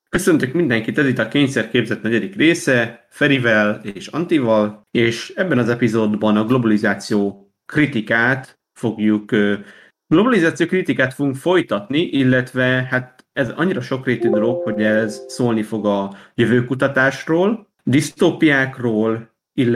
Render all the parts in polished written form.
Köszöntök mindenkit, ez itt a Kényszerképzet negyedik része, Ferivel és Antival, és ebben az epizódban a globalizáció kritikát fogunk folytatni, illetve hát ez annyira sokrétű dolog, hogy ez szólni fog a jövőkutatásról, disztópiákról,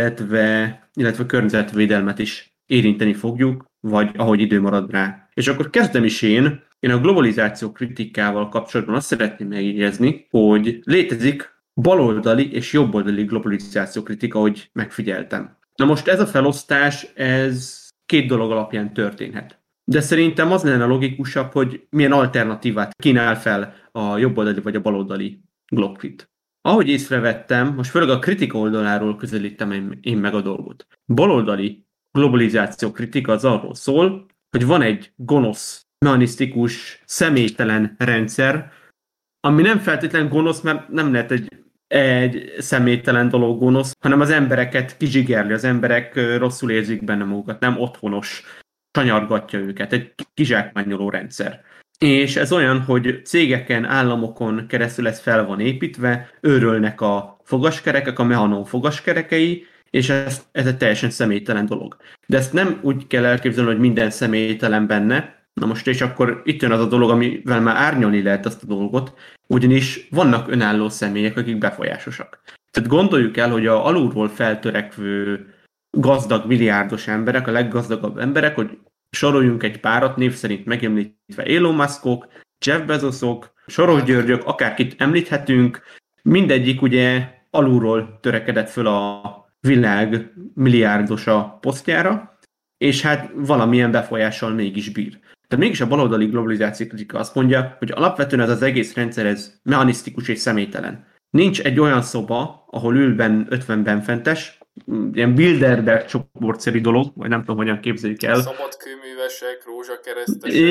illetve környezetvédelmet is érinteni fogjuk, vagy ahogy idő marad rá. És akkor kezdem is én a globalizáció kritikával kapcsolatban azt szeretném megjegyezni, hogy létezik baloldali és jobboldali globalizáció kritika, ahogy megfigyeltem. Na most ez a felosztás, ez két dolog alapján történhet. De szerintem az lenne logikusabb, hogy milyen alternatívát kínál fel a jobboldali vagy a baloldali globkrit. Ahogy észrevettem, most főleg a kritika oldaláról közelítem én meg a dolgot. Baloldali globalizáció kritika az arról szól, hogy van egy gonosz, mechanisztikus, személytelen rendszer, ami nem feltétlenül gonosz, mert nem lehet egy személytelen dolog gonosz, hanem az embereket kizsigerli, az emberek rosszul érzik benne magukat, nem otthonos, sanyargatja őket, egy kizsákmányoló rendszer. És ez olyan, hogy cégeken, államokon keresztül ez fel van építve, őrölnek a fogaskerekek, a mechanon fogaskerekei, és ez egy teljesen személytelen dolog. De ezt nem úgy kell elképzelni, hogy minden személytelen benne. Na most és akkor itt jön az a dolog, amivel már árnyalni lehet azt a dolgot, ugyanis vannak önálló személyek, akik befolyásosak. Tehát gondoljuk el, hogy a alulról feltörekvő gazdag milliárdos emberek, a leggazdagabb emberek, hogy soroljunk egy párat, név szerint megemlítve Elon Muskok, Jeff Bezosok, Soros Györgyök, akárkit említhetünk, mindegyik ugye alulról törekedett föl a világ milliárdosa posztjára, és hát valamilyen befolyással mégis bír. Tehát mégis a baloldali globalizáció kritika azt mondja, hogy alapvetően ez az egész rendszer ez mechanisztikus és személytelen. Nincs egy olyan szoba, ahol ül 50 benfentes, ilyen Bilderberg csoportszerű dolog, vagy nem tudom, hogyan képzeljük el. Szabadkőművesek, rózsakeresztesek.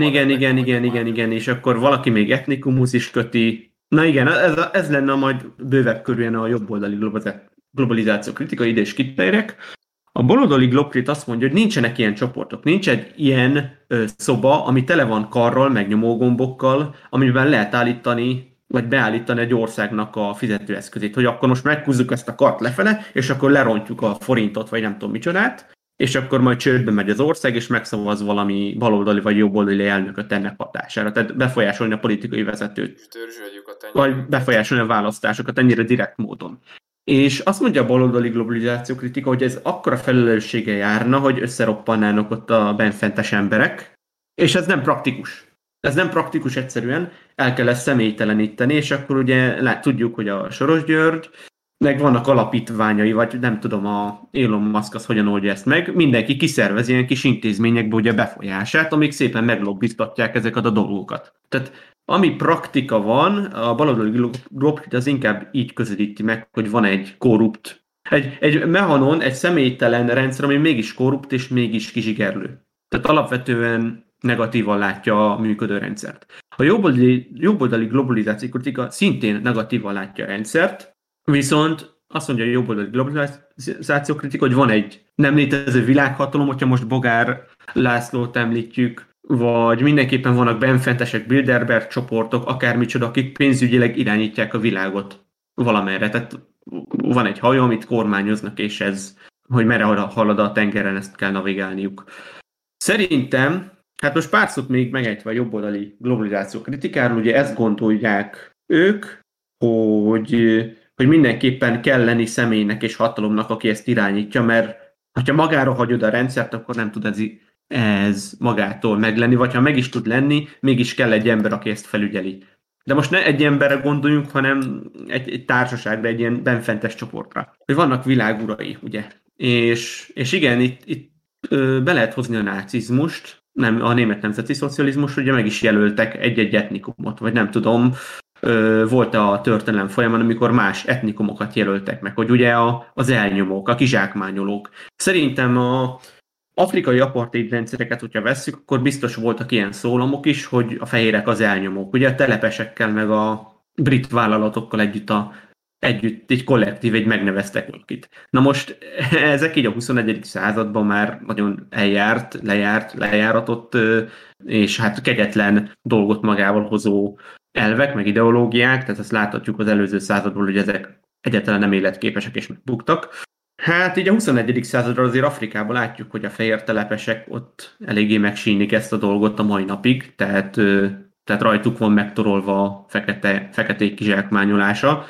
Igen, és akkor valaki még etnikumhoz is köti. Na igen, ez lenne majd bővebb körülön a jobboldali globalizáció kritika, ide is kitérek. A baloldali globkrit azt mondja, hogy nincsenek ilyen csoportok, nincs egy ilyen szoba, ami tele van karral, meg nyomógombokkal, amiben lehet állítani, vagy beállítani egy országnak a fizetőeszközét, hogy akkor most meghúzzuk ezt a kart lefele, és akkor lerontjuk a forintot, vagy nem tudom micsodát, és akkor majd csődbe megy az ország, és megszavaz valami baloldali vagy jobboldali elnököt ennek hatására. Tehát befolyásolni a politikai vezetőt. Vagy befolyásolni a választásokat ennyire direkt módon. És azt mondja a baloldali globalizáció kritika, hogy ez akkora felelőssége járna, hogy összeroppannának ott a benfentes emberek, és ez nem praktikus. Ez nem praktikus egyszerűen, el kell ezt személyteleníteni, és akkor ugye tudjuk, hogy a Soros György, meg vannak alapítványai, vagy nem tudom, a Elon Musk az hogyan oldja ezt meg, mindenki kiszervez ilyen kis intézményekbe ugye a befolyását, amik szépen meglobbiztatják ezeket a dolgokat. Tehát ami praktika van, a baloldali globkrit az inkább így közelíti meg, hogy van egy korrupt, egy mechanon, egy személytelen rendszer, ami mégis korrupt és mégis kizsigerlő. Tehát alapvetően negatívan látja a működő rendszert. A jobboldali globalizáció kritika szintén negatívan látja a rendszert, viszont azt mondja a jobboldali globalizáció kritika, hogy van egy nem létező világhatalom, hogyha most Bogár Lászlót említjük, vagy mindenképpen vannak benfentesek, Bilderberg csoportok, akármicsoda, akik pénzügyileg irányítják a világot valamerre. Tehát van egy hajó, amit kormányoznak, és ez, hogy merre halad a tengeren, ezt kell navigálniuk. Szerintem, hát most pár szót még megejtve a jobboldali globalizáció kritikáról, ugye ezt gondolják ők, hogy mindenképpen kell lenni személynek és hatalomnak, aki ezt irányítja, mert ha magára hagyod a rendszert, akkor nem tud ez magától meglenni, vagy ha meg is tud lenni, mégis kell egy ember, aki ezt felügyeli. De most ne egy emberre gondoljunk, hanem egy társaságra, egy ilyen benfentes csoportra. Hogy vannak világurai, ugye? És igen, itt be lehet hozni a nácizmust, nem, a német nemzeti szocializmus, ugye meg is jelöltek egy-egy etnikumot, vagy nem tudom, volt a történelem folyamán, amikor más etnikumokat jelöltek meg, hogy ugye az elnyomók, a kizsákmányolók. Szerintem a afrikai apartheid rendszereket, hogyha vesszük, akkor biztos voltak ilyen szólamok is, hogy a fehérek az elnyomók. Ugye a telepesekkel, meg a brit vállalatokkal együtt egy kollektív, egy megneveztek valakit. Na most ezek így a 21. században már nagyon lejáratott, és hát kegyetlen dolgot magával hozó elvek, meg ideológiák, tehát ezt láthatjuk az előző századból, hogy ezek egyáltalán nem életképesek és megbuktak. Hát így a 21. századra azért Afrikában látjuk, hogy a fehér telepesek ott eléggé megsínik ezt a dolgot a mai napig, tehát rajtuk van megtorolva a feketék kizsákmányolása,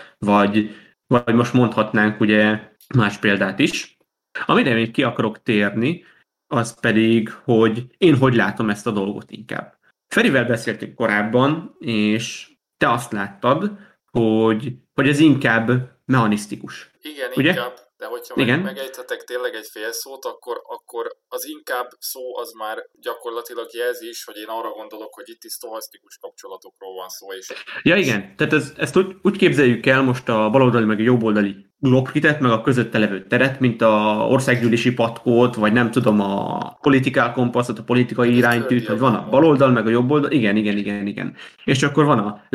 vagy most mondhatnánk ugye más példát is. Amire még ki akarok térni, az pedig, hogy én hogy látom ezt a dolgot inkább. Ferivel beszéltünk korábban, és te azt láttad, hogy ez inkább mechanisztikus. Igen, ugye? inkább, de hogyha Igen. megejthetek tényleg egy fél szót, akkor az inkább szó az már gyakorlatilag jelzi is, hogy én arra gondolok, hogy itt is sztohasztikus kapcsolatokról van szó. És Ja igen, tehát ezt úgy képzeljük el most a baloldali meg a jobboldali globkitet, meg a közötte levő teret, mint a országgyűlési patkót, vagy nem tudom, a political kompasszot, a politikai iránytűt, hogy van a baloldal, meg a jobboldal, igen. És akkor van a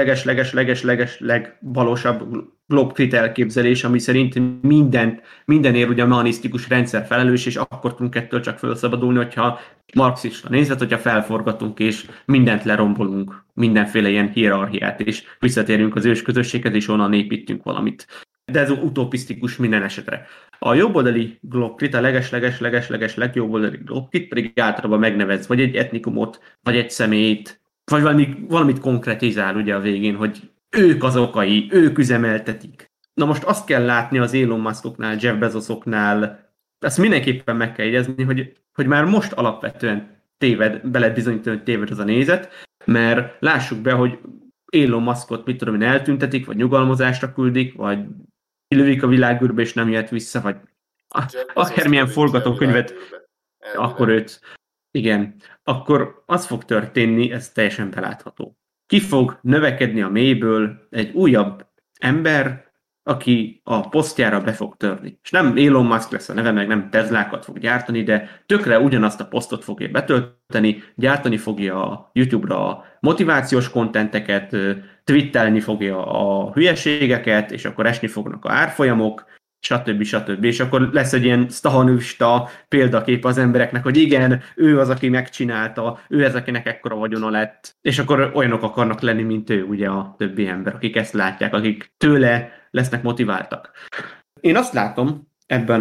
leges legbalosabb globkrit elképzelés, ami szerint mindenért ugye a mechanisztikus rendszer felelős, és akkor tudunk ettől csak felszabadulni, hogyha marxista nézet, hogyha felforgatunk és mindent lerombolunk, mindenféle ilyen hierarchiát, és visszatérünk az ősközösséghez, és onnan építünk valamit. De ez utopisztikus minden esetre. A jobboldali globkrit, a leges legjobboldali globkrit pedig általában megnevez vagy egy etnikumot, vagy egy személyt, vagy valamit konkretizál ugye a végén, hogy ők az okai, ők üzemeltetik. Na most azt kell látni az Elon Muskoknál, Jeff Bezosoknál, ezt mindenképpen meg kell jegyezni, hogy már most alapvetően be lehet bizonyítani, hogy téved az a nézet, mert lássuk be, hogy Elon Muskot, mit tudom én, eltüntetik, vagy nyugalmazásra küldik, vagy kilövik a világűrbe, és nem jött vissza, vagy akármilyen forgatókönyvet, akkor őt, igen, akkor az fog történni, ez teljesen belátható. Ki fog növekedni a mélyből egy újabb ember, aki a posztjára be fog törni. És nem Elon Musk lesz a neve, meg nem Teslákat fog gyártani, de tökre ugyanazt a posztot fogja betölteni, gyártani fogja a YouTube-ra a motivációs kontenteket, twittelni fogja a hülyeségeket, és akkor esni fognak a árfolyamok, stb. És akkor lesz egy ilyen stahanősta példakép az embereknek, hogy igen, ő az, aki megcsinálta, ő az, akinek ekkora vagyona lett, és akkor olyanok akarnak lenni, mint ő, ugye a többi ember, akik ezt látják, akik tőle lesznek motiváltak. Én azt látom ebben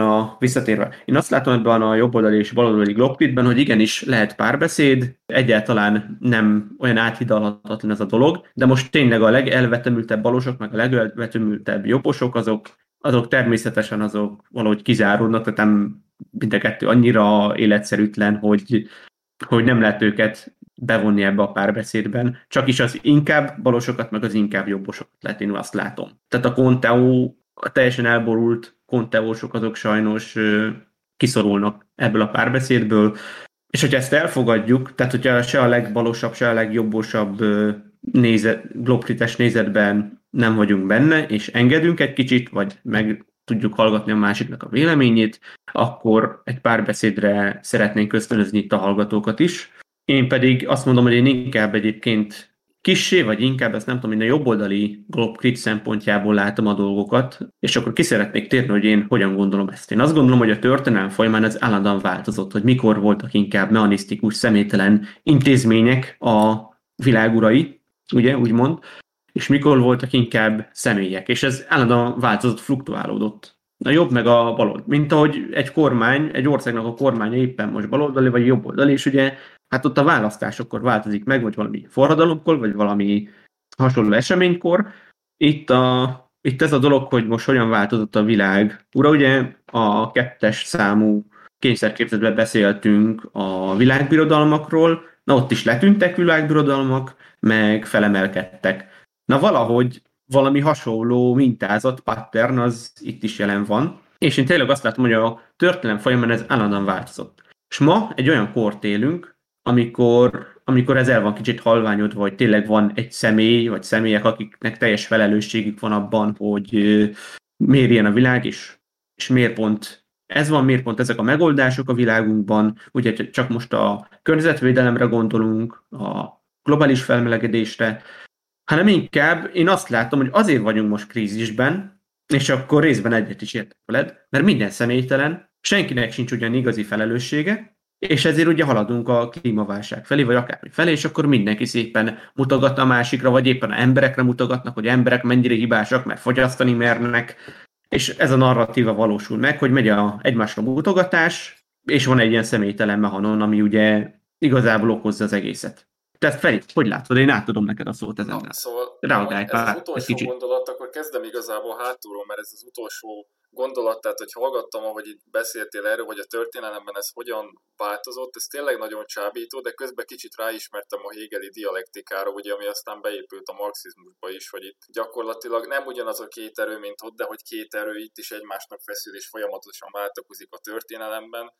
én azt látom ebben a jobboldali és baloldali globkritben, hogy igenis lehet párbeszéd, egyáltalán nem olyan áthidalhatatlan ez a dolog, de most tényleg a legelvetemültebb balosok, meg a legelvetemültebb jobbosok, azok természetesen azok valahogy kizáródnak, tehát nem mind a kettő annyira életszerűtlen, hogy nem lehet őket bevonni ebbe a párbeszédben. Csak is az inkább balosokat, meg az inkább jobbosokat lehet, én azt látom. Tehát a Conteo, a teljesen elborult Conteósok azok sajnos kiszorulnak ebből a párbeszédből, és hogyha ezt elfogadjuk, tehát hogyha se a legbalosabb, se a legjobbosabb globkrites nézetben nem vagyunk benne, és engedünk egy kicsit, vagy meg tudjuk hallgatni a másiknak a véleményét, akkor egy párbeszédre szeretnénk ösztönözni itt a hallgatókat is. Én pedig azt mondom, hogy én inkább egyébként kissé, vagy inkább, ezt nem tudom, én a jobboldali globkrit szempontjából látom a dolgokat, és akkor ki szeretnék térni, hogy én hogyan gondolom ezt. Én azt gondolom, hogy a történelem folyamán ez állandóan változott, hogy mikor voltak inkább mechanisztikus, személytelen intézmények a világurai, ugye, úgymond, és mikor voltak inkább személyek, és ez állandóan változott, fluktuálódott. A jobb meg a balold. Mint ahogy egy országnak a kormánya éppen most baloldali vagy jobboldali, és ugye hát ott a választásokkor változik meg, vagy valami forradalomkor, vagy valami hasonló eseménykor. Itt ez a dolog, hogy most hogyan változott a világ. Ura, ugye a 2. számú kényszerképzetben beszéltünk a világbirodalmakról, na ott is letűntek világbirodalmak, meg felemelkedtek. Na valahogy valami hasonló mintázat, pattern az itt is jelen van, és én tényleg azt látom, hogy a történelem folyamán ez állandóan változott. És ma egy olyan kort élünk, amikor ez el van kicsit halványodva, hogy tényleg van egy személy, vagy személyek, akiknek teljes felelősségük van abban, hogy miért ilyen a világ, és miért pont ez van, miért pont ezek a megoldások a világunkban. Ugye csak most a környezetvédelemre gondolunk, a globális felmelegedésre, hanem inkább én azt látom, hogy azért vagyunk most krízisben, és akkor részben egyet is értek veled, mert minden személytelen, senkinek sincs ugyan igazi felelőssége, És ezért ugye haladunk a klímaválság felé, vagy akármi felé, és akkor mindenki szépen mutogat a másikra, vagy éppen a emberekre mutogatnak, hogy emberek mennyire hibásak, mert fogyasztani mernek, és ez a narratíva valósul meg, hogy megy a egymásra mutogatás, és van egy ilyen személytelen mechanon, ami ugye igazából okozza az egészet. Te ezt Feri, hogy látod? Én átadom neked a szót Na, ezennel. szóval Reagálj ez az pár, egy utolsó kicsit. gondolat, akkor kezdem igazából hátulról, mert ez az utolsó gondolat, tehát hogy hallgattam, ahogy itt beszéltél erről, hogy a történelemben ez hogyan változott, ez tényleg nagyon csábító, de közben kicsit ráismertem a hegeli dialektikára, ugye, ami aztán beépült a marxizmusba is, hogy itt gyakorlatilag nem ugyanaz a két erő, mint ott, de hogy két erő itt is egymásnak feszül és folyamatosan váltakozik a történelemben,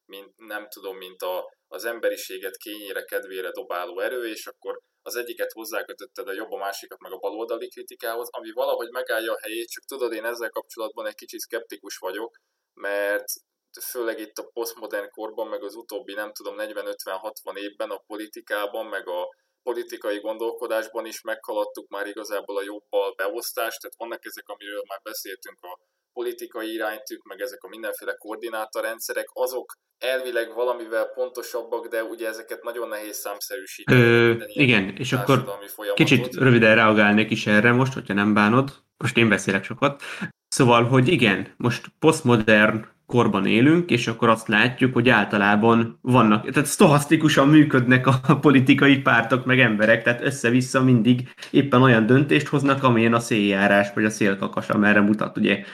mint az emberiséget kényére, kedvére dobáló erő, és akkor az egyiket hozzákötötted a jobb, a másikat meg a baloldali kritikához, ami valahogy megállja a helyét, csak tudod, én ezzel kapcsolatban egy kicsit szkeptikus vagyok, mert főleg itt a posztmodern korban, meg az utóbbi, nem tudom, 40-50-60 évben a politikában, meg a politikai gondolkodásban is meghaladtuk már igazából a jobb-bal beosztást, tehát vannak ezek, amiről már beszéltünk, a politikai iránytűk, meg ezek a mindenféle koordinátorrendszerek, azok elvileg valamivel pontosabbak, de ugye ezeket nagyon nehéz számszerűsíteni. Igen, és akkor kicsit röviden reagálnék is erre most, hogyha nem bánod. Most én beszélek sokat. Szóval, hogy igen, most posztmodern korban élünk, és akkor azt látjuk, hogy általában vannak, tehát sztohasztikusan működnek a politikai pártok meg emberek, tehát össze-vissza mindig éppen olyan döntést hoznak, amilyen a széljárás vagy a szélkakas, amerre mutat, ugye.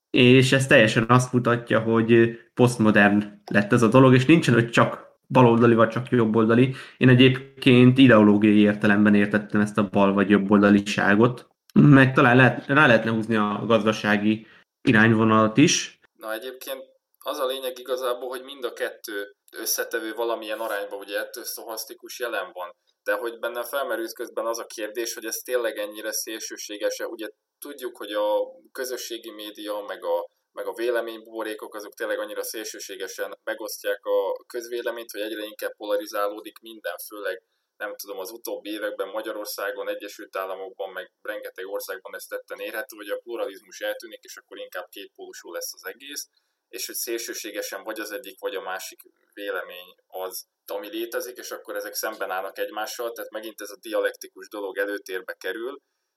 És ez teljesen azt mutatja, hogy posztmodern lett ez a dolog, és nincsen, hogy csak baloldali vagy csak jobboldali. Én egyébként ideológiai értelemben értettem ezt a bal vagy jobboldaliságot, meg talán rá lehetne húzni a gazdasági irányvonalat is. Na egyébként az a lényeg igazából, hogy mind a kettő összetevő valamilyen arányban, ugye ettől sztohasztikus jelen van. De hogy bennem felmerült közben az a kérdés, hogy ez tényleg ennyire szélsőséges-e. Ugye tudjuk, hogy a közösségi média, meg a véleménybuborékok azok tényleg annyira szélsőségesen megosztják a közvéleményt, hogy egyre inkább polarizálódik minden, főleg nem tudom, az utóbbi években Magyarországon, Egyesült Államokban, meg rengeteg országban ez tetten érhető, hogy a pluralizmus eltűnik, és akkor inkább kétpólusú lesz az egész, és hogy szélsőségesen vagy az egyik, vagy a másik vélemény az, ami létezik, és akkor ezek szemben állnak egymással, tehát megint ez a dialektikus dolog előtérbe kerül,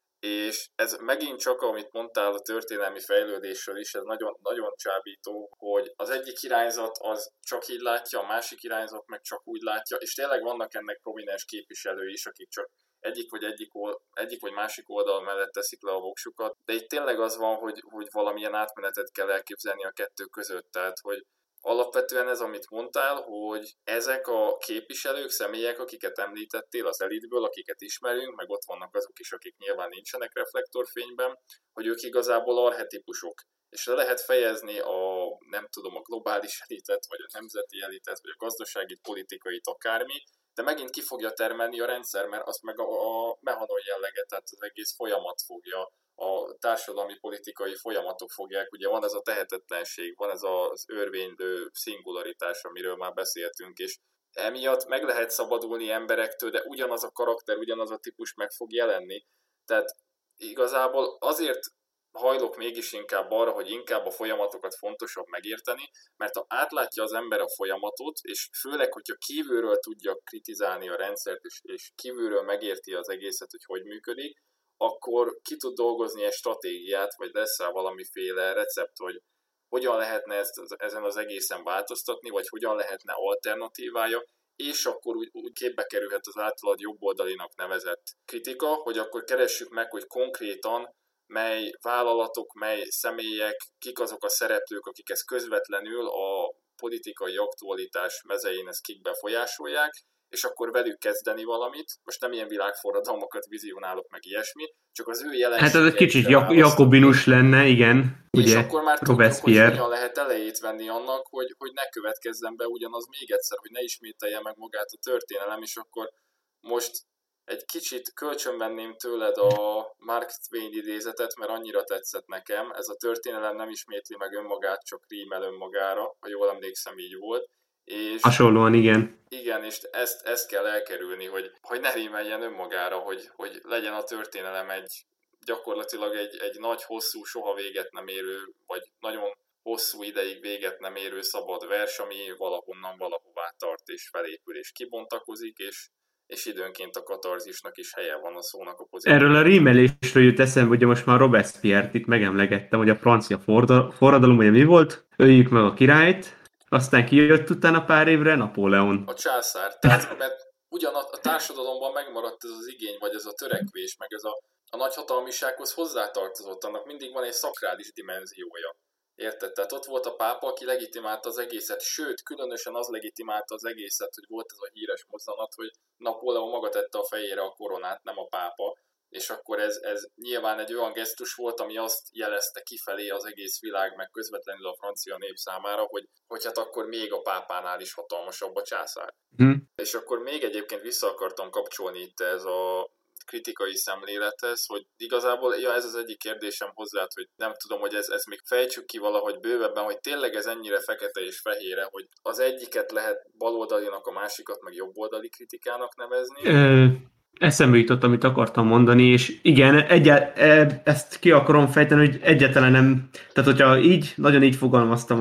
és ez megint csak, amit mondtál a történelmi fejlődésről is, ez nagyon, nagyon csábító, hogy az egyik irányzat az csak így látja, a másik irányzat meg csak úgy látja, és tényleg vannak ennek prominens képviselői is, akik csak egyik vagy másik oldal mellett teszik le a voksukat, de itt tényleg az van, hogy valamilyen átmenetet kell elképzelni a kettő között, tehát hogy alapvetően ez, amit mondtál, hogy ezek a képviselők, személyek, akiket említettél az elitből, akiket ismerünk, meg ott vannak azok is, akik nyilván nincsenek reflektorfényben, hogy ők igazából archetipusok. És le lehet fejezni nem tudom, a globális elitet, vagy a nemzeti elitet, vagy a gazdasági, politikait, akármi, de megint ki fogja termelni a rendszer, mert azt meg a mechanon jellege, tehát az egész folyamat fogja, a társadalmi politikai folyamatok fogják, ugye van ez a tehetetlenség, van ez az örvénylő szingularitás, amiről már beszéltünk, és emiatt meg lehet szabadulni emberektől, de ugyanaz a karakter, ugyanaz a típus meg fog jelenni. Tehát igazából azért hajlok mégis inkább arra, hogy inkább a folyamatokat fontosabb megérteni, mert ha átlátja az ember a folyamatot, és főleg, hogyha kívülről tudja kritizálni a rendszert, és kívülről megérti az egészet, hogy működik, akkor ki tud dolgozni egy stratégiát, vagy lesz rá valamiféle recept, hogy hogyan lehetne ezen az egészen változtatni, vagy hogyan lehetne alternatívája, és akkor úgy képbe kerülhet az általad jobboldalinak nevezett kritika, hogy akkor keressük meg, hogy konkrétan mely vállalatok, mely személyek, kik azok a szereplők, akik ezt közvetlenül a politikai aktualitás mezein ezt kik befolyásolják, és akkor velük kezdeni valamit. Most nem ilyen világforradalmakat vizionálok meg ilyesmi, csak az ő jelenségeit. Hát ez egy kicsit jakobinus lenne, igen. És ugye, akkor már tudjuk, hogy hogyan lehet elejét venni annak, hogy ne következzen be ugyanaz még egyszer, hogy ne ismételje meg magát a történelem, és akkor most egy kicsit kölcsönvenném tőled a Mark Twain idézetet, mert annyira tetszett nekem. Ez a történelem nem ismétli meg önmagát, csak rímel önmagára, ha jól emlékszem, így volt. És hasonlóan, igen. Igen, és ezt kell elkerülni, hogy ne rímeljen önmagára, hogy legyen a történelem gyakorlatilag egy nagy, hosszú, soha véget nem érő, vagy nagyon hosszú ideig véget nem érő szabad vers, ami valahonnan valahová tart és felépül és kibontakozik, és időnként a katarzisnak is helye van a szónak a pozitív. Erről a rímelésről jut eszembe, hogy most már Robespierre-t itt megemlegettem, hogy a francia forradalom, ugye mi volt? Öljük meg a királyt, aztán kijött utána pár évre Napóleon. A császár. Tehát, mert ugyan a társadalomban megmaradt ez az igény, vagy ez a törekvés, meg ez a nagyhatalmisághoz hozzátartozott, annak mindig van egy szakrális dimenziója. Érted? Tehát ott volt a pápa, aki legitimálta az egészet, sőt, különösen az legitimálta az egészet, hogy volt ez a híres mozzanat, hogy Napóleon maga tette a fejére a koronát, nem a pápa, és akkor ez nyilván egy olyan gesztus volt, ami azt jelezte kifelé az egész világ, meg közvetlenül a francia nép számára, hogy hát akkor még a pápánál is hatalmasabb a császár. És akkor még egyébként vissza akartam kapcsolni itt ez a kritikai szemlélethez, hogy igazából ez az egyik kérdésem hozzá, hogy nem tudom, hogy ezt még fejtsük ki valahogy bővebben, hogy tényleg ez ennyire fekete és fehére, hogy az egyiket lehet baloldalinak, a másikat meg jobboldali kritikának nevezni. Eszembe jutott, amit akartam mondani, és igen, ezt ki akarom fejteni, hogy egyáltalán nem, tehát hogyha nagyon így fogalmaztam,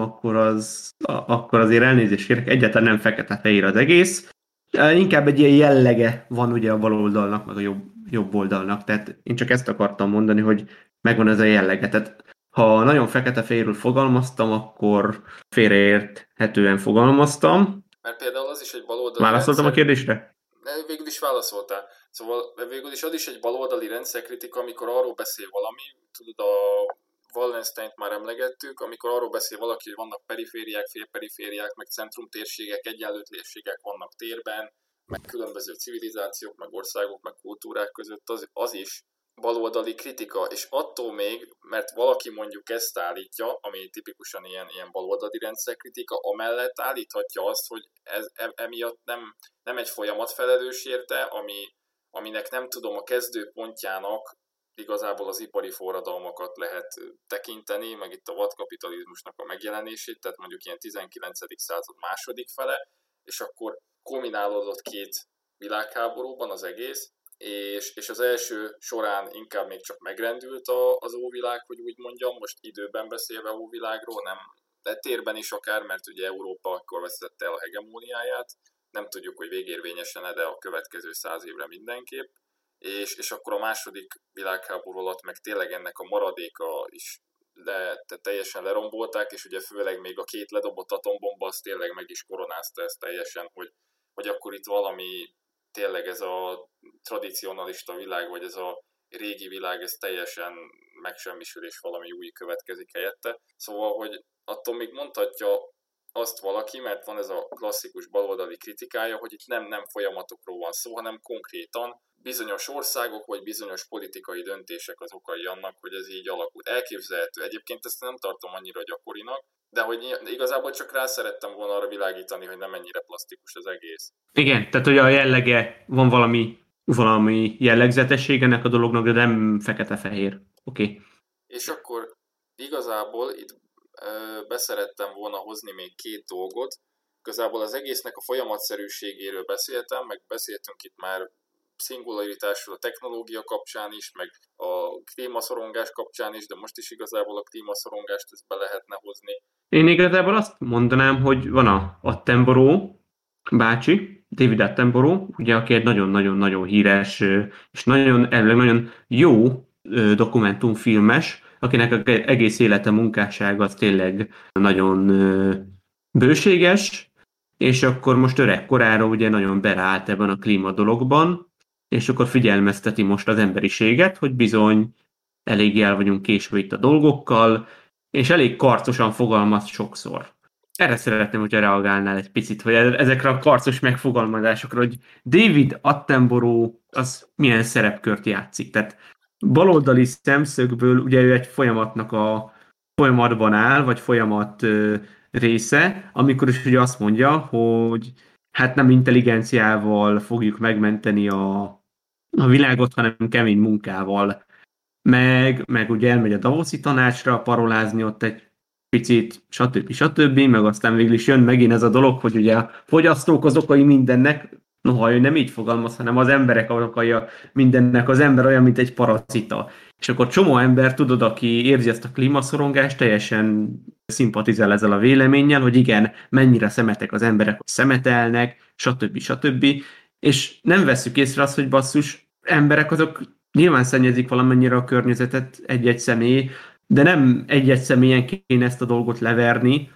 akkor azért elnézést kérek, egyáltalán nem fekete-fehér az egész. Inkább egy ilyen jellege van ugye a baloldalnak, meg a jobb oldalnak, tehát én csak ezt akartam mondani, hogy megvan ez a jellege. Tehát ha nagyon fekete-fehérről fogalmaztam, akkor félreérthetően fogalmaztam. Mert például az is egy baloldali Válaszoltam rendszer... a kérdésre? Végül is válaszoltál. Szóval végül is az is egy baloldali rendszerkritika, amikor arról beszél valami, tudod, a Wallensteint már emlegettük, amikor arról beszél valaki, hogy vannak perifériák, félperifériák, meg centrumtérségek, egyenlőtlenségek vannak térben, meg különböző civilizációk, meg országok, meg kultúrák között, az is baloldali kritika, és attól még, mert valaki mondjuk ezt állítja, ami tipikusan ilyen baloldali rendszerkritika, amellett állíthatja azt, hogy ez emiatt nem egy folyamat felelős érte, aminek nem tudom, a kezdőpontjának igazából az ipari forradalmakat lehet tekinteni, meg itt a vadkapitalizmusnak a megjelenését, tehát mondjuk ilyen 19. század második fele, és akkor kombinálódott két világháborúban az egész, és az első során inkább még csak megrendült az óvilág, hogy úgy mondjam, most időben beszélve óvilágról, nem, de térben is akár, mert ugye Európa akkor vesztette el a hegemóniáját, nem tudjuk, hogy végérvényesen-e, de a következő 100 évre mindenképp, és akkor a második világháború alatt meg tényleg ennek a maradéka is teljesen lerombolták, és ugye főleg még a két ledobott atombomba az tényleg meg is koronázta ezt teljesen, hogy akkor itt valami tényleg ez a tradicionalista világ, vagy ez a régi világ, ez teljesen megsemmisül, és valami új következik helyette. Szóval, hogy attól még mondhatja azt valaki, mert van ez a klasszikus baloldali kritikája, hogy itt nem folyamatokról van szó, hanem konkrétan bizonyos országok, vagy bizonyos politikai döntések az okai annak, hogy ez így alakult. Elképzelhető. Egyébként ezt nem tartom annyira gyakorinak, de hogy igazából csak rá szerettem volna arra világítani, hogy nem ennyire plastikus az egész. Igen, tehát hogy a jellege, van valami jellegzetesség ennek a dolognak, de nem fekete-fehér. Oké. És akkor igazából itt beszerettem volna hozni még két dolgot. Igazából az egésznek a folyamatszerűségéről beszéltem, meg beszéltünk itt már szingularitásról a technológia kapcsán is, meg a klímaszorongás kapcsán is, de most is igazából a klímaszorongást ezt be lehetne hozni. Én igazából azt mondanám, hogy van a Attenborough bácsi, David Attenborough, ugye, aki egy nagyon-nagyon-nagyon híres és nagyon jó dokumentumfilmes, akinek egész élete, munkássága az tényleg nagyon bőséges, és akkor most öreg korára ugye nagyon beleállt ebben a klíma dologban, és akkor figyelmezteti most az emberiséget, hogy bizony eléggé el vagyunk késve itt a dolgokkal, és elég karcosan fogalmaz sokszor. Erre szeretném, hogyha reagálnál egy picit, hogy ezekre a karcos megfogalmazásokra, hogy David Attenborough az milyen szerepkört játszik. Tehát baloldali szemszögből ugye ő egy folyamatban áll, vagy folyamat része, amikor is ugye azt mondja, hogy hát nem intelligenciával fogjuk megmenteni a világot, hanem kemény munkával. Meg ugye elmegy a Davoszi tanácsra parolázni ott egy picit, stb. Meg aztán végül is jön megint ez a dolog, hogy ugye a fogyasztók az okai mindennek, noha ő nem így fogalmaz, hanem az emberek az okai mindennek, az ember olyan, mint egy paracita. És akkor csomó ember, tudod, aki érzi ezt a klímaszorongást, teljesen szimpatizál ezzel a véleménnyel, hogy igen, mennyire szemetek az emberek, hogy szemetelnek, stb. Stb. És nem vesszük észre azt, hogy basszus, emberek azok nyilván szennyezik valamennyire a környezetet egy-egy személy, de nem egy-egy személyen kéne ezt a dolgot leverni,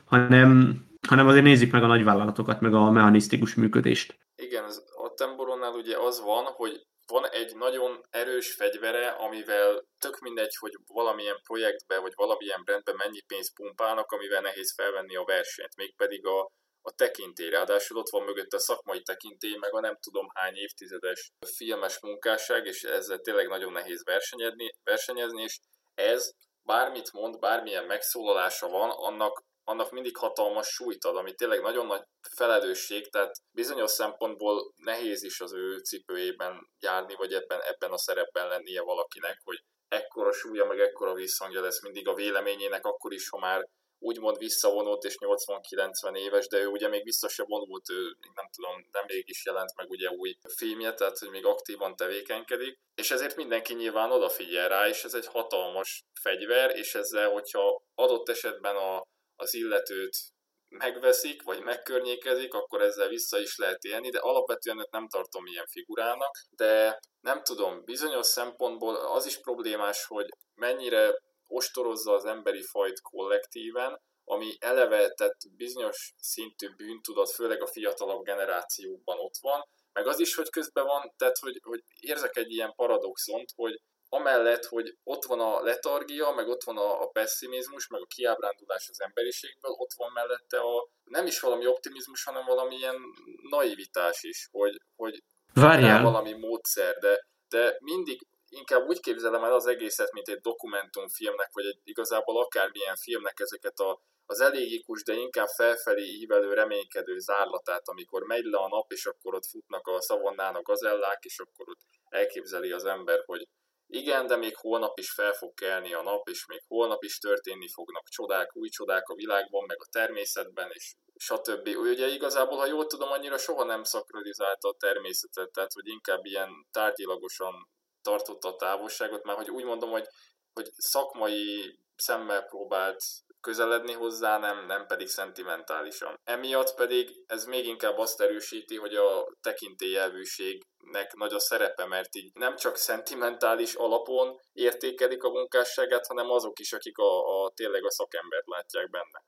hanem azért nézzük meg a nagyvállalatokat, meg a mechanisztikus működést. Igen, a Temboronnál ugye az van, hogy van egy nagyon erős fegyvere, amivel tök mindegy, hogy valamilyen projektbe, vagy valamilyen brandbe mennyi pénzt pumpálnak, amivel nehéz felvenni a versenyt, mégpedig a tekintély. Ráadásul ott van mögött a szakmai tekintély, meg a nem tudom hány évtizedes filmes munkásság, és ezzel tényleg nagyon nehéz versenyezni, és ez bármit mond, bármilyen megszólalása van, annak mindig hatalmas súlyt ad, ami tényleg nagyon nagy felelősség, tehát bizonyos szempontból nehéz is az ő cipőjében járni, vagy ebben a szerepben lennie valakinek, hogy ekkora súlya, meg ekkora visszhangja lesz mindig a véleményének, akkor is, ha már úgymond visszavonult és 80-90 éves, de ő ugye még vissza se vonult, ő nem tudom, nemrég is jelent meg ugye új filmje, tehát hogy még aktívan tevékenykedik, és ezért mindenki nyilván odafigyel rá, és ez egy hatalmas fegyver, és ezzel, hogyha adott esetben az illetőt megveszik, vagy megkörnyékezik, akkor ezzel vissza is lehet élni, de alapvetően őt nem tartom ilyen figurának, de nem tudom, bizonyos szempontból az is problémás, hogy mennyire ostorozza az emberi fajt kollektíven, ami eleve, tehát bizonyos szintű bűntudat, főleg a fiatalabb generációkban ott van, meg az is, hogy közben van, tehát hogy érzek egy ilyen paradoxont, hogy amellett, hogy ott van a letargia, meg ott van a pessimizmus, meg a kiábrándulás az emberiségből, ott van mellette nem is valami optimizmus, hanem valami ilyen naivitás is, hogy van rá valami módszer, de mindig inkább úgy képzelem el az egészet, mint egy dokumentumfilmnek, vagy igazából akármilyen filmnek ezeket az elégikus, de inkább felfelé ívelő, reménykedő zárlatát, amikor megy le a nap, és akkor ott futnak a szavannán a gazellák, és akkor ott elképzeli az ember, hogy igen, de még holnap is fel fog kelni a nap, és még holnap is történni fognak csodák, új csodák a világban, meg a természetben, és stb. Ő ugye igazából, ha jól tudom, annyira soha nem szakralizálta a természetet, tehát hogy inkább ilyen tárgyilagosan tartotta a távolságot, mert hogy úgy mondom, hogy szakmai szemmel próbált közeledni hozzá, nem pedig szentimentálisan. Emiatt pedig ez még inkább azt erősíti, hogy a tekintélyelvűségnek nagy a szerepe, mert így nem csak szentimentális alapon értékelik a munkásságát, hanem azok is, akik tényleg a szakembert látják benne.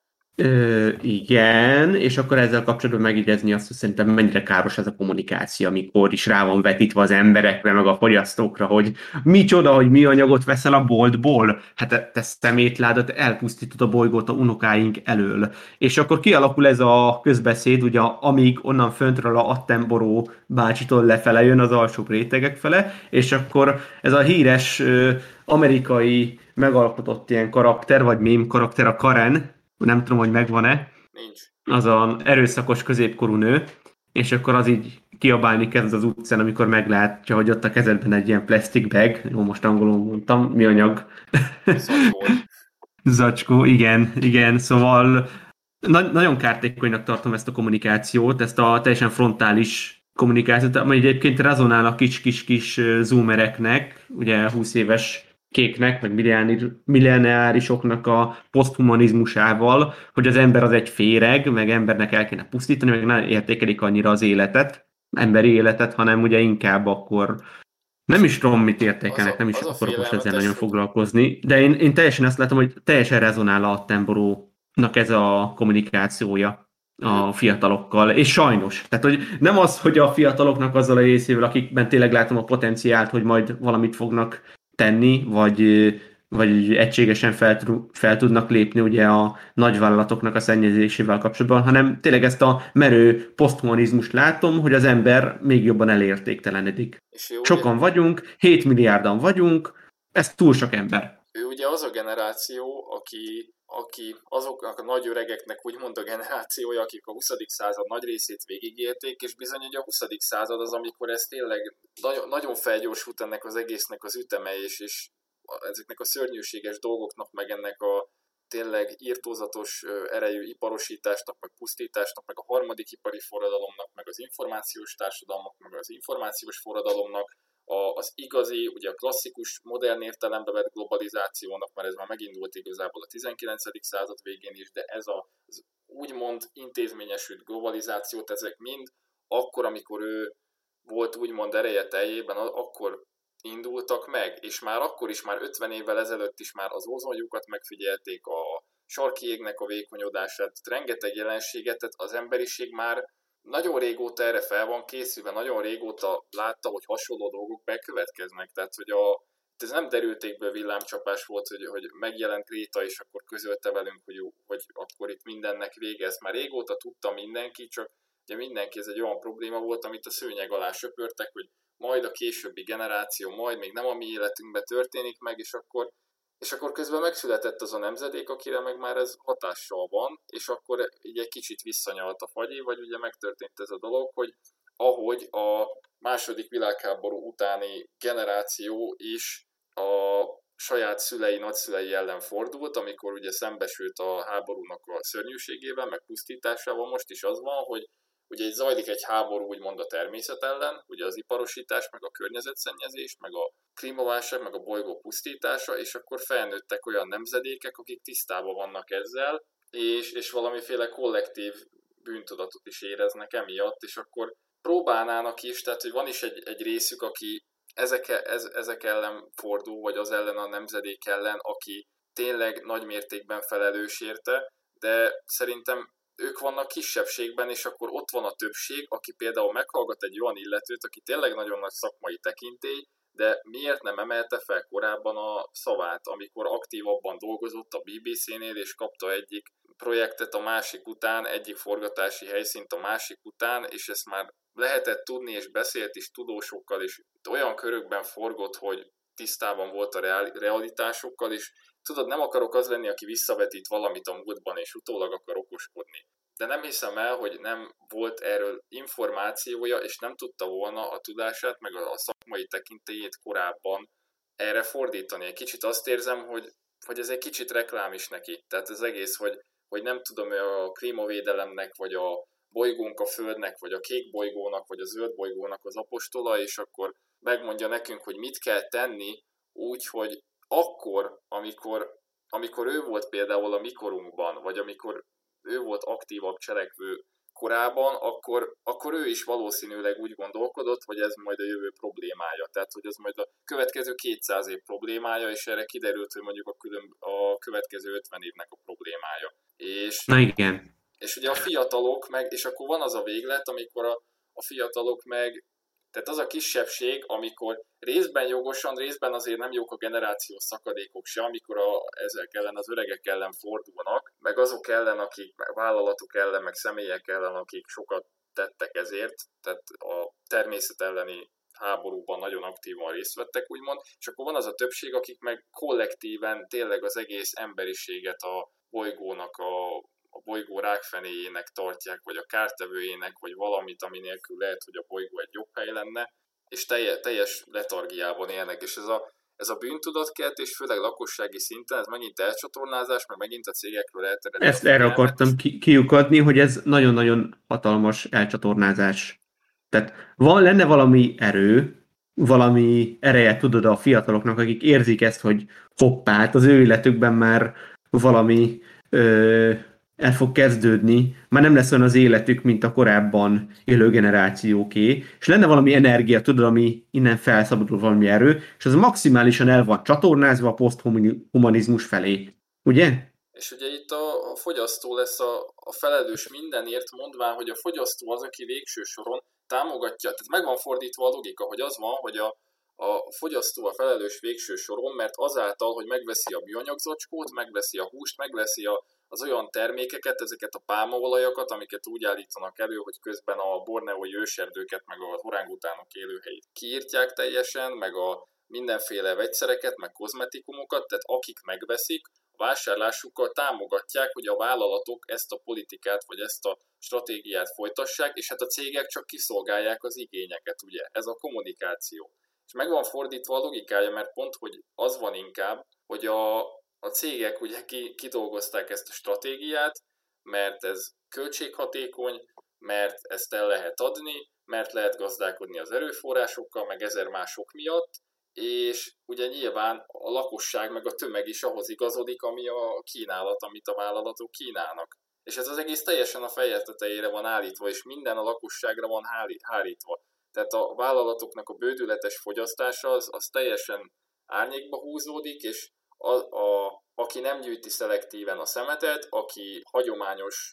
Igen, és akkor ezzel kapcsolatban megjegyezni azt, hogy szerintem mennyire káros ez a kommunikáció, amikor is rá van vetítve az emberekre, meg a fogyasztókra, hogy micsoda, hogy mi anyagot veszel a boltból. Hát te szemétládat elpusztítod a bolygót a unokáink elől. És akkor kialakul ez a közbeszéd, ugye amíg onnan föntről a Attenborough bácsitól lefele jön az alsóbb rétegek fele, és akkor ez a híres amerikai megalkotott ilyen karakter, vagy mém karakter, a Karen, nem tudom, hogy megvan-e. Nincs. Az az erőszakos középkorú nő, és akkor az így kiabálni kezd az utcán, amikor meglátja, hogy ott a kezedben egy ilyen plastic bag, jó, most angolul mondtam, mi anyag? Zacskó. Zacskó, igen, szóval nagyon kártékonynak tartom ezt a kommunikációt, ezt a teljesen frontális kommunikációt, ami egyébként rezonál a kis zoomereknek, ugye 20 éves kéknek, meg milleniárisoknak a poszthumanizmusával, hogy az ember az egy féreg, meg embernek el kéne pusztítani, meg nem értékelik annyira az életet, emberi életet, hanem ugye inkább akkor nem is tudom, mit értékelnek, nem is akarok most ezzel nagyon foglalkozni, de én teljesen azt látom, hogy teljesen rezonál a Attenborough-nak ez a kommunikációja a fiatalokkal, és sajnos. Tehát, hogy nem az, hogy a fiataloknak azzal a részével, akikben tényleg látom a potenciált, hogy majd valamit fognak tenni, vagy egységesen fel tudnak lépni ugye a nagyvállalatoknak a szennyezésével kapcsolatban, hanem tényleg ezt a merő poszthumanizmust látom, hogy az ember még jobban elértéktelenedik. Sokan vagyunk, 7 milliárdan vagyunk, ez túl sok ember. Ő ugye az a generáció, aki azoknak a nagy öregeknek úgymond a generációja, akik a 20. század nagy részét végigélték, és bizony, hogy a 20. század az, amikor ez tényleg nagyon, nagyon felgyorsult ennek az egésznek az üteme, és ezeknek a szörnyűséges dolgoknak, meg ennek a tényleg irtózatos erejű iparosításnak, meg pusztításnak, meg a harmadik ipari forradalomnak, meg az információs társadalmak, meg az információs forradalomnak az igazi, ugye a klasszikus, modern értelembe vett globalizációnak, mert ez már megindult igazából a 19. század végén is, de ez az úgymond intézményesült globalizációt, ezek mind akkor, amikor ő volt úgymond ereje teljében, akkor indultak meg, és már akkor is, már 50 évvel ezelőtt is már az ózonlyukat megfigyelték, a sarki égnek a vékonyodását, rengeteg jelenséget, tehát az emberiség már nagyon régóta erre fel van készülve, nagyon régóta látta, hogy hasonló dolgok bekövetkeznek, tehát hogy ez nem derültékből villámcsapás volt, hogy megjelent Gréta, és akkor közölte velünk, hogy akkor itt mindennek vége, ezt már régóta tudta mindenki, csak ugye mindenki, ez egy olyan probléma volt, amit a szőnyeg alá söpörtek, hogy majd a későbbi generáció, majd még nem a mi életünkben történik meg, és akkor közben megszületett az a nemzedék, akire meg már ez hatással van, és akkor így egy kicsit visszanyalt a fagyi, vagy ugye megtörtént ez a dolog, hogy ahogy a második világháború utáni generáció is a saját szülei, nagyszülei ellen fordult, amikor ugye szembesült a háborúnak a szörnyűségével, meg pusztításával, most is az van, hogy ugye zajlik egy háború úgymond a természet ellen, ugye az iparosítás, meg a környezetszennyezés, meg a klímaválság, meg a bolygó pusztítása, és akkor felnőttek olyan nemzedékek, akik tisztában vannak ezzel, és valamiféle kollektív bűntudatot is éreznek emiatt, és akkor próbálnának is, tehát hogy van is egy részük, aki ezek ellen fordul, vagy az ellen a nemzedék ellen, aki tényleg nagy mértékben felelős érte, de szerintem ők vannak kisebbségben, és akkor ott van a többség, aki például meghallgat egy olyan illetőt, aki tényleg nagyon nagy szakmai tekintély, de miért nem emelte fel korábban a szavát, amikor aktívabban dolgozott a BBC-nél, és kapta egyik projektet a másik után, egyik forgatási helyszínt a másik után, és ezt már lehetett tudni, és beszélt is tudósokkal, és olyan körökben forgott, hogy tisztában volt a realitásokkal, és tudod, nem akarok az lenni, aki visszavetít valamit a múltban, és utólag akar okoskodni. De nem hiszem el, hogy nem volt erről információja, és nem tudta volna a tudását, meg a szakmai tekintélyét korábban erre fordítani. Egy kicsit azt érzem, hogy ez egy kicsit reklám is neki. Tehát az egész, hogy nem tudom, a klímavédelemnek, vagy a bolygónk a Földnek, vagy a kék bolygónak, vagy a zöld bolygónak az apostola, és akkor megmondja nekünk, hogy mit kell tenni úgy, hogy akkor, amikor ő volt például a mikorunkban, vagy amikor ő volt aktívabb cselekvő korában, akkor ő is valószínűleg úgy gondolkodott, hogy ez majd a jövő problémája. Tehát, hogy ez majd a következő 200 év problémája, és erre kiderült, hogy mondjuk a következő 50 évnek a problémája. Na igen. És ugye a fiatalok meg, és akkor van az a véglet, amikor a fiatalok meg, tehát az a kisebbség, amikor részben jogosan, részben azért nem jók a generációs szakadékok se, amikor ezek ellen, az öregek ellen fordulnak, meg azok ellen, akik, meg vállalatok ellen, meg személyek ellen, akik sokat tettek ezért, tehát a természet elleni háborúban nagyon aktívan részt vettek, úgymond, és akkor van az a többség, akik meg kollektíven tényleg az egész emberiséget a bolygónak, a bolygó rákfenéjének tartják, vagy a kártevőjének, vagy valamit, ami nélkül lehet, hogy a bolygó egy jobb hely lenne, és teljes letargiában élnek, és ez a bűntudatkelt, és főleg lakossági szinten, ez megint elcsatornázás, meg megint a cégekről elterelni. Ezt erre akartam kiukadni, hogy ez nagyon-nagyon hatalmas elcsatornázás. Tehát lenne valami erő, valami ereje, tudod, a fiataloknak, akik érzik ezt, hogy hoppá, az ő életükben már valami el fog kezdődni, már nem lesz olyan az életük, mint a korábban élő generációké, és lenne valami energia, tudod, ami innen felszabadul, valami erő, és az maximálisan el van csatornázva a poszthumanizmus felé. Ugye? És ugye itt a fogyasztó lesz a felelős mindenért, mondván, hogy a fogyasztó az, aki végső soron támogatja, tehát meg van fordítva a logika, hogy az van, hogy a fogyasztó a felelős végső soron, mert azáltal, hogy megveszi a műanyagzacskót, megveszi a húst, megveszi az olyan termékeket, ezeket a pálmaolajakat, amiket úgy állítanak elő, hogy közben a borneói őserdőket, meg a orángutánok élőhelyét kiírtják teljesen, meg a mindenféle vegyszereket, meg kozmetikumokat, tehát akik megveszik, a vásárlásukkal támogatják, hogy a vállalatok ezt a politikát, vagy ezt a stratégiát folytassák, és hát a cégek csak kiszolgálják az igényeket, ugye? Ez a kommunikáció. És meg van fordítva a logikája, mert pont, hogy az van inkább, hogy a cégek ugye kidolgozták ezt a stratégiát, mert ez költséghatékony, mert ezt el lehet adni, mert lehet gazdálkodni az erőforrásokkal, meg ezer mások miatt, és ugye nyilván a lakosság meg a tömeg is ahhoz igazodik, ami a kínálat, amit a vállalatok kínálnak. És ez az egész teljesen a feje tetejére van állítva, és minden a lakosságra van hárítva. Tehát a vállalatoknak a bődületes fogyasztása az teljesen árnyékba húzódik, és aki nem gyűjti szelektíven a szemetet, aki hagyományos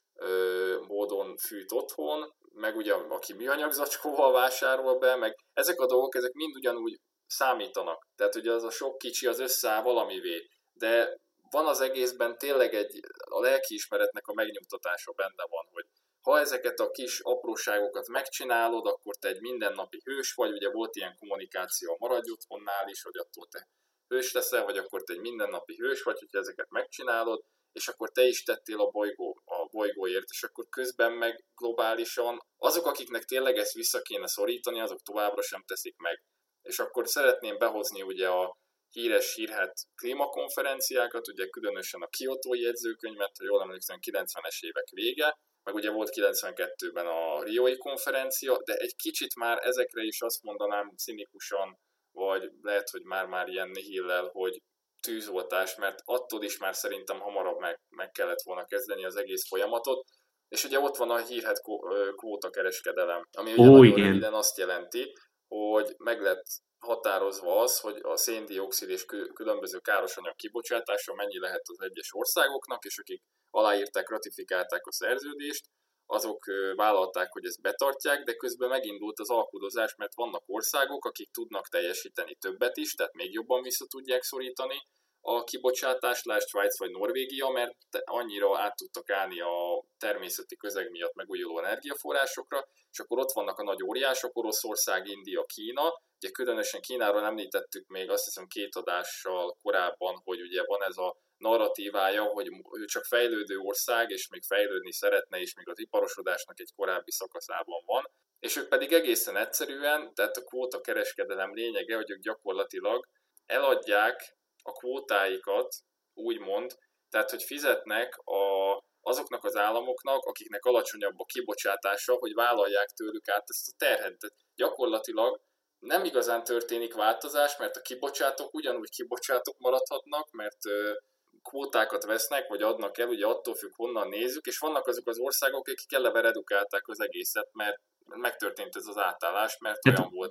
módon fűt otthon, meg ugye aki műanyag zacskóval vásárol be, meg ezek a dolgok, ezek mind ugyanúgy számítanak. Tehát ugye az a sok kicsi az összeáll valamivé. De van az egészben tényleg a lelkiismeretnek a megnyugtatása benne van, hogy ha ezeket a kis apróságokat megcsinálod, akkor te egy mindennapi hős vagy, ugye volt ilyen kommunikáció a Maradj Otthonnál is, hogy attól te hős leszel, vagy akkor te egy mindennapi hős vagy, hogyha ezeket megcsinálod, és akkor te is tettél a bolygóért, és akkor közben meg globálisan azok, akiknek tényleg ezt vissza kéne szorítani, azok továbbra sem teszik meg. És akkor szeretném behozni ugye a hírhet klímakonferenciákat, ugye különösen a Kiotói jegyzőkönyvet, ha jól emlékszem, 90-es évek vége, meg ugye volt 92-ben a Riói konferencia, de egy kicsit már ezekre is azt mondanám cinikusan, vagy lehet, hogy már ilyen nihillel, hogy tűzoltás, mert attól is már szerintem hamarabb meg kellett volna kezdeni az egész folyamatot. És ugye ott van a hírhet kvótakereskedelem, ami ugye nagyon röviden azt jelenti, hogy meg lett határozva az, hogy a széndioxid és különböző károsanyag kibocsátása mennyi lehet az egyes országoknak, és akik aláírták, ratifikálták a szerződést, azok vállalták, hogy ezt betartják, de közben megindult az alkudozás, mert vannak országok, akik tudnak teljesíteni többet is, tehát még jobban vissza tudják szorítani a kibocsátást, lásd Svájc vagy Norvégia, mert annyira át tudtak állni a természeti közeg miatt megújuló energiaforrásokra, és akkor ott vannak a nagy óriások, Oroszország, India, Kína. Ugye különösen Kínáról említettük még azt hiszem 2 adással korábban, hogy ugye van ez a narratívája, hogy ő csak fejlődő ország, és még fejlődni szeretne, és még az iparosodásnak egy korábbi szakaszában van. És ők pedig egészen egyszerűen, tehát a kvóta kereskedelem lényege, hogy ők gyakorlatilag eladják a kvótáikat, úgymond, tehát hogy fizetnek azoknak az államoknak, akiknek alacsonyabb a kibocsátása, hogy vállalják tőlük át ezt a terhet. Tehát gyakorlatilag nem igazán történik változás, mert a kibocsátók ugyanúgy kibocsátók maradhatnak, mert kvótákat vesznek, vagy adnak el, ugye attól függ, honnan nézzük, és vannak azok az országok, akik eleve redukálták az egészet, mert megtörtént ez az átállás, mert olyan volt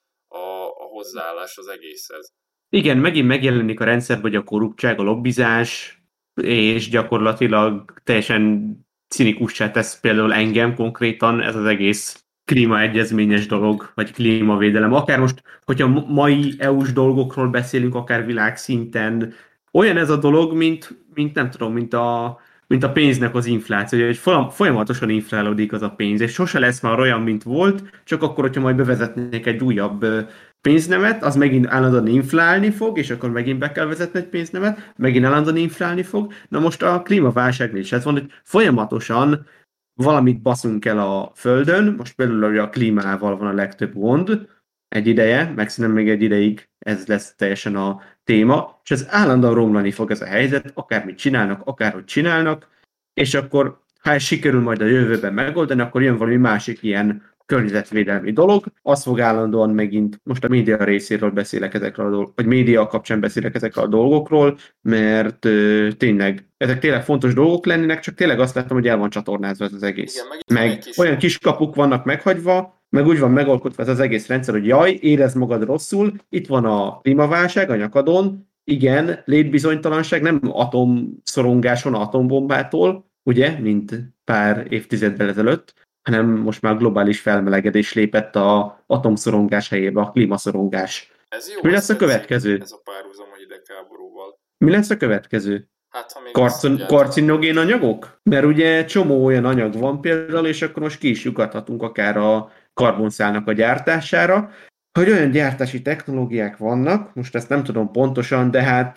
a hozzáállás az egészhez. Igen, megint megjelenik a rendszerben, hogy a korruptság, a lobbizás, és gyakorlatilag teljesen cinikussá tesz például engem konkrétan ez az egész klímaegyezményes dolog, vagy klímavédelem. Akár most, hogyha mai EU-s dolgokról beszélünk, akár világszinten, olyan ez a dolog, mint nem tudom, mint a pénznek az infláció, hogy folyamatosan inflálódik az a pénz, és sose lesz már olyan, mint volt, csak akkor, hogyha majd bevezetnék egy újabb pénznemet, az megint állandóan inflálni fog, és akkor megint be kell vezetni egy pénznemet, megint állandóan inflálni fog. Na most a klímaválságnél is ez van, hogy folyamatosan valamit baszunk el a Földön, most például a klímával van a legtöbb gond, egy ideje, meg szerintem még egy ideig ez lesz teljesen a téma, és ez állandóan romlani fog ez a helyzet, akármit csinálnak, akárhogy csinálnak, és akkor, ha ez sikerül majd a jövőben megoldani, akkor jön valami másik ilyen környezetvédelmi dolog, az fog állandóan megint, most a média részéről beszélek ezekről a dolgokról, vagy média kapcsán beszélek ezekről a dolgokról, mert tényleg, ezek tényleg fontos dolgok lennének, csak tényleg azt láttam, hogy el van csatornázva ez az egész. Igen, meg olyan kiskapuk vannak meghagyva, meg úgy van megalkotva ez az egész rendszer, hogy jaj, érezd magad rosszul, itt van a klímaválság a nyakadon, igen, létbizonytalanság, nem atomszorongáson, atombombától, ugye, mint pár évtizeddel ezelőtt, hanem most már globális felmelegedés lépett a atomszorongás helyébe, a klímaszorongás. Ez jó, mi lesz a következő? Ez a párhuzam a hidegháborúval. Mi lesz a következő? Hát, ha még karcinogén anyagok? Mert ugye csomó olyan anyag van például, és akkor most ki is lyukadhatunk akár a karbonszálnak a gyártására, hogy olyan gyártási technológiák vannak, most ezt nem tudom pontosan, de hát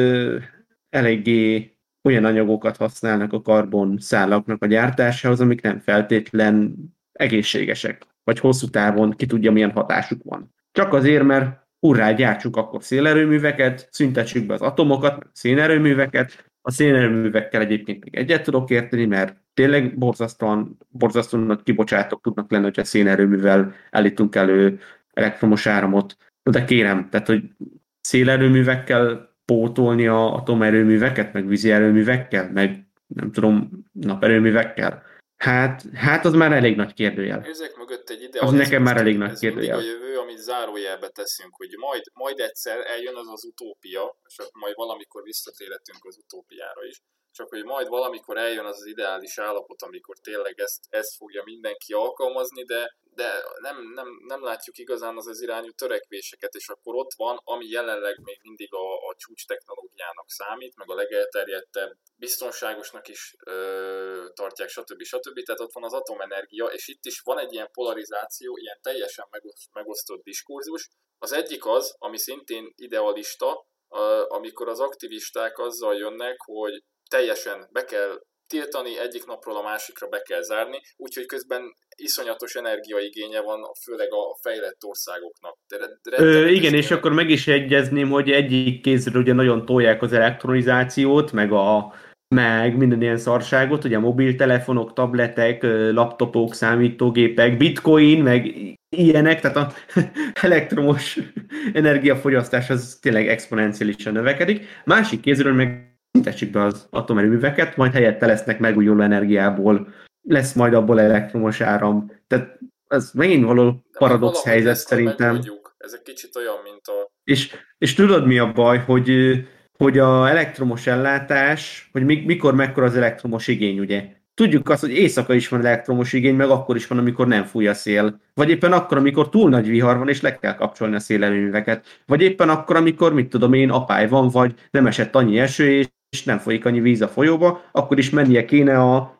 eléggé olyan anyagokat használnak a karbonszálaknak a gyártásához, amik nem feltétlen egészségesek, vagy hosszú távon ki tudja, milyen hatásuk van. Csak azért, mert hurrá, gyártsuk akkor szélerőműveket, szüntessük be az atomokat, meg szénerőműveket. A szénerőművekkel egyébként még egyet tudok érteni, mert tényleg borzasztóan nagy kibocsátók tudnak lenni, hogyha szénerőművel állítunk elő elektromos áramot. De kérem, tehát, hogy szélerőművekkel pótolni a atomerőműveket, meg vízi erőművekkel, meg nem tudom, naperőművekkel. Hát az már elég nagy kérdőjel. Ezek mögött egy Az nekem már elég ez nagy mindig a kérdőjel. jövő, amit zárójelbe teszünk, hogy majd egyszer eljön az utópia, és akkor majd valamikor visszatérhetünk az utópiára is, csak hogy majd valamikor eljön az ideális állapot, amikor tényleg ezt fogja mindenki alkalmazni, de nem látjuk igazán az irányú törekvéseket, és akkor ott van, ami jelenleg még mindig a csúcs technológiának számít, meg a legelterjedtebb, biztonságosnak is tartják, stb. Tehát ott van az atomenergia, és itt is van egy ilyen polarizáció, ilyen teljesen megosztott diskurzus. Az egyik az, ami szintén idealista, amikor az aktivisták azzal jönnek, hogy teljesen be kell tiltani, egyik napról a másikra be kell zárni, úgyhogy közben iszonyatos energiaigénye van, főleg a fejlett országoknak. Igen, és akkor meg is egyezném, hogy egyik kézről ugye nagyon tolják az elektronizációt, meg minden ilyen szarságot, ugye mobiltelefonok, tabletek, laptopok, számítógépek, bitcoin, meg ilyenek, tehát az elektromos energiafogyasztás az tényleg exponenciálisan növekedik. Másik kézről meg szintessük be az atomerőműveket, majd helyette lesznek megújuló energiából, lesz majd abból elektromos áram. Tehát ez megint való paradox helyzet szerintem. Megoldjuk. Ez egy kicsit olyan, mint a... És tudod mi a baj, hogy a elektromos ellátás, hogy mikor mekkora az elektromos igény, ugye? Tudjuk azt, hogy éjszaka is van elektromos igény, meg akkor is van, amikor nem fúj a szél. Vagy éppen akkor, amikor túl nagy vihar van, és le kell kapcsolni a szélerőműveket. Vagy éppen akkor, amikor, mit tudom én, apály van, vagy nem esett annyi eső, és nem folyik annyi víz a folyóba, akkor is mennie kéne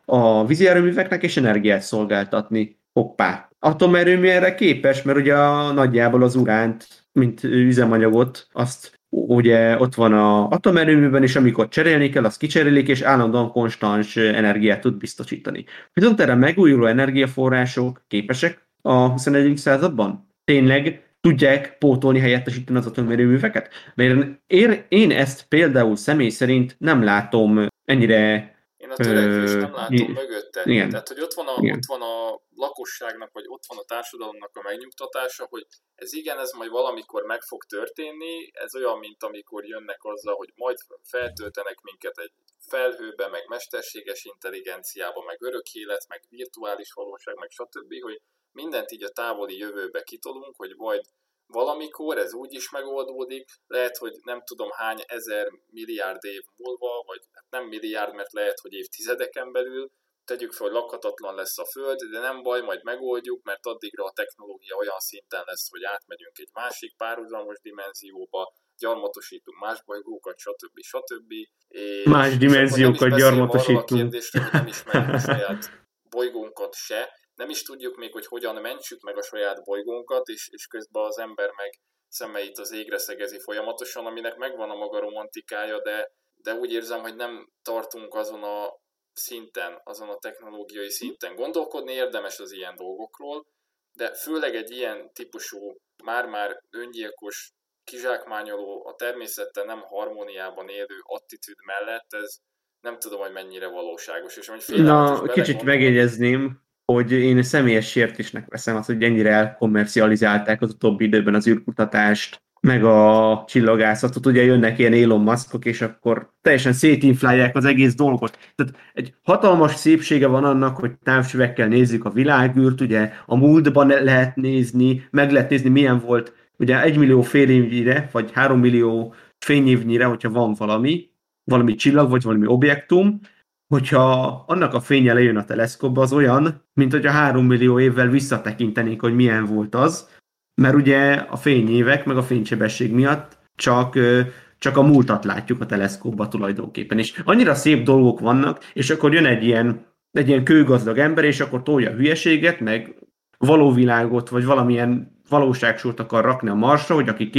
a vízi erőműveknek, és energiát szolgáltatni. Hoppá. Atomerőmű erre képes, mert ugye nagyjából az uránt, mint üzemanyagot, azt ugye ott van az atomerőműben, és amikor cserélni kell, azt kicserélik, és állandóan konstans energiát tud biztosítani. Viszont erre megújuló energiaforrások képesek a 21. században? Tényleg tudják pótolni, helyettesíteni az atomerőműveket? Mert én ezt például személy szerint nem látom ennyire... Én a törekvést nem látom mögötte. Igen. Tehát, hogy ott van a lakosságnak, vagy ott van a társadalomnak a megnyugtatása, hogy ez majd valamikor meg fog történni, ez olyan, mint amikor jönnek azzal, hogy majd feltöltenek minket egy felhőbe, meg mesterséges intelligenciába, meg örök élet, meg virtuális valóság, meg stb., hogy mindent így a távoli jövőbe kitolunk, hogy majd valamikor ez úgy is megoldódik, lehet, hogy nem tudom hány ezer milliárd év múlva, vagy nem milliárd, mert lehet, hogy évtizedeken belül, tegyük fel, hogy lakhatatlan lesz a Föld, de nem baj, majd megoldjuk, mert addigra a technológia olyan szinten lesz, hogy átmegyünk egy másik párhuzamos dimenzióba, gyarmatosítunk más bolygókat, stb. És más dimenziókat gyarmatosítunk. A kérdésre, hogy nem ismerjük a saját bolygónkat se, nem is tudjuk még, hogy hogyan mentsük meg a saját bolygónkat, és közben az ember meg szemeit az égre szegezi folyamatosan, aminek megvan a maga romantikája, de úgy érzem, hogy nem tartunk azon a szinten, azon a technológiai szinten. Gondolkodni érdemes az ilyen dolgokról, de főleg egy ilyen típusú, már-már öngyilkos, kizsákmányoló, a természettel nem harmóniában élő attitűd mellett, ez nem tudom, hogy mennyire valóságos. És kicsit megjegyezném, hogy én személyes sértésnek veszem azt, hogy ennyire elkommercializálták az utóbbi időben az űrkutatást, meg a csillagászatot, ugye jönnek ilyen Elon Muskok, és akkor teljesen szétinflálják az egész dolgot. Tehát egy hatalmas szépsége van annak, hogy távcsövekkel nézzük a világűrt, ugye a múltban lehet nézni, meg lehet nézni, milyen volt, ugye 1 millió félévnyire, vagy 3 millió fényévnyire, hogyha van valami csillag, vagy valami objektum, hogyha annak a fénye lejön a teleszkópba, az olyan, mint hogyha 3 millió évvel visszatekintenénk, hogy milyen volt az, mert ugye a fényévek, meg a fénysebesség miatt csak a múltat látjuk a teleszkópba tulajdonképpen. És annyira szép dolgok vannak, és akkor jön egy ilyen kőgazdag ember, és akkor tolja a hülyeséget, meg való világot, vagy valamilyen valóságsót akar rakni a Marsra, hogy akik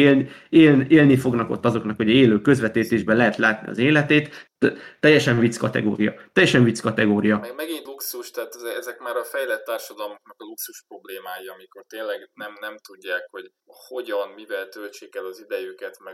élni fognak ott azoknak, hogy élő közvetítésben lehet látni az életét. Teljesen vicc kategória. Megint luxus, tehát ezek már a fejlett társadalmaknak a luxus problémái, amikor tényleg nem tudják, hogy hogyan, mivel töltsék el az idejüket, meg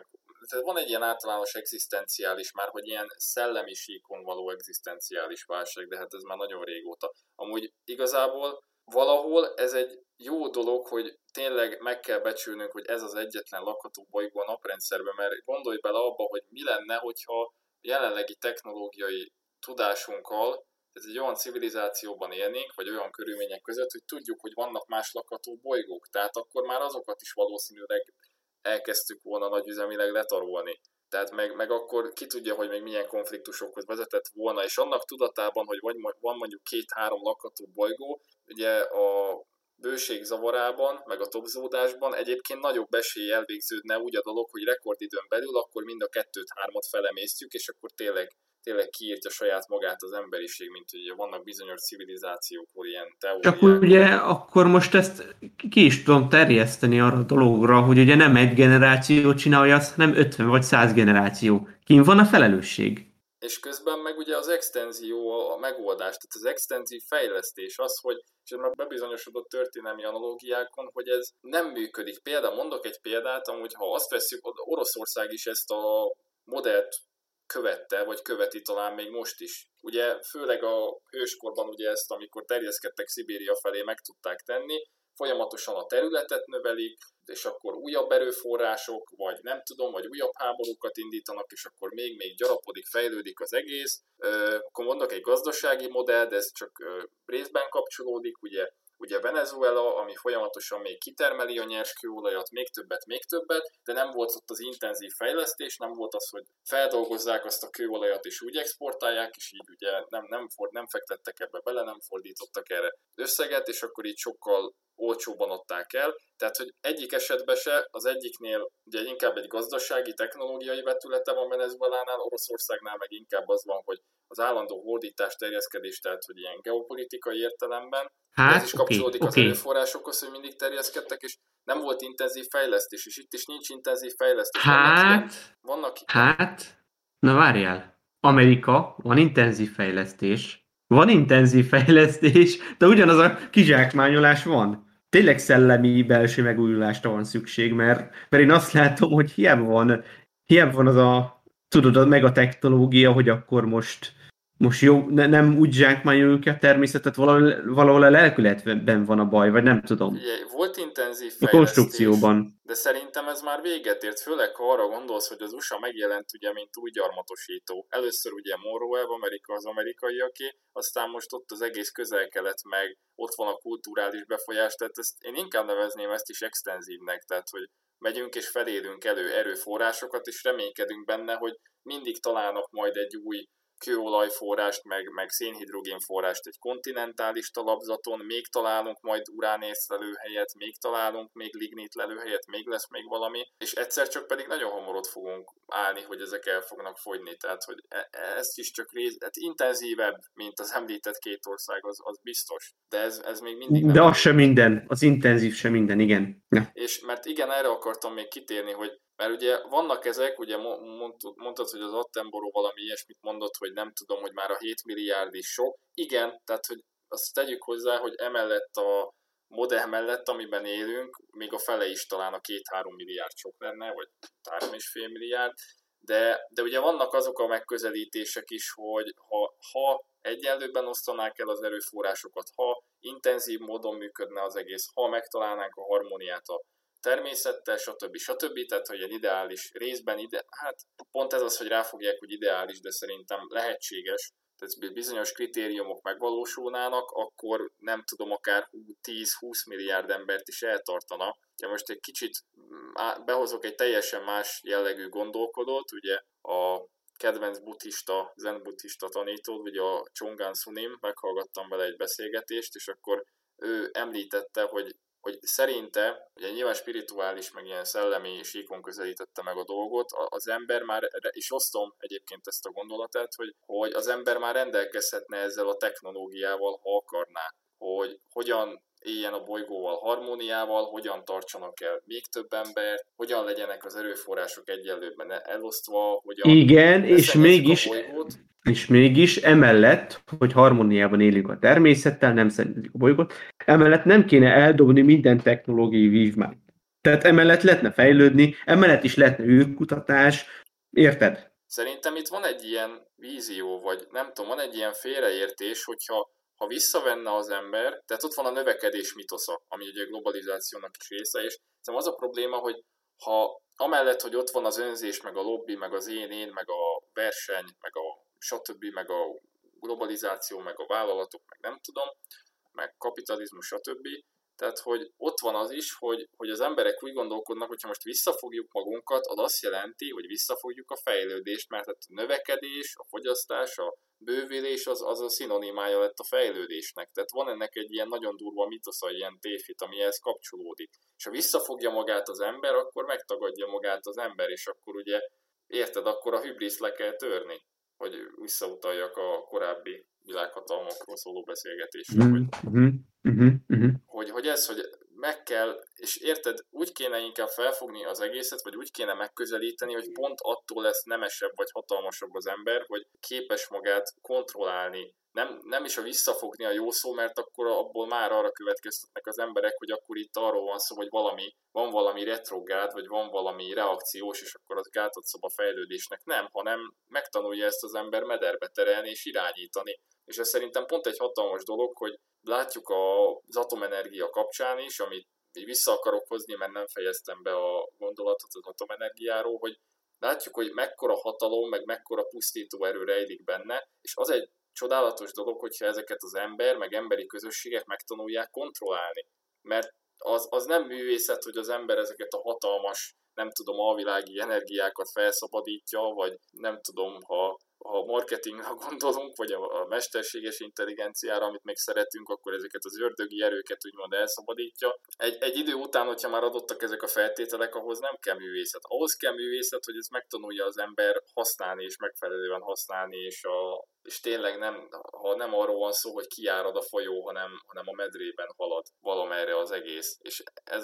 tehát van egy ilyen általános egzisztenciális már, hogy ilyen szellemi síkon való egzisztenciális válság, de hát ez már nagyon régóta. Amúgy igazából valahol ez egy jó dolog, hogy tényleg meg kell becsülnünk, hogy ez az egyetlen lakható bolygó a naprendszerben, mert gondolj bele abba, hogy mi lenne, hogyha jelenlegi technológiai tudásunkkal, ez egy olyan civilizációban élnénk, vagy olyan körülmények között, hogy tudjuk, hogy vannak más lakható bolygók, tehát akkor már azokat is valószínűleg elkezdtük volna nagyüzemileg letarolni. Tehát meg akkor ki tudja, hogy még milyen konfliktusokhoz vezetett volna, és annak tudatában, hogy van mondjuk 2-3 lakható bolygó, ugye a bőség zavarában, meg a topzódásban egyébként nagyobb esély elvégződne úgy a dolog, hogy rekordidőn belül akkor mind a 2-3-at felemésztjük, és akkor tényleg kiírtja saját magát az emberiség, mint ugye vannak bizonyos civilizációkból ilyen teóriák. Csak ugye akkor most ezt ki is tudom terjeszteni arra a dologra, hogy ugye nem egy generáció csinálja azt, hanem 50 vagy 100 generáció. Kin van a felelősség? És közben meg ugye az extenzió a megoldás, tehát az extenzív fejlesztés az, hogy, és ez már bebizonyosodott történelmi analógiákon, hogy ez nem működik. Például mondok egy példát, amúgy ha azt veszük, Oroszország is ezt a modellt követte, vagy követi talán még most is. Ugye főleg a hőskorban ugye ezt, amikor terjeszkedtek Szibéria felé, meg tudták tenni, folyamatosan a területet növelik, és akkor újabb erőforrások, vagy nem tudom, vagy újabb háborúkat indítanak, és akkor még gyarapodik, fejlődik az egész. Akkor mondok egy gazdasági modell, de ez csak részben kapcsolódik, ugye Venezuela, ami folyamatosan még kitermeli a nyers kőolajat, még többet, de nem volt ott az intenzív fejlesztés, nem volt az, hogy feldolgozzák azt a kőolajat és úgy exportálják, és így ugye nem fektettek ebbe bele, nem fordítottak erre összeget, és akkor így sokkal olcsóban adták el. Tehát, hogy egyik esetben se, az egyiknél ugye inkább egy gazdasági, technológiai vetülete van Venezuelánál, Oroszországnál meg inkább az van, hogy az állandó hódítás, terjeszkedés, tehát hogy ilyen geopolitikai értelemben, ez is kapcsolódik az erőforrásokhoz, hogy mindig terjeszkedtek, és nem volt intenzív fejlesztés, és itt is nincs intenzív fejlesztés. Na várjál. Amerika, van intenzív fejlesztés, de ugyanaz a kizsákmányolás van. Tényleg szellemi belső megújulásra van szükség, mert én azt látom, hogy hiába van az a, tudod, a megatechnológia, hogy akkor most jó, nem úgy zsákmányoljuk a természetet, valahol a lelkületben van a baj, vagy nem tudom. Ugye, volt intenzív fejlesztés, a konstrukcióban. De szerintem ez már véget ért, főleg ha arra gondolsz, hogy az USA megjelent ugye, mint új gyarmatosító. Először ugye Monroe Amerika az amerikaiaké, aztán most ott az egész közel-kelet meg, ott van a kulturális befolyás, tehát én inkább nevezném ezt is extenzívnek, tehát hogy megyünk és felélünk elő erőforrásokat, és reménykedünk benne, hogy mindig találnak majd egy új kőolajforrást, meg szénhidrogénforrást egy kontinentális talapzaton, még találunk majd uránészlelőhelyet, még találunk még lignit lelőhelyet, még lesz még valami, és egyszer csak pedig nagyon hamar ott fogunk állni, hogy ezek el fognak fogyni, tehát hogy ezt is csak hát intenzívebb, mint az említett két ország, az biztos, de ez még mindig nem. De az sem minden, az intenzív sem minden, igen. Ja. És mert igen, erre akartam még kitérni, hogy mert ugye vannak ezek, ugye mondtad, hogy az Attenborough valami ilyesmit mondott, hogy nem tudom, hogy már a 7 milliárd is sok. Igen, tehát hogy azt tegyük hozzá, hogy emellett a modell mellett, amiben élünk, még a fele is talán a 2-3 milliárd sok lenne, vagy 3,5 milliárd. De ugye vannak azok a megközelítések is, hogy ha egyenlőben osztanák el az erőforrásokat, ha intenzív módon működne az egész, ha megtalálnánk a harmóniát a természettel, stb. Tehát, hogy egy ideális részben, hát pont ez az, hogy ráfogják, hogy ideális, de szerintem lehetséges, tehát bizonyos kritériumok megvalósulnának, akkor nem tudom, akár 10-20 milliárd embert is eltartana. Ja, most egy kicsit behozok egy teljesen más jellegű gondolkodót, ugye a kedvenc zen buddhista tanítód, ugye a Chongan Sunim, meghallgattam vele egy beszélgetést, és akkor ő említette, hogy szerinte, ugye nyilván spirituális, meg ilyen szellemi síkon közelítette meg a dolgot, az ember már, és osztom egyébként ezt a gondolatát, hogy az ember már rendelkezhetne ezzel a technológiával, ha akarná, hogy hogyan éljen a bolygóval harmóniával, hogyan tartsanak el még több embert, hogyan legyenek az erőforrások egyenlőben elosztva, hogyan... Igen, és mégis emellett, hogy harmóniában élünk a természettel, nem szennyezünk a bolygót, emellett nem kéne eldobni minden technológiai vívmányt. Tehát emellett lehetne fejlődni, emellett is lehetne űrkutatás, érted? Szerintem itt van egy ilyen vízió, vagy nem tudom, van egy ilyen félreértés, hogyha visszavenne az ember, tehát ott van a növekedés mitosza, ami ugye a globalizációnak is része, és szerintem az a probléma, hogy ha amellett, hogy ott van az önzés, meg a lobby, meg az én, meg a verseny, meg a stb., meg a globalizáció, meg a vállalatok, meg nem tudom, meg kapitalizmus, stb. Tehát, hogy ott van az is, hogy az emberek úgy gondolkodnak, hogy ha most visszafogjuk magunkat, az azt jelenti, hogy visszafogjuk a fejlődést, mert hát a növekedés, a fogyasztás, a bővülés az a szinonimája lett a fejlődésnek. Tehát van ennek egy ilyen nagyon durva mitosza, ilyen tévhit, ami ehhez kapcsolódik. És ha visszafogja magát az ember, akkor megtagadja magát az ember, és akkor ugye, érted, akkor a hübriszt le kell törni, hogy visszautaljak a korábbi világhatalmakról szóló beszélgetésre, hogy ez, hogy meg kell, és érted, úgy kéne inkább felfogni az egészet, vagy úgy kéne megközelíteni, hogy pont attól lesz nemesebb vagy hatalmasabb az ember, hogy képes magát kontrollálni. Nem is a visszafogni a jó szó, mert akkor abból már arra következtetnek az emberek, hogy akkor itt arról van szó, hogy van valami retrográd, vagy van valami reakciós, és akkor az gátat szab a fejlődésnek. Nem, hanem megtanulja ezt az ember mederbe terelni és irányítani. És ez szerintem pont egy hatalmas dolog, hogy látjuk az atomenergia kapcsán is, amit vissza akarok hozni, mert nem fejeztem be a gondolatot az atomenergiáról, hogy látjuk, hogy mekkora hatalom, meg mekkora pusztító erő rejlik benne, és az egy csodálatos dolog, hogyha ezeket az ember, meg emberi közösségek megtanulják kontrollálni. Mert az nem művészet, hogy az ember ezeket a hatalmas, nem tudom, alvilági energiákat felszabadítja, vagy nem tudom, ha marketingre gondolunk, vagy a mesterséges intelligenciára, amit még szeretünk, akkor ezeket az ördögi erőket úgymond elszabadítja. Egy idő után, hogyha már adottak ezek a feltételek, ahhoz nem kell művészet. Ahhoz kell művészet, hogy ezt megtanulja az ember használni, és megfelelően használni, és tényleg nem arról van szó, hogy kiárad a folyó, hanem a medrében halad valamerre az egész. És ez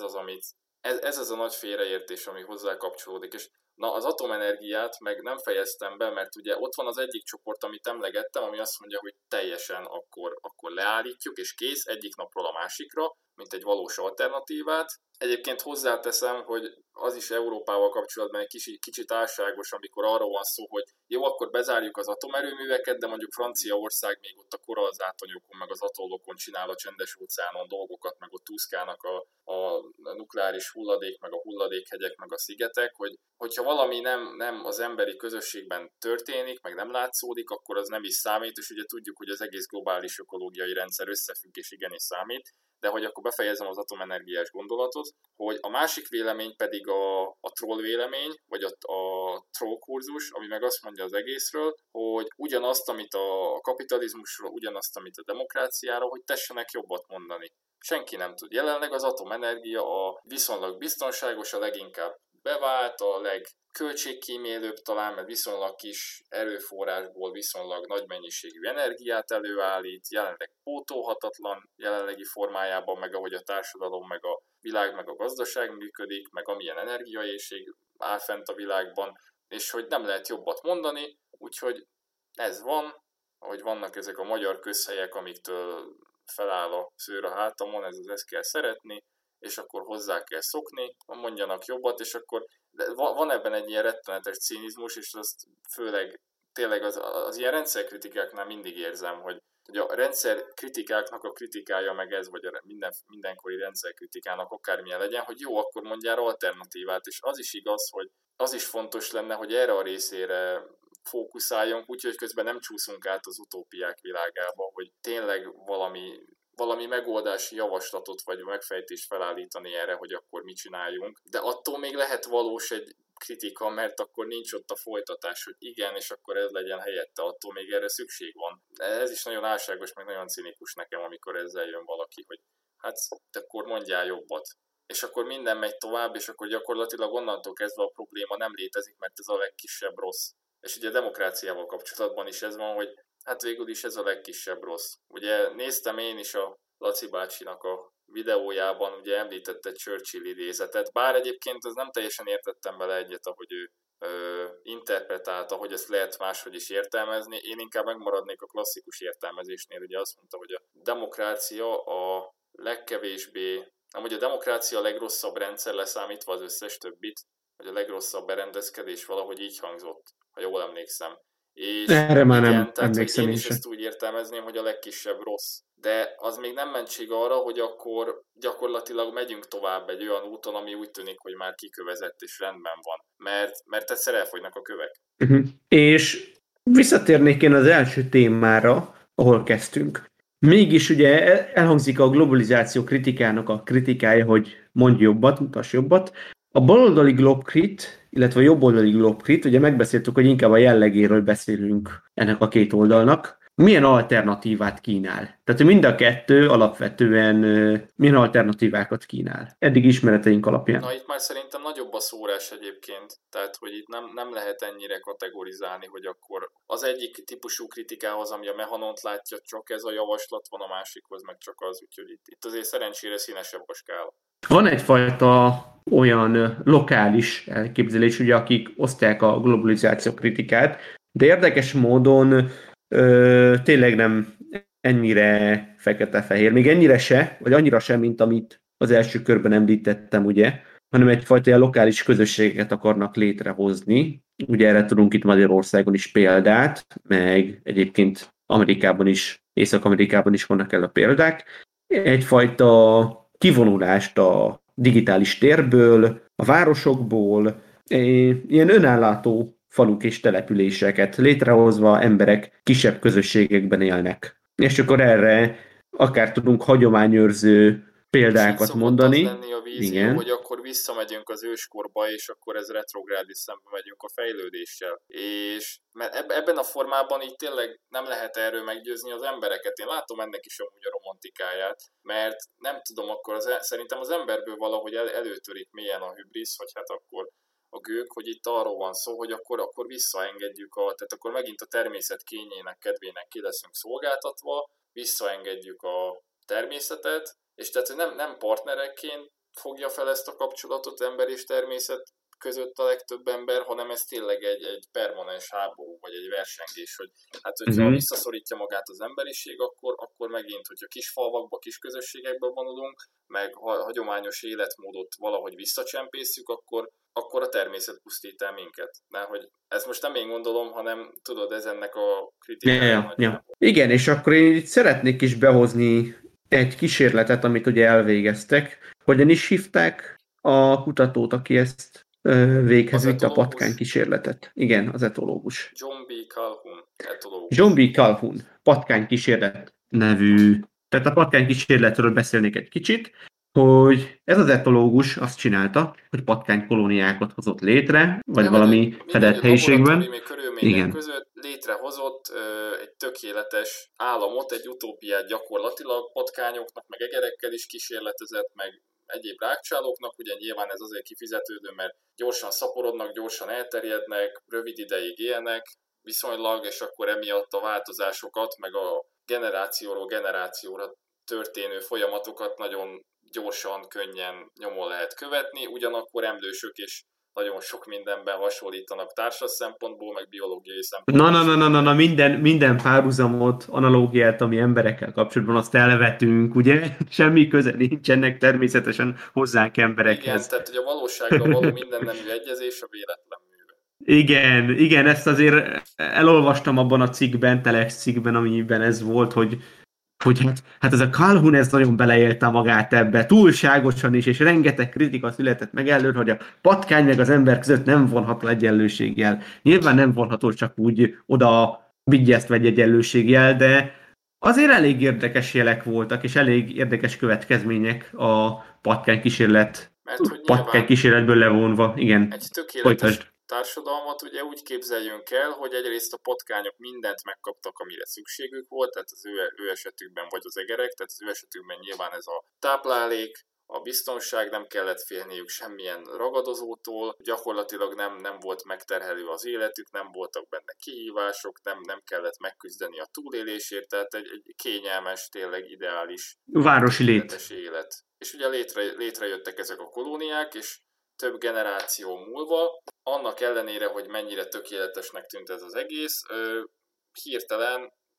az a nagy félreértés, ami hozzá kapcsolódik. És na, az atomenergiát meg nem fejeztem be, mert ugye ott van az egyik csoport, amit emlegettem, ami azt mondja, hogy teljesen akkor leállítjuk, és kész egyik napról a másikra, mint egy valós alternatívát. Egyébként hozzáteszem, hogy az is Európával kapcsolatban egy kicsit álságos, amikor arról van szó, hogy jó, akkor bezárjuk az atomerőműveket, de mondjuk Franciaország még ott a korallzátonyokon, meg az atollokon csinál a Csendes-óceánon dolgokat, meg ott úszkálnak a nukleáris hulladék, meg a hulladékhegyek, meg a szigetek, hogyha valami nem az emberi közösségben történik, meg nem látszódik, akkor az nem is számít, és ugye tudjuk, hogy az egész globális ökológiai rendszer összefüggés igenis számít, de hogy akkor befejezem az atomenergiás gondolatot, hogy a másik vélemény pedig a troll vélemény, vagy a troll kurzus, ami meg azt mondja az egészről, hogy ugyanazt, amit a kapitalizmusról, ugyanazt, amit a demokráciáról, hogy tessenek jobbat mondani. Senki nem tud. Jelenleg az atomenergia a viszonylag biztonságos, a leginkább bevált, a legköltségkímélőbb talán, mert viszonylag kis erőforrásból viszonylag nagy mennyiségű energiát előállít, jelenleg pótolhatatlan jelenlegi formájában, meg ahogy a társadalom, meg a világ, meg a gazdaság működik, meg amilyen energiaéhség áll fent a világban, és hogy nem lehet jobbat mondani, úgyhogy ez van, ahogy vannak ezek a magyar közhelyek, amiktől feláll a szőr a hátamon, ezt kell szeretni, és akkor hozzá kell szokni, mondjanak jobbat, és akkor van ebben egy ilyen rettenetes cinizmus, és azt főleg tényleg az ilyen rendszerkritikáknál mindig érzem, hogy a rendszerkritikáknak a kritikája meg ez, vagy a mindenkori rendszerkritikának akármilyen legyen, hogy jó, akkor mondjál alternatívát, és az is igaz, hogy az is fontos lenne, hogy erre a részére fókuszáljunk, úgyhogy közben nem csúszunk át az utópiák világába, hogy tényleg valami megoldási javaslatot vagy megfejtést felállítani erre, hogy akkor mit csináljunk. De attól még lehet valós egy kritika, mert akkor nincs ott a folytatás, hogy igen, és akkor ez legyen helyette, attól még erre szükség van. Ez is nagyon álságos, meg nagyon cinikus nekem, amikor ezzel jön valaki, hogy hát akkor mondjál jobbat. És akkor minden megy tovább, és akkor gyakorlatilag onnantól kezdve a probléma nem létezik, mert ez a legkisebb rossz. És ugye a demokráciával kapcsolatban is ez van, hogy hát végül is ez a legkisebb rossz. Ugye néztem én is a Laci bácsinak a videójában, ugye említette Churchill idézetet, bár egyébként ez nem teljesen értettem vele egyet, ahogy ő interpretálta, hogy ezt lehet máshogy is értelmezni. Én inkább megmaradnék a klasszikus értelmezésnél, ugye azt mondta, hogy a demokrácia a legkevésbé, hogy a demokrácia a legrosszabb rendszer leszámítva az összes többit, vagy a legrosszabb berendezkedés, valahogy így hangzott, ha jól emlékszem. És Erre már igen, nem tehát hogy emlékszem én én is sem. ezt úgy értelmezném, hogy a legkisebb rossz. De az még nem mentség arra, hogy akkor gyakorlatilag megyünk tovább egy olyan úton, ami úgy tűnik, hogy már kikövezett és rendben van. Mert egyszer elfogynak a kövek. És visszatérnék én az első témára, ahol kezdtünk. Mégis ugye elhangzik a globalizáció kritikának a kritikája, hogy mondj jobbat, mutass jobbat. A baloldali globkrit, illetve a jobboldali globkrit, ugye megbeszéltük, hogy inkább a jellegéről beszélünk ennek a két oldalnak. Milyen alternatívát kínál? Tehát mind a kettő alapvetően milyen alternatívákat kínál? Eddig ismereteink alapján. Na itt már szerintem nagyobb a szórás egyébként, tehát hogy itt nem lehet ennyire kategorizálni, hogy akkor az egyik típusú kritikához, ami a Mehanont látja, csak ez a javaslat van, a másikhoz meg csak az, úgyhogy itt azért szerencsére színesebb a skála. Van egyfajta olyan lokális elképzelés, ugye, akik osztják a globalizáció kritikát, de érdekes módon tényleg nem ennyire fekete-fehér, még ennyire se, vagy annyira sem, mint amit az első körben említettem, ugye, hanem egyfajta ilyen lokális közösségeket akarnak létrehozni. Ugye erre tudunk itt Magyarországon is példát, meg egyébként Amerikában is, Észak-Amerikában is vannak el a példák. Egyfajta kivonulást a digitális térből, a városokból, ilyen önállátó faluk és településeket létrehozva emberek kisebb közösségekben élnek. És akkor erre akár tudunk hagyományőrző példákat mondani. Az lenni a vízió, igen, hogy akkor visszamegyünk az őskorba, és akkor ez retrográd, és szembe megyünk a fejlődéssel. És mert ebben a formában így tényleg nem lehet erről meggyőzni az embereket. Én látom ennek is amúgy a romantikáját, mert nem tudom, akkor szerintem az emberből valahogy előtörik mélyen a hübrisz, hogy hát akkor a gők, hogy itt arról van szó, hogy akkor visszaengedjük, tehát akkor megint a természet kényének, kedvének ki leszünk szolgáltatva, visszaengedjük a természetet, és tehát, hogy nem partnerekként fogja fel ezt a kapcsolatot ember és természet között a legtöbb ember, hanem ez tényleg egy permanens háború, vagy egy versengés, hogy hát, hogyha visszaszorítja magát az emberiség, akkor megint, hogyha kis falvakba, kis közösségekbe vonulunk, meg hagyományos életmódot valahogy visszacsempészjük, akkor a természet pusztít el minket. De hogy ezt most nem én gondolom, hanem tudod, ez ennek a kritikája. Ja. Igen, és akkor én itt szeretnék is behozni egy kísérletet, amit ugye elvégeztek. Hogyan is hívták a kutatót, aki ezt véghez vitte, a patkány kísérletet? Igen, az etológus. John B. Calhoun, etológus. John B. Calhoun, patkány kísérlet nevű. Tehát a patkány kísérletről beszélnék egy kicsit, hogy ez az etológus azt csinálta, hogy patkány kolóniákat hozott létre, vagy valami fedett helyiségben. Igen. Között létrehozott egy tökéletes államot, egy utópiát gyakorlatilag patkányoknak, meg egerekkel is kísérletezett, meg egyéb rákcsálóknak, ugye nyilván ez azért kifizetődő, mert gyorsan szaporodnak, gyorsan elterjednek, rövid ideig élnek viszonylag, és akkor emiatt a változásokat, meg a generációról generációra történő folyamatokat nagyon gyorsan, könnyen nyomon lehet követni, ugyanakkor emlősök és nagyon sok mindenben hasonlítanak társas szempontból, meg biológiai szempontból. Na, minden párhuzamot, analógiát, ami emberekkel kapcsolatban, azt elvetünk, ugye? Semmi köze nincsenek természetesen hozzánk emberekhez. Igen, tehát hogy a valósággal való minden nemű egyezés a véletlen műve. Igen, ezt azért elolvastam abban a cikkben, Telex cikkben, amiben ez volt, hogy hát ez a Calhoun ez nagyon beleélte magát ebbe, túlságosan is, és rengeteg kritika született meg előtt, hogy a patkány meg az ember között nem vonható egyenlőségjel. Nyilván nem vonható csak úgy oda vigyeztve egy egyenlőségjel, de azért elég érdekes jelek voltak, és elég érdekes következmények a patkány kísérletből levonva. Igen, egy tökéletes társadalmat ugye úgy képzeljünk el, hogy egyrészt a patkányok mindent megkaptak, amire szükségük volt, tehát az ő esetükben vagy az egerek, tehát az ő esetükben nyilván ez a táplálék, a biztonság, nem kellett félniük semmilyen ragadozótól, gyakorlatilag nem volt megterhelő az életük, nem voltak benne kihívások, nem kellett megküzdeni a túlélésért, tehát egy kényelmes, tényleg ideális városi élet. És ugye létrejöttek ezek a kolóniák, és több generáció múlva, annak ellenére, hogy mennyire tökéletesnek tűnt ez az egész, hirtelen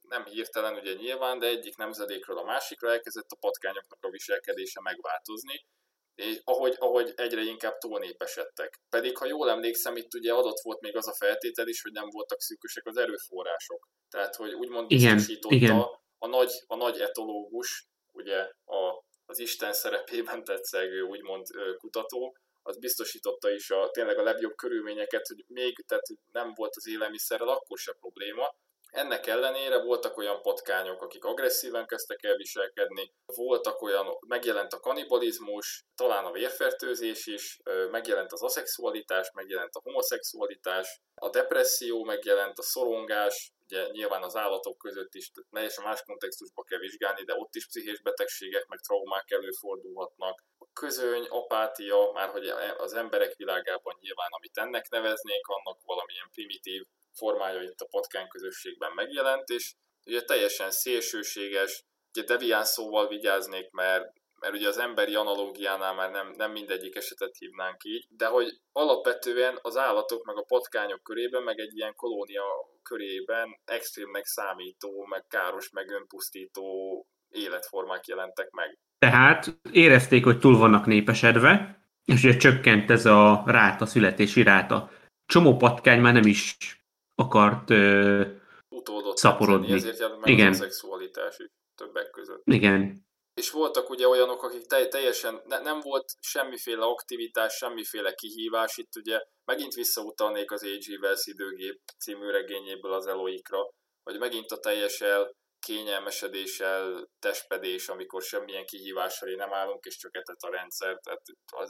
nem hirtelen ugye nyilván, de egyik nemzedékről a másikra elkezdett a patkányoknak a viselkedése megváltozni, és ahogy egyre inkább túlnépesedtek. Pedig, ha jól emlékszem, itt ugye adott volt még az a feltétel is, hogy nem voltak szűkösek az erőforrások. Tehát, hogy úgymond biztosította a nagy etológus, ugye az Isten szerepében tetszegő úgymond kutató, az biztosította is tényleg a legjobb körülményeket, hogy még tehát nem volt az élelmiszerrel akkor se probléma. Ennek ellenére voltak olyan patkányok, akik agresszíven kezdtek el viselkedni, voltak olyan, megjelent a kanibalizmus, talán a vérfertőzés is, megjelent az aszexualitás, megjelent a homoszexualitás, a depresszió megjelent, a szorongás, ugye nyilván az állatok között is teljesen más kontextusba kell vizsgálni, de ott is pszichés betegségek, meg traumák előfordulhatnak. A közöny, apátia, már hogy az emberek világában nyilván, amit ennek neveznénk, annak valamilyen primitív formája itt a patkányközösségben megjelent, és ugye teljesen szélsőséges, ugye deviáns szóval vigyáznék, mert ugye az emberi analógiánál már nem mindegyik esetet hívnánk így, de hogy alapvetően az állatok meg a patkányok körében, meg egy ilyen kolónia körében extrémnek számító, meg káros, meg önpusztító életformák jelentek meg. Tehát érezték, hogy túl vannak népesedve, és ugye csökkent ez a ráta, születési ráta. Csomó patkány már nem is akart szaporodni. Ezért jelent meg igen. Az szexualitás is többek között. Igen. És voltak ugye olyanok, akik teljesen nem volt semmiféle aktivitás, semmiféle kihívás. Itt ugye megint visszautalnék az A.G. Wells időgép című regényéből az Eloikra, hogy megint a teljes kényelmesedéssel, testpedés, amikor semmilyen kihívással nem állunk, és csökkentett a rendszer. Tehát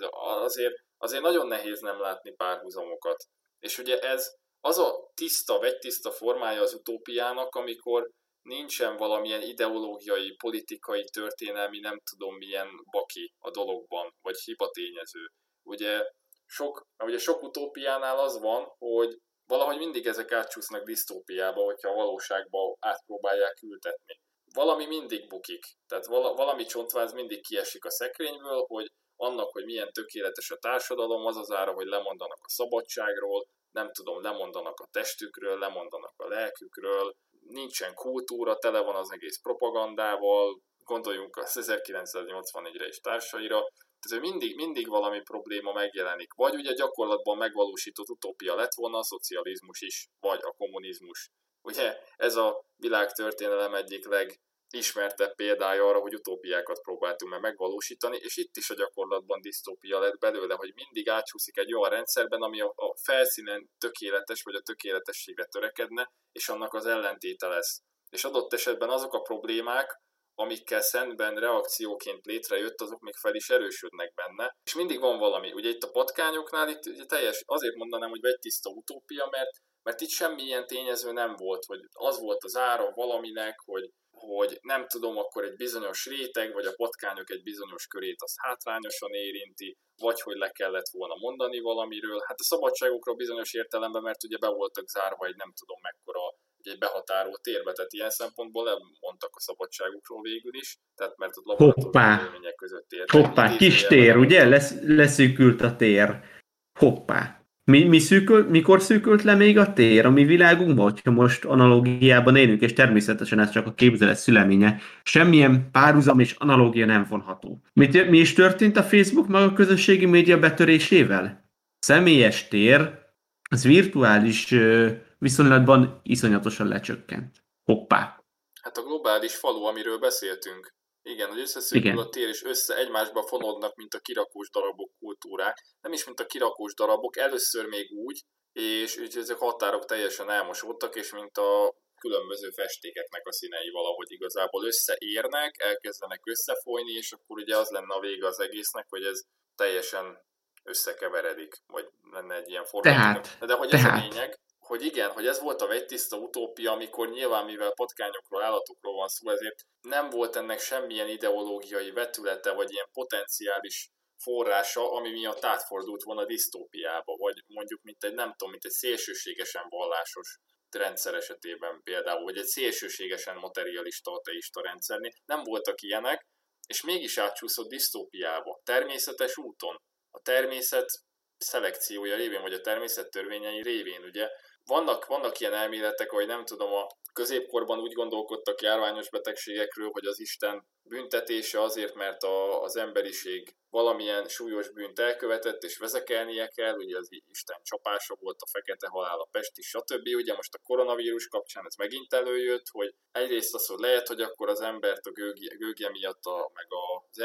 azért nagyon nehéz nem látni párhuzamokat. És ugye ez az a vegytiszta formája az utópiának, amikor nincsen valamilyen ideológiai, politikai, történelmi, nem tudom milyen baki a dologban, vagy hibatényező. Ugye sok utópiánál az van, hogy valahogy mindig ezek átcsúsznak disztópiába, hogyha a valóságba átpróbálják ültetni. Valami mindig bukik, tehát valami csontváz mindig kiesik a szekrényből, hogy annak, hogy milyen tökéletes a társadalom, az az ára, hogy lemondanak a szabadságról, nem tudom, lemondanak a testükről, lemondanak a lelkükről, nincsen kultúra, tele van az egész propagandával, gondoljunk az 1984-re és társaira, tehát mindig valami probléma megjelenik. Vagy ugye gyakorlatban megvalósított utópia lett volna a szocializmus is, vagy a kommunizmus. Ugye ez a világtörténelem egyik legismertebb példája arra, hogy utópiákat próbáltunk meg megvalósítani, és itt is a gyakorlatban disztópia lett belőle, hogy mindig átcsúszik egy olyan rendszerben, ami a felszínen tökéletes, vagy a tökéletességre törekedne, és annak az ellentéte lesz. És adott esetben azok a problémák, amikkel szemben reakcióként létrejött, azok még fel is erősödnek benne. És mindig van valami. Ugye itt a patkányoknál itt azért mondanám, hogy vegytiszta utópia, mert itt semmilyen tényező nem volt, hogy az volt az ára valaminek, hogy nem tudom, akkor egy bizonyos réteg, vagy a patkányok egy bizonyos körét az hátrányosan érinti, vagy hogy le kellett volna mondani valamiről. Hát a szabadságokra bizonyos értelemben, mert ugye be voltak zárva egy nem tudom mekkora egy behatárolt térbe, tehát ilyen szempontból lemondtak a szabadságukról végül is, tehát mert ott laboratóriumi körülmények között értek. Hoppá, kis tér, ugye? Leszűkült a tér. Hoppá. Mikor szűkült le még a tér a mi világunkban, hogyha most analógiában élünk, és természetesen ez csak a képzelet szüleménye. Semmilyen párhuzam és analógia nem vonható. Mi is történt a Facebook meg a közösségi média betörésével? Személyes tér, az virtuális viszonylatban iszonyatosan lecsökkent. Hoppá. Hát a globális falu, amiről beszéltünk. Igen, hogy összeszűkül a tér, és egymásba fonódnak, mint a kirakós darabok kultúrák. Nem is, mint a kirakós darabok, először még úgy, és ezek határok teljesen elmosódtak, és mint a különböző festékeknek a színei valahogy igazából összeérnek, elkezdenek összefolyni, és akkor ugye az lenne a vége az egésznek, hogy ez teljesen összekeveredik, vagy lenne egy ilyen formátum. De hogy ez a lényeg, hogy igen, hogy ez volt a vegytiszta utópia, amikor nyilván, mivel patkányokról, állatokról van szó, ezért nem volt ennek semmilyen ideológiai vetülete, vagy ilyen potenciális forrása, ami miatt átfordult volna disztópiába, vagy mondjuk mint egy szélsőségesen vallásos rendszer esetében például, vagy egy szélsőségesen materialista, ateista rendszernél. Nem voltak ilyenek, és mégis átcsúszott disztópiába, természetes úton. A természet szelekciója révén, vagy a természet törvényei révén, ugye. Vannak ilyen elméletek, hogy nem tudom, a középkorban úgy gondolkodtak járványos betegségekről, hogy az Isten büntetése azért, mert az emberiség valamilyen súlyos bűnt elkövetett, és vezekelnie kell, ugye az Isten csapása volt, a fekete halál, a pest is, stb. Ugye most a koronavírus kapcsán ez megint előjött, hogy egyrészt az, hogy lehet, hogy akkor az embert a gőgje miatt, meg az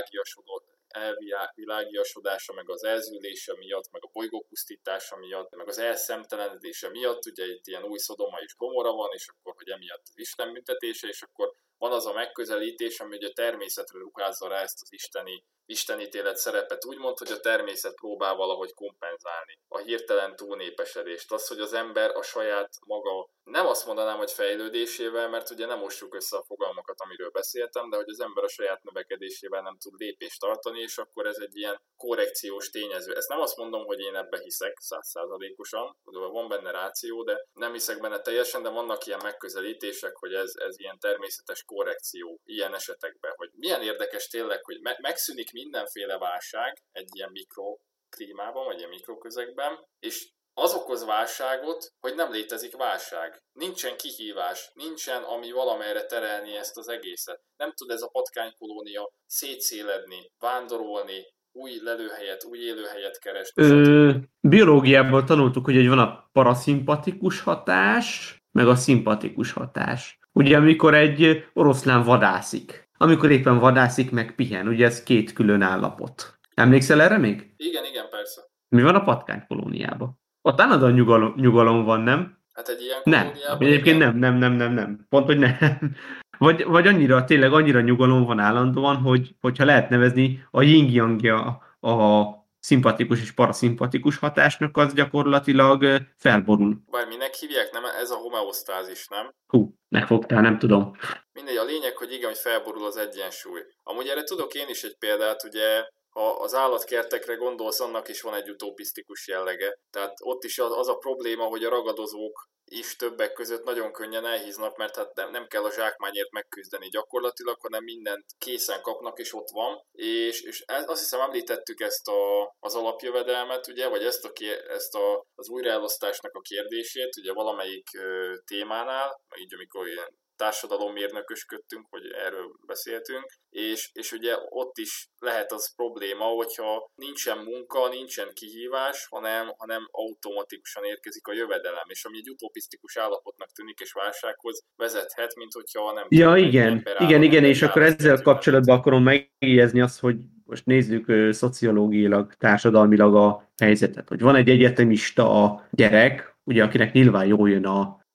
elvilágiasodása, meg az elzűlése miatt, meg a bolygó pusztítása miatt, meg az elszemtelenedése miatt, ugye itt ilyen új Szodoma és Gomorra van, és akkor, hogy emiatt az Isten büntetése, és akkor van az a megközelítés, ami ugye a természetre rukázza rá ezt az istenítélet szerepet, úgymond, hogy a természet próbál valahogy kompenzálni a hirtelen túlnépesedést. Az, hogy az ember a saját maga, nem azt mondanám, hogy fejlődésével, mert ugye nem mossuk össze a fogalmakat, amiről beszéltem, de hogy az ember a saját növekedésével nem tud lépést tartani, és akkor ez egy ilyen korrekciós tényező. Ezt nem azt mondom, hogy én ebbe hiszek 100%-osan, van benne ráció, de nem hiszek benne teljesen, de vannak ilyen megközelítések, hogy ez ilyen természetes korrekció ilyen esetekben, hogy milyen érdekes tényleg, hogy megszűnik mindenféle válság egy ilyen mikroklímában, vagy ilyen mikroközegben, és az okoz válságot, hogy nem létezik válság. Nincsen kihívás, nincsen, ami valamerre terelni ezt az egészet. Nem tud ez a patkánykolónia szétszéledni, vándorolni, új lelőhelyet, új élőhelyet keresni. Biológiából tanultuk, hogy van a paraszimpatikus hatás, meg a szimpatikus hatás. Ugye amikor egy oroszlán vadászik, amikor éppen vadászik, meg pihen, ugye ez két külön állapot. Emlékszel erre még? Igen, persze. Mi van a patkánykolóniában? Ott állandóan nyugalom van, nem? Hát egy ilyen kolóniában... Nem, egyébként nem. Pont, hogy nem. Vagy annyira nyugalom van állandóan, hogyha lehet nevezni a yin-yangja a szimpatikus és paraszimpatikus hatásnak, az gyakorlatilag felborul. Vagy minek hívják? Nem, ez a homeosztázis, nem? Megfogtál, nem tudom. Mindegy, a lényeg, hogy igen, hogy felborul az egyensúly. Amúgy erre tudok én is egy példát, ugye, ha az állatkertekre gondolsz, annak is van egy utopisztikus jellege. Tehát ott is az a probléma, hogy a ragadozók is többek között nagyon könnyen elhíznak, mert hát nem kell a zsákmányért megküzdeni gyakorlatilag, hanem mindent készen kapnak, és ott van. És azt hiszem említettük ezt az alapjövedelmet, ugye, vagy az újraelosztásnak a kérdését, ugye valamelyik témánál, így amikor ilyen társadalommérnökösködtünk, hogy erről beszéltünk, és ugye ott is lehet az probléma, hogyha nincsen munka, nincsen kihívás, hanem automatikusan érkezik a jövedelem, és ami egy utopisztikus állapotnak tűnik, és válsághoz vezethet, mint hogyha nem... Ja, igen, és akkor ezzel kapcsolatban akarom megjegyezni azt, hogy most nézzük szociológiailag, társadalmilag a helyzetet, hogy van egy egyetemista gyerek, ugye, akinek nyilván jól jön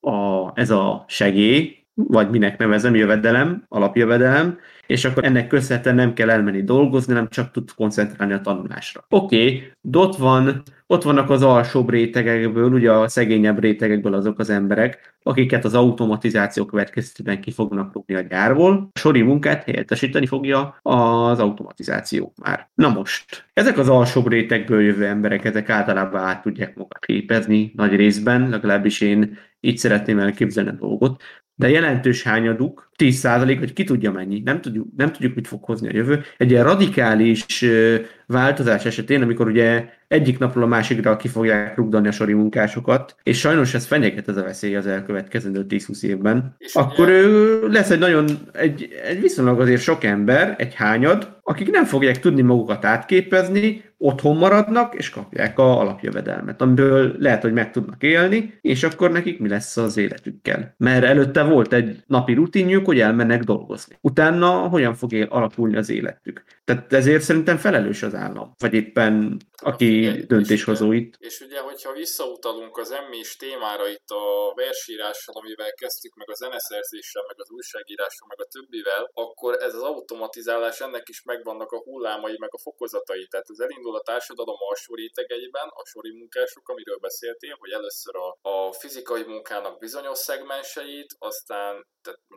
ez a segély, vagy minek nevezem, jövedelem, alapjövedelem, és akkor ennek köszönhetően nem kell elmenni dolgozni, nem csak tud koncentrálni a tanulásra. Oké, de ott vannak az alsóbb rétegekből, ugye a szegényebb rétegekből azok az emberek, akiket az automatizáció következtében ki fognak rúgni a gyárból. A sori munkát helyettesíteni fogja az automatizáció már. Na most, ezek az alsóbb rétegből jövő emberek, ezek általában át tudják magukat képezni, nagy részben, legalábbis én így szeretném elképzelni a dolgot, de jelentős hányaduk, 10%, hogy ki tudja mennyi, nem tudjuk, mit fog hozni a jövő. Egy ilyen radikális változás esetén, amikor ugye egyik napról a másikra ki fogják rugdani a sori munkásokat, és sajnos ez fenyeget ez a veszély az elkövetkezendő 10-20 évben, és akkor lesz egy viszonylag azért sok ember, egy hányad, akik nem fogják tudni magukat átképezni, otthon maradnak, és kapják az alapjövedelmet, amiből lehet, hogy meg tudnak élni, és akkor nekik mi lesz az életükkel. Mert előtte volt egy napi rutinjuk, hogy elmennek dolgozni. Utána hogyan fog alakulni az életük? Tehát ezért szerintem felelős az állam, vagy éppen aki döntéshozó itt. És ugye, hogyha visszautalunk az emmis témára itt a versírással, amivel kezdtük, meg a zeneszerzéssel, meg az újságírással, meg a többivel, akkor ez az automatizálás, ennek is megvannak a hullámai, meg a fokozatai. Tehát ez elindul a társadalom alsó rétegeiben, a sori munkások, amiről beszéltél, hogy először a fizikai munkának bizonyos szegmenseit, aztán tehát mondjuk a nehéz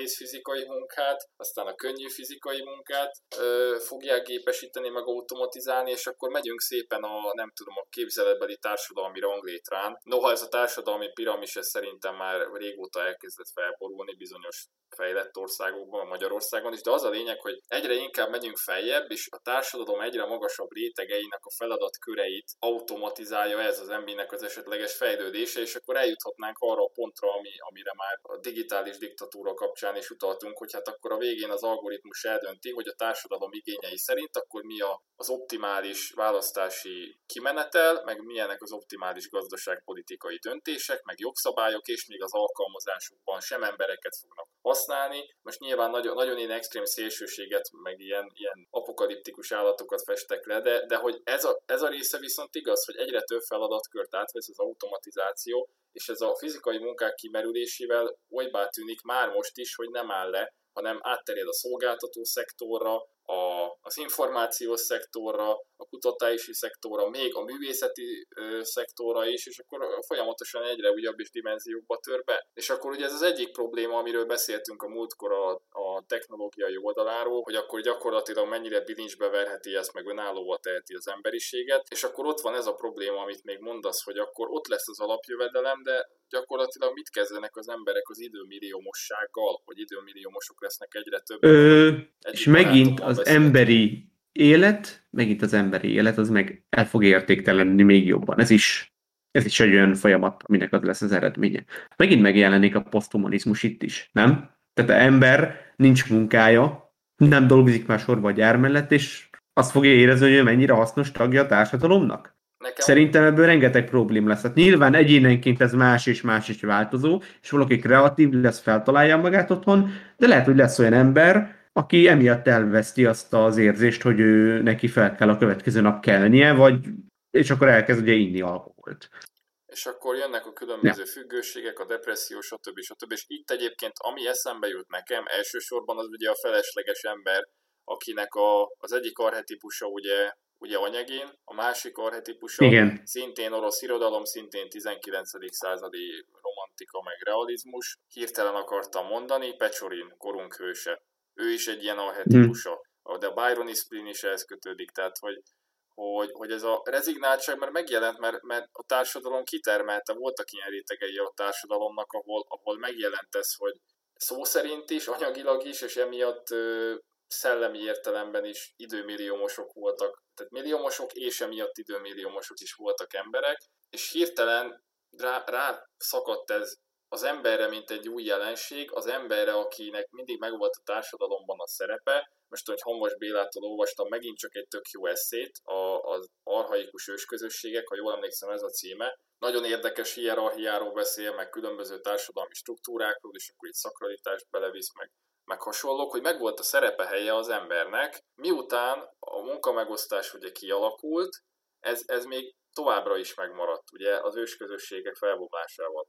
nehéz fizikai munkát, aztán a könnyű fizikai munkát fogják gépesíteni, meg automatizálni, és akkor megyünk szépen a képzeletbeli társadalmi ranglétrán. Noha ez a társadalmi piramis ez szerintem már régóta elkezdett felborulni bizonyos fejlett országokban, Magyarországon is, de az a lényeg, hogy egyre inkább megyünk feljebb, és a társadalom egyre magasabb rétegeinek a feladatköreit automatizálja ez az embernek az esetleges fejlődése, és akkor eljuthatnánk arra a pontra, amire már a digitális diktatúra kapcsán is utaltunk, hogy hát akkor a végén az algoritmus eldönti, hogy a társadalom igényei szerint akkor mi az optimális választási kimenetel, meg milyenek az optimális gazdaságpolitikai döntések, meg jogszabályok, és még az alkalmazásukban sem embereket fognak használni. Most nyilván nagyon ilyen extrém szélsőséget, meg ilyen apokaliptikus állatokat festek le, de hogy ez a része viszont igaz, hogy egyre több feladatkört átvesz az automatizáció, és ez a fizikai munkák kimerülésével olybá tűnik már most is, hogy nem áll le, hanem átterjed a szolgáltató szektorra, az információs szektorra, a kutatási szektorra, még a művészeti szektorra is, és akkor folyamatosan egyre újabb és dimenziókba tör be. És akkor ugye ez az egyik probléma, amiről beszéltünk a múltkor a technológiai oldaláról, hogy akkor gyakorlatilag mennyire bilincsbe verheti ezt, meg önállóvá teheti az emberiséget, és akkor ott van ez a probléma, amit még mondasz, hogy akkor ott lesz az alapjövedelem, de gyakorlatilag mit kezdenek az emberek az időmilliómossággal, hogy időmilliómosok lesznek egyre több. És megint az emberi élet az meg el fog értéktelenni még jobban. Ez is egy olyan folyamat, aminek az lesz az eredménye. Megint megjelenik a poszthumanizmus itt is, nem? Tehát az ember nincs munkája, nem dolgozik már sorba a gyár mellett, és azt fogja érezni, hogy ő mennyire hasznos tagja a társadalomnak. Szerintem ebből rengeteg problém lesz. Hát nyilván egyénenként ez más és változó, és valaki kreatív lesz, feltalálja magát otthon, de lehet, hogy lesz olyan ember, aki emiatt elveszti azt az érzést, hogy ő neki fel kell a következő nap kelnie, és akkor elkezd ugye inni alkoholt. És akkor jönnek a különböző függőségek, a depresszió, stb. És itt egyébként, ami eszembe jut nekem, elsősorban az ugye a felesleges ember, akinek az egyik archetípusa ugye anyagén, a másik archetípusa szintén orosz irodalom, szintén 19. századi romantika meg realizmus. Hirtelen akartam mondani, Pecsorin, korunk hőse. Ő is egy ilyen archetípusa. De a Byroni Spleen is ehhez kötődik, tehát hogy ez a rezignáltság már megjelent, mert a társadalom kitermelte, voltak ilyen rétegei a társadalomnak, ahol megjelent ez, hogy szó szerint is, anyagilag is, és emiatt szellemi értelemben is időmilliómosok voltak, tehát milliómosok és emiatt időmilliómosok is voltak emberek, és hirtelen rá szakadt ez az emberre, mint egy új jelenség, az emberre, akinek mindig megvolt a társadalomban a szerepe. Most, hogy Hamvas Bélától olvastam megint csak egy tök jó esszét, az archaikus ősközösségek, ha jól emlékszem, ez a címe. Nagyon érdekes hierarchiáról beszél, meg különböző társadalmi struktúrákról, és akkor itt szakralitást belevisz, meg hasonlók, hogy megvolt a szerepe helye az embernek, miután a munkamegosztás ugye kialakult, ez még továbbra is megmaradt, ugye az ősközösségek felboblásával.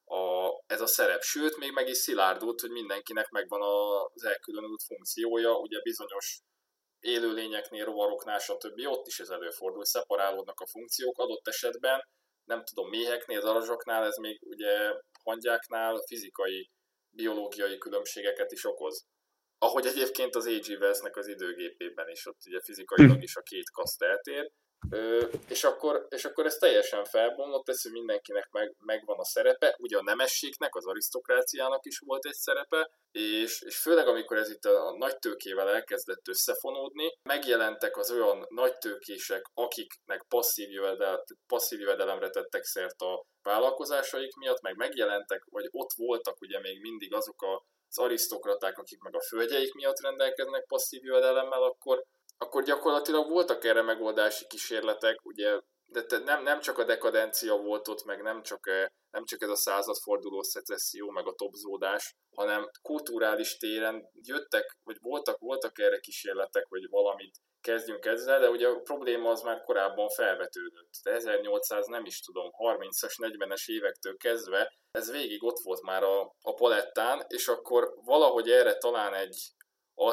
Ez a szerep, sőt, még meg is szilárdult, hogy mindenkinek megvan az elkülönült funkciója, ugye bizonyos élőlényeknél, rovaroknál, stb. Ott is ez előfordul, szeparálódnak a funkciók, adott esetben, nem tudom, méheknél, darazsaknál, ez még ugye hangyáknál fizikai, biológiai különbségeket is okoz. Ahogy egyébként az A.G. Wells-nek az időgépében is, ott ugye fizikailag is a két kaszt eltér. És akkor ez teljesen felbomlott, ez, hogy mindenkinek megvan a szerepe, ugye a nemességnek, az arisztokráciának is volt egy szerepe, és főleg amikor ez itt a nagytőkével elkezdett összefonódni, megjelentek az olyan nagytőkések, akiknek passzív jövedelemre tettek szert a vállalkozásaik miatt, meg megjelentek, vagy ott voltak ugye még mindig azok az arisztokraták, akik meg a földjeik miatt rendelkeznek passzív jövedelemmel, akkor gyakorlatilag voltak erre megoldási kísérletek, ugye, de nem csak a dekadencia volt ott, meg nem csak ez a századforduló szecesszió, meg a topzódás, hanem kulturális téren jöttek, vagy voltak erre kísérletek, hogy valamit kezdjünk ezzel, de ugye a probléma az már korábban felvetődött. De 1800, nem is tudom, 30-as, 40-es évektől kezdve ez végig ott volt már a palettán, és akkor valahogy erre talán egy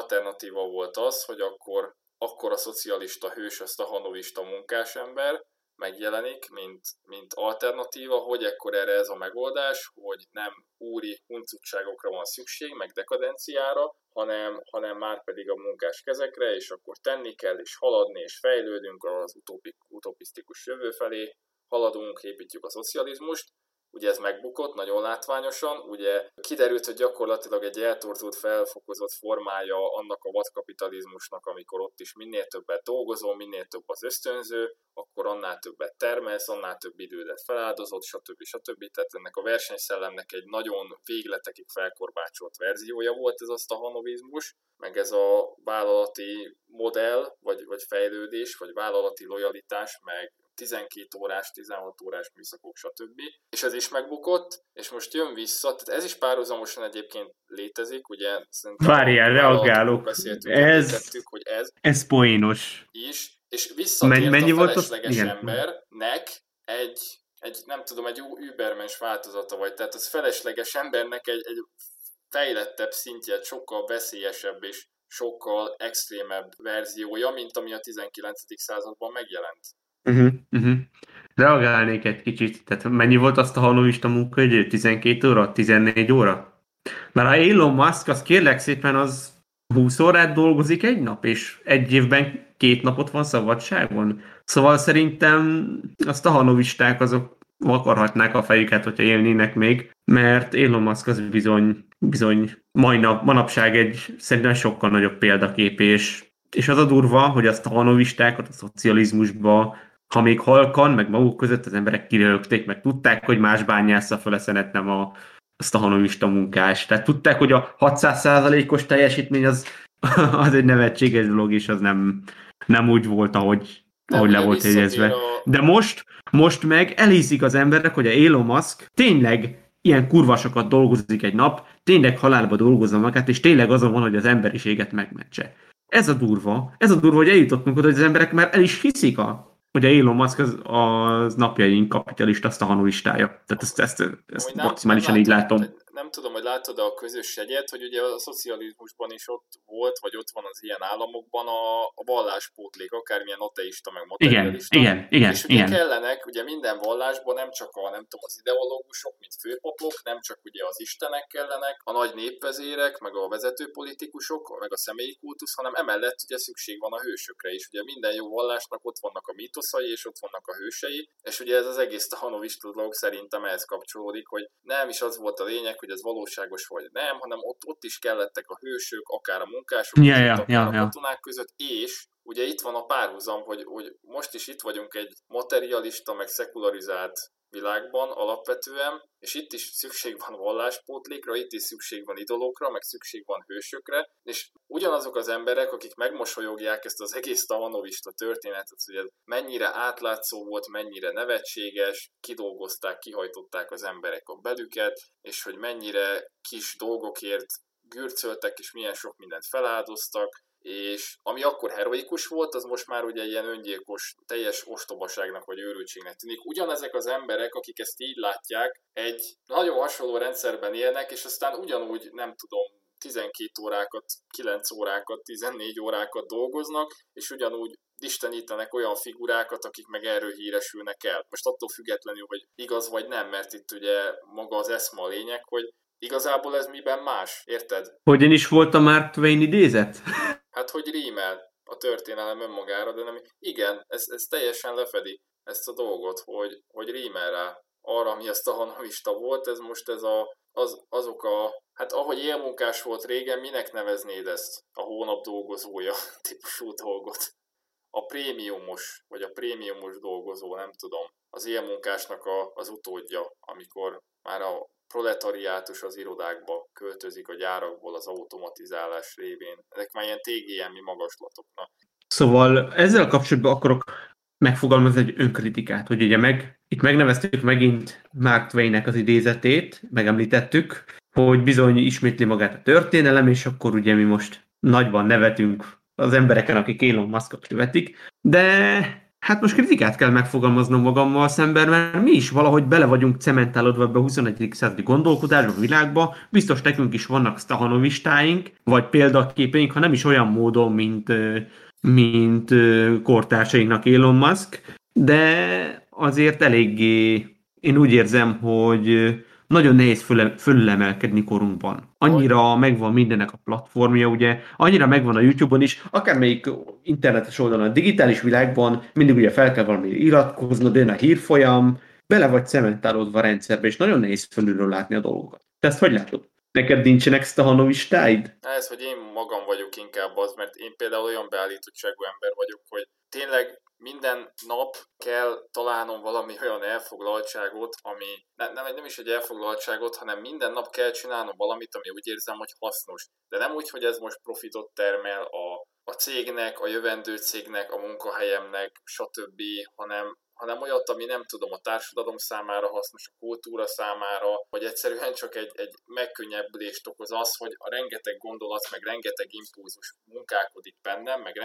alternatíva volt az, hogy akkor a szocialista hős, a stahanovista munkásember, megjelenik, mint alternatíva, hogy ekkor erre ez a megoldás, hogy nem úri huncutságokra van szükség, meg dekadenciára, hanem már pedig a munkás kezekre, és akkor tenni kell, és haladni, és fejlődünk az utopisztikus jövő felé, haladunk, építjük a szocializmust. Ugye ez megbukott nagyon látványosan, ugye kiderült, hogy gyakorlatilag egy eltorzult, felfokozott formája annak a vadkapitalizmusnak, amikor ott is minél többet dolgozol, minél több az ösztönző, akkor annál többet termelsz, annál több idődet feláldozott, stb. Tehát ennek a versenyszellemnek egy nagyon végletekig felkorbácsolt verziója volt ez azt a hanovizmus, meg ez a vállalati modell, vagy fejlődés, vagy vállalati lojalitás, meg 12 órás, 16 órás műszakok, stb. És ez is megbukott, és most jön vissza, tehát ez is párhuzamosan egyébként létezik, ugye várjál, reagálok. Hogy ez poénos. Is, és visszatért a felesleges volt embernek egy nem tudom, egy übermens változata vagy, tehát az felesleges embernek egy fejlettebb szintje, sokkal veszélyesebb és sokkal extrémebb verziója, mint ami a 19. században megjelent. Reagálnék egy kicsit. Tehát mennyi volt azt a hanovista munkaidő? 12 óra? 14 óra? Mert ha Elon Musk, az kérlek szépen az 20 órát dolgozik egy nap, és egy évben 2 napot van szabadságon. Szóval szerintem azt a hanovisták azok vakarhatnák a fejüket, hogyha élnének még, mert Elon Musk az bizony manapság egy szerintem sokkal nagyobb példakép, és az a durva, hogy azt a hanovistákat a szocializmusba, ha még halkan, meg maguk között az emberek kiröhögték, meg tudták, hogy más bányásza föl a szenet, nem azt a hanovista munkás. Tehát tudták, hogy a 600%-os teljesítmény az egy nevetséges dolog, és az nem úgy volt, ahogy le volt jegyezve. De most meg elhiszik az emberek, hogy a Elon Musk tényleg ilyen kurvasokat dolgozik egy nap, tényleg halálba dolgozza magát, és tényleg azon van, hogy az emberiséget megmentse. Ez a durva, hogy eljutottunk oda, hogy az emberek már el is hiszik, hogy a Elon Musk az napjaink kapitalista, azt a hanovistája. Tehát ezt maximálisan így látom. Nem tudom, hogy látod a közös jegyet, hogy ugye a szocializmusban is ott volt, vagy ott van az ilyen államokban a valláspótlék, akármilyen ateista, meg materialista. Igen. És ugye kellenek, ugye minden vallásban nem csak az ideológusok, mint főpapok, nem csak ugye az istenek kellenek, a nagy népvezérek, meg a vezető politikusok, meg a személyi kultusz, hanem emellett ugye szükség van a hősökre is. Ugye minden jó vallásnak ott vannak a mítoszai, és ott vannak a hősei, és ugye ez az egész hanovista dolog szerintem ehhez kapcsolódik, hogy nem is az volt a lényeg, hogy ez valóságos vagy nem, hanem ott is kellettek a hősök, akár a munkások, akár a katonák között, és ugye itt van a párhuzam, hogy most is itt vagyunk egy materialista, meg szekularizált világban alapvetően, és itt is szükség van valláspótlékra, itt is szükség van idolokra, meg szükség van hősökre, és ugyanazok az emberek, akik megmosolyogják ezt az egész hanovista történetet, hogy ez mennyire átlátszó volt, mennyire nevetséges, kidolgozták, kihajtották az emberek a belüket, és hogy mennyire kis dolgokért gürcöltek, és milyen sok mindent feláldoztak, és ami akkor heroikus volt, az most már ugye ilyen öngyilkos, teljes ostobaságnak vagy őrültségnek tűnik. Ugyanezek az emberek, akik ezt így látják, egy nagyon hasonló rendszerben élnek, és aztán ugyanúgy, nem tudom, 12 órákat, 9 órákat, 14 órákat dolgoznak, és ugyanúgy istenítenek olyan figurákat, akik meg erről híresülnek el. Most attól függetlenül, hogy igaz vagy nem, mert itt ugye maga az eszma a lényeg, hogy igazából ez miben más, érted? Hogyan is volt a Mark Twain idézet? Hát, hogy rímel a történelem önmagára, de nem... Igen, ez teljesen lefedi ezt a dolgot, hogy rímel rá arra, ami azt a hanovista volt, ez most hát ahogy élmunkás volt régen, minek neveznéd ezt a hónap dolgozója típusú dolgot? A prémiumos, vagy a prémiumos dolgozó, nem tudom, az élmunkásnak az utódja, amikor már a proletariátus az irodákba költözik a gyárakból az automatizálás révén. Ezek már ilyen TGM-i magaslatoknak. Szóval ezzel kapcsolatban akarok megfogalmazni egy önkritikát, hogy ugye itt megneveztük megint Mark Twainnek az idézetét, megemlítettük, hogy bizony ismétli magát a történelem, és akkor ugye mi most nagyban nevetünk az embereken, akik Elon Muskot követik, de hát most kritikát kell megfogalmaznom magammal szemben, mert mi is valahogy bele vagyunk cementálódva ebbe a 21. századi gondolkodásba, a világba. Biztos nekünk is vannak sztahanovistáink, vagy példaképeink, ha nem is olyan módon, mint kortársainknak Elon Musk. de azért eléggé, én úgy érzem, hogy nagyon nehéz fölemelkedni korunkban. Annyira megvan mindennek a platformja, ugye, annyira megvan a YouTube-on is, akármelyik internetes oldalon, a digitális világban mindig ugye fel kell valami iratkoznod, jön a hírfolyam, bele vagy cementálódva a rendszerbe, és nagyon nehéz fölülről látni a dolgokat. Te ezt hogy látod? Neked nincsenek sztahanovistái? Ez, hogy én magam vagyok inkább az, mert én például olyan beállítottságú ember vagyok, hogy tényleg minden nap kell találnom valami olyan elfoglaltságot, ami nem is egy elfoglaltságot, hanem minden nap kell csinálnom valamit, ami úgy érzem, hogy hasznos. De nem úgy, hogy ez most profitot termel a cégnek, a jövendő cégnek, a munkahelyemnek, stb., hanem olyat, ami nem tudom, a társadalom számára hasznos, a kultúra számára, vagy egyszerűen csak egy megkönnyebbülést okoz az, hogy a rengeteg gondolat, meg rengeteg impulzus munkálkodik bennem, meg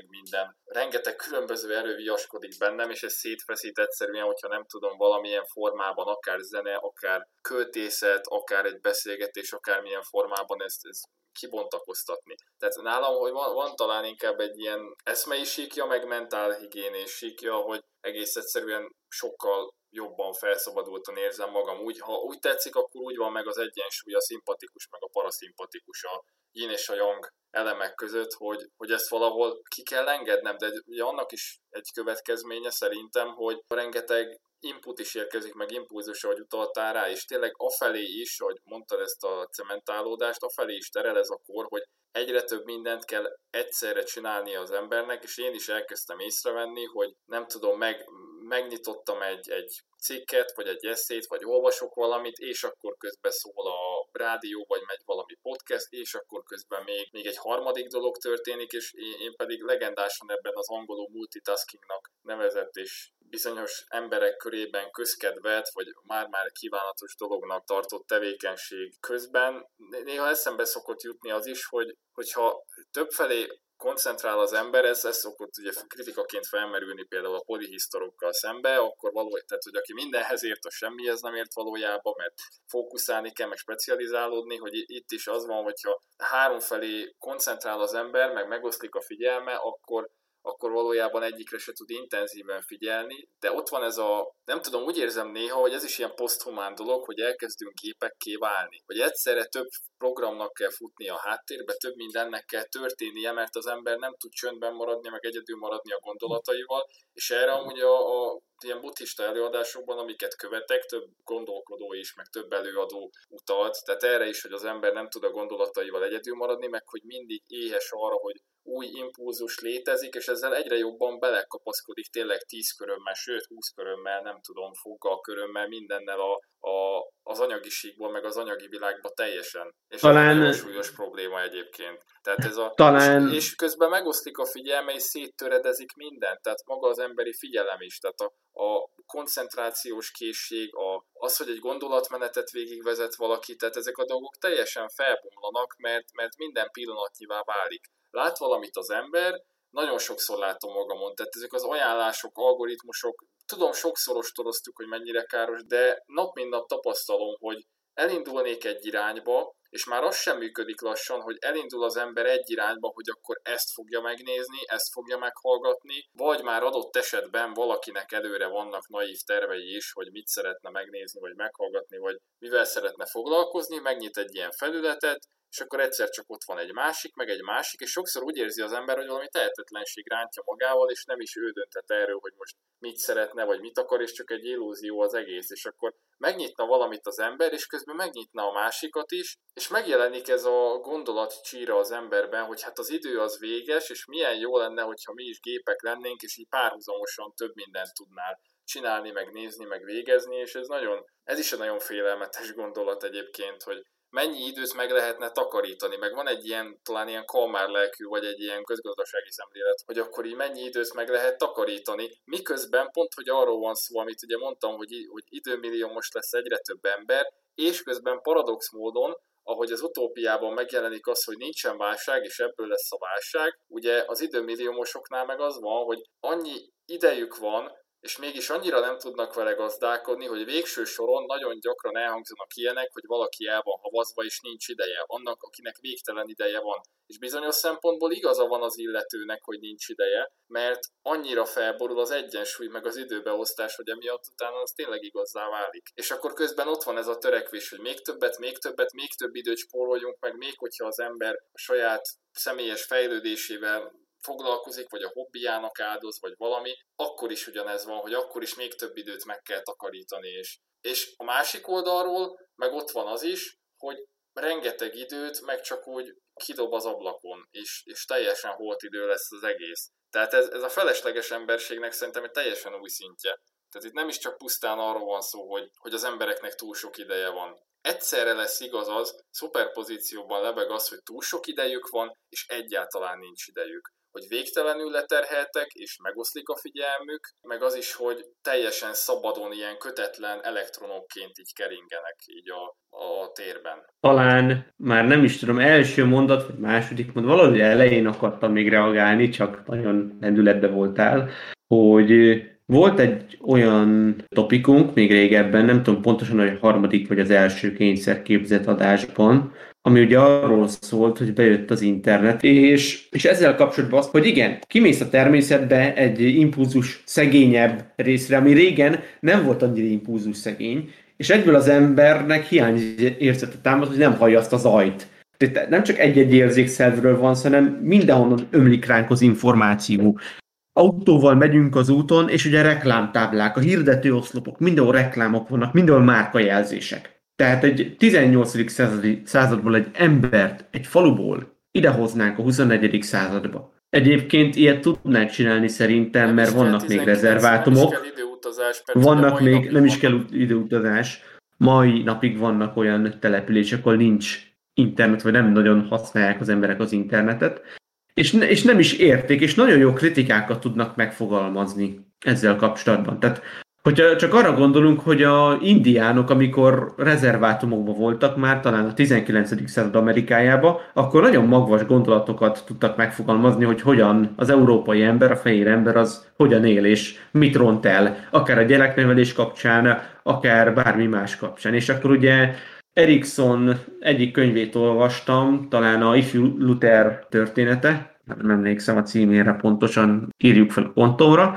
rengeteg különböző erő viaskodik bennem, és ez szétfeszít egyszerűen, hogyha nem tudom, valamilyen formában, akár zene, akár költészet, akár egy beszélgetés, akármilyen formában ezt kibontakoztatni. Tehát nálam, hogy van talán inkább egy ilyen eszmei síkja, meg mentálhigiénés síkja, hogy egész egyszerűen sokkal jobban felszabadultan érzem magam. Ha úgy tetszik, akkor úgy van meg az egyensúly a szimpatikus, meg a paraszimpatikus, a yin és a yang elemek között, hogy ezt valahol ki kell engednem, de ugye annak is egy következménye szerintem, hogy rengeteg input is érkezik, meg impulzus, ahogy utaltál rá, és tényleg afelé is, hogy mondtad ezt a cementálódást, afelé is terel ez a kor, hogy egyre több mindent kell egyszerre csinálnia az embernek, és én is elkezdtem észrevenni, hogy nem tudom, megnyitottam egy cikket, vagy egy esszét, vagy olvasok valamit, és akkor közben szól a rádió, vagy megy valami podcast, és akkor közben még egy harmadik dolog történik, és én pedig legendásan ebben az angolul multitaskingnak nevezett, és bizonyos emberek körében közkedvelt, vagy már-már kívánatos dolognak tartott tevékenység közben. Néha eszembe szokott jutni az is, hogyha többfelé koncentrál az ember, ez szokott ugye kritikaként felmerülni például a polihisztorokkal szembe, akkor tehát hogy aki mindenhez ért, a semmihez nem ért valójában, mert fókuszálni kell, meg specializálódni, hogy itt is az van, hogyha háromfelé koncentrál az ember, meg megoszlik a figyelme, akkor valójában egyikre se tud intenzíven figyelni, de ott van ez nem tudom, úgy érzem néha, hogy ez is ilyen poszthumán dolog, hogy elkezdünk gépekké válni, hogy egyszerre több programnak kell futni a háttérbe, több mindennek kell történnie, mert az ember nem tud csöndben maradni, meg egyedül maradni a gondolataival, és erre amúgy a ilyen buddhista előadásokban, amiket követek, több gondolkodó is, meg több előadó utalt, tehát erre is, hogy az ember nem tud a gondolataival egyedül maradni, meg hogy mindig éhes arra, hogy új impulzus létezik, és ezzel egyre jobban belekapaszkodik tényleg 10 körömmel, sőt 20 körömmel, nem tudom, foggal körömmel, mindennel az anyagiségból, meg az anyagi világba teljesen. És talán... ez nagyon súlyos probléma egyébként. Tehát és közben megoszlik a figyelme, és széttöredezik minden, tehát maga az emberi figyelem is, tehát a koncentrációs készség, az, hogy egy gondolatmenetet végigvezet valaki, tehát ezek a dolgok teljesen felbomlanak, mert minden pillanatnyivá válik. Lát valamit az ember, nagyon sokszor látom magamon, tehát ezek az ajánlások, algoritmusok, tudom, sokszor ostoroztuk, hogy mennyire káros, de nap mint nap tapasztalom, hogy elindulnék egy irányba, és már az sem működik lassan, hogy elindul az ember egy irányba, hogy akkor ezt fogja megnézni, ezt fogja meghallgatni, vagy már adott esetben valakinek előre vannak naív tervei is, hogy mit szeretne megnézni, vagy meghallgatni, vagy mivel szeretne foglalkozni, megnyit egy ilyen felületet, és akkor egyszer csak ott van egy másik, meg egy másik, és sokszor úgy érzi az ember, hogy valami tehetetlenség rántja magával, és nem is ő dönthet erről, hogy most mit szeretne, vagy mit akar, és csak egy illúzió az egész, és akkor megnyitna valamit az ember, és közben megnyitna a másikat is, és megjelenik ez a gondolat csíra az emberben, hogy hát az idő az véges, és milyen jó lenne, hogyha mi is gépek lennénk, és így párhuzamosan több mindent tudnál csinálni, meg nézni, meg végezni, és ez is egy nagyon félelmetes gondolat egyébként, hogy mennyi időt meg lehetne takarítani, meg van egy ilyen, talán ilyen kalmár lelkű, vagy egy ilyen közgazdasági szemlélet, hogy akkor így mennyi időt meg lehet takarítani, miközben pont, hogy arról van szó, amit ugye mondtam, hogy időmilliómos lesz egyre több ember, és közben paradox módon, ahogy az utópiában megjelenik az, hogy nincsen válság, és ebből lesz a válság, ugye az időmilliómosoknál meg az van, hogy annyi idejük van, és mégis annyira nem tudnak vele gazdálkodni, hogy végső soron nagyon gyakran elhangzanak ilyenek, hogy valaki el van havazva, és nincs ideje. Annak, akinek végtelen ideje van. És bizonyos szempontból igaza van az illetőnek, hogy nincs ideje, mert annyira felborul az egyensúly, meg az időbeosztás, hogy emiatt utána az tényleg igazzá válik. És akkor közben ott van ez a törekvés, hogy még többet, még több időt spóroljunk meg, még hogyha az ember a saját személyes fejlődésével foglalkozik, vagy a hobbiának áldoz, vagy valami, akkor is ugyanez van, hogy akkor is még több időt meg kell takarítani. És a másik oldalról meg ott van az is, hogy rengeteg időt meg csak úgy kidob az ablakon, és teljesen holt idő lesz az egész. Tehát ez a felesleges emberségnek szerintem egy teljesen új szintje. Tehát itt nem is csak pusztán arról van szó, hogy az embereknek túl sok ideje van. Egyszerre lesz igaz az, szuperpozícióban lebeg az, hogy túl sok idejük van, és egyáltalán nincs idejük. Hogy végtelenül leterheltek, és megoszlik a figyelmük, meg az is, hogy teljesen szabadon ilyen kötetlen elektronokként így keringenek így a térben. Talán már nem is tudom, első mondat, vagy második mondat, valahogy elején akartam még reagálni, csak nagyon lendületbe voltál, hogy volt egy olyan topikunk még régebben, nem tudom pontosan, hogy a harmadik vagy az első kényszerképzett adásban, ami ugye arról szólt, hogy bejött az internet, és ezzel kapcsolatban az, hogy igen, kimész a természetbe egy impulzus szegényebb részre, ami régen nem volt annyira impulzus szegény, és egyből az embernek hiányérzete támad, hogy nem hallja azt a zajt. Tehát nem csak egy-egy érzékszervről van, hanem mindenhonnan ömlik ránk az információ. Autóval megyünk az úton, és ugye reklámtáblák, a hirdetőoszlopok, mindenhol reklámok vannak, mindenhol márkajelzések. Tehát egy 18. századból egy embert, egy faluból idehoznánk a 21. századba. Egyébként ilyet tudnánk csinálni szerintem, mert vannak még rezervátumok. Vannak még, nem is kell időutazás. Mai napig vannak olyan települések, ahol nincs internet, vagy nem nagyon használják az emberek az internetet. És nem is érték, és nagyon jó kritikákat tudnak megfogalmazni ezzel kapcsolatban. Tehát, hogyha csak arra gondolunk, hogy az indiánok, amikor rezervátumokban voltak már, talán a 19. század Amerikájában, akkor nagyon magvas gondolatokat tudtak megfogalmazni, hogy hogyan az európai ember, a fehér ember az hogyan él, és mit ront el, akár a gyereknevelés kapcsán, akár bármi más kapcsán. És akkor ugye Erikson egyik könyvét olvastam, talán a Ifjú Luther története, nem emlékszem a címére pontosan, írjuk fel a kontomra.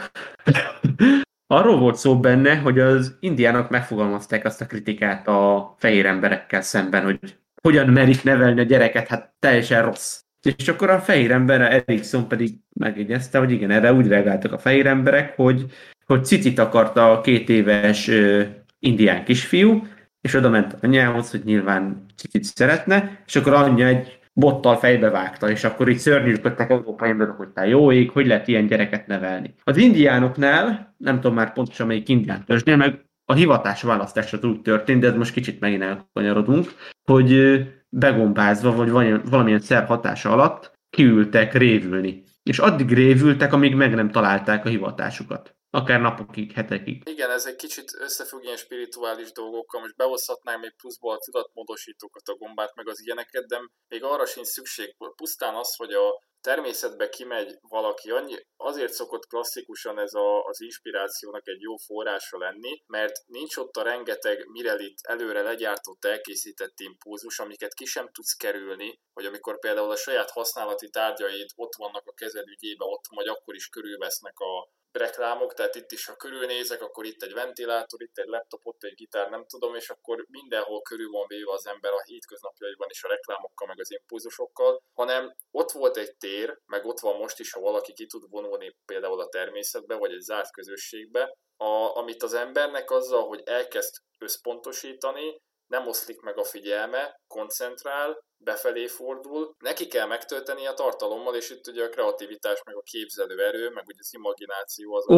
Arról volt szó benne, hogy az indiánok megfogalmazták azt a kritikát a fehér emberekkel szemben, hogy hogyan merik nevelni a gyereket, hát teljesen rossz. És akkor a fehér ember, Erikson pedig megjegyezte, hogy igen, erre úgy reagáltak a fehér emberek, hogy cicit akart a 2 éves indián kisfiú, és oda ment anyjához, hogy nyilván cicit szeretne, és akkor anyja egy bottal fejbe vágta, és akkor így szörnyűködtek európai emberek, hogy te jó ég, hogy lehet ilyen gyereket nevelni. Az indiánoknál, nem tudom már pontosan melyik indián törzsnél, meg a hivatás választásra úgy történt, de ez most kicsit megint elkanyarodunk, hogy begombázva, vagy valamilyen szer hatása alatt kiültek révülni. És addig révültek, amíg meg nem találták a hivatásukat. Akár napokig, hetekig. Igen, ez egy kicsit összefügg ilyen spirituális dolgokkal, most behozhatnánk még pluszból a tudatmódosítókat, a gombát, meg az ilyeneket, de még arra sincs szükség. Pusztán az, hogy a természetbe kimegy valaki, azért szokott klasszikusan ez az inspirációnak egy jó forrása lenni, mert nincs ott a rengeteg mirelit előre legyártott, elkészített impulzus, amiket ki sem tudsz kerülni, vagy amikor például a saját használati tárgyaid ott vannak a kezed ügyébe, ott vagy akkor is körülvesznek a reklámok, tehát itt is, ha körülnézek, akkor itt egy ventilátor, itt egy laptop, ott egy gitár, nem tudom, és akkor mindenhol körül van véve az ember a hétköznapjaiban is a reklámokkal, meg az impulzusokkal, hanem ott volt egy tér, meg ott van most is, ha valaki ki tud vonulni például a természetbe, vagy egy zárt közösségbe, amit az embernek azzal, hogy elkezd összpontosítani, nem oszlik meg a figyelme, koncentrál, befelé fordul, neki kell megtölteni a tartalommal, és itt ugye a kreativitás, meg a képzelőerő, meg ugye az imagináció az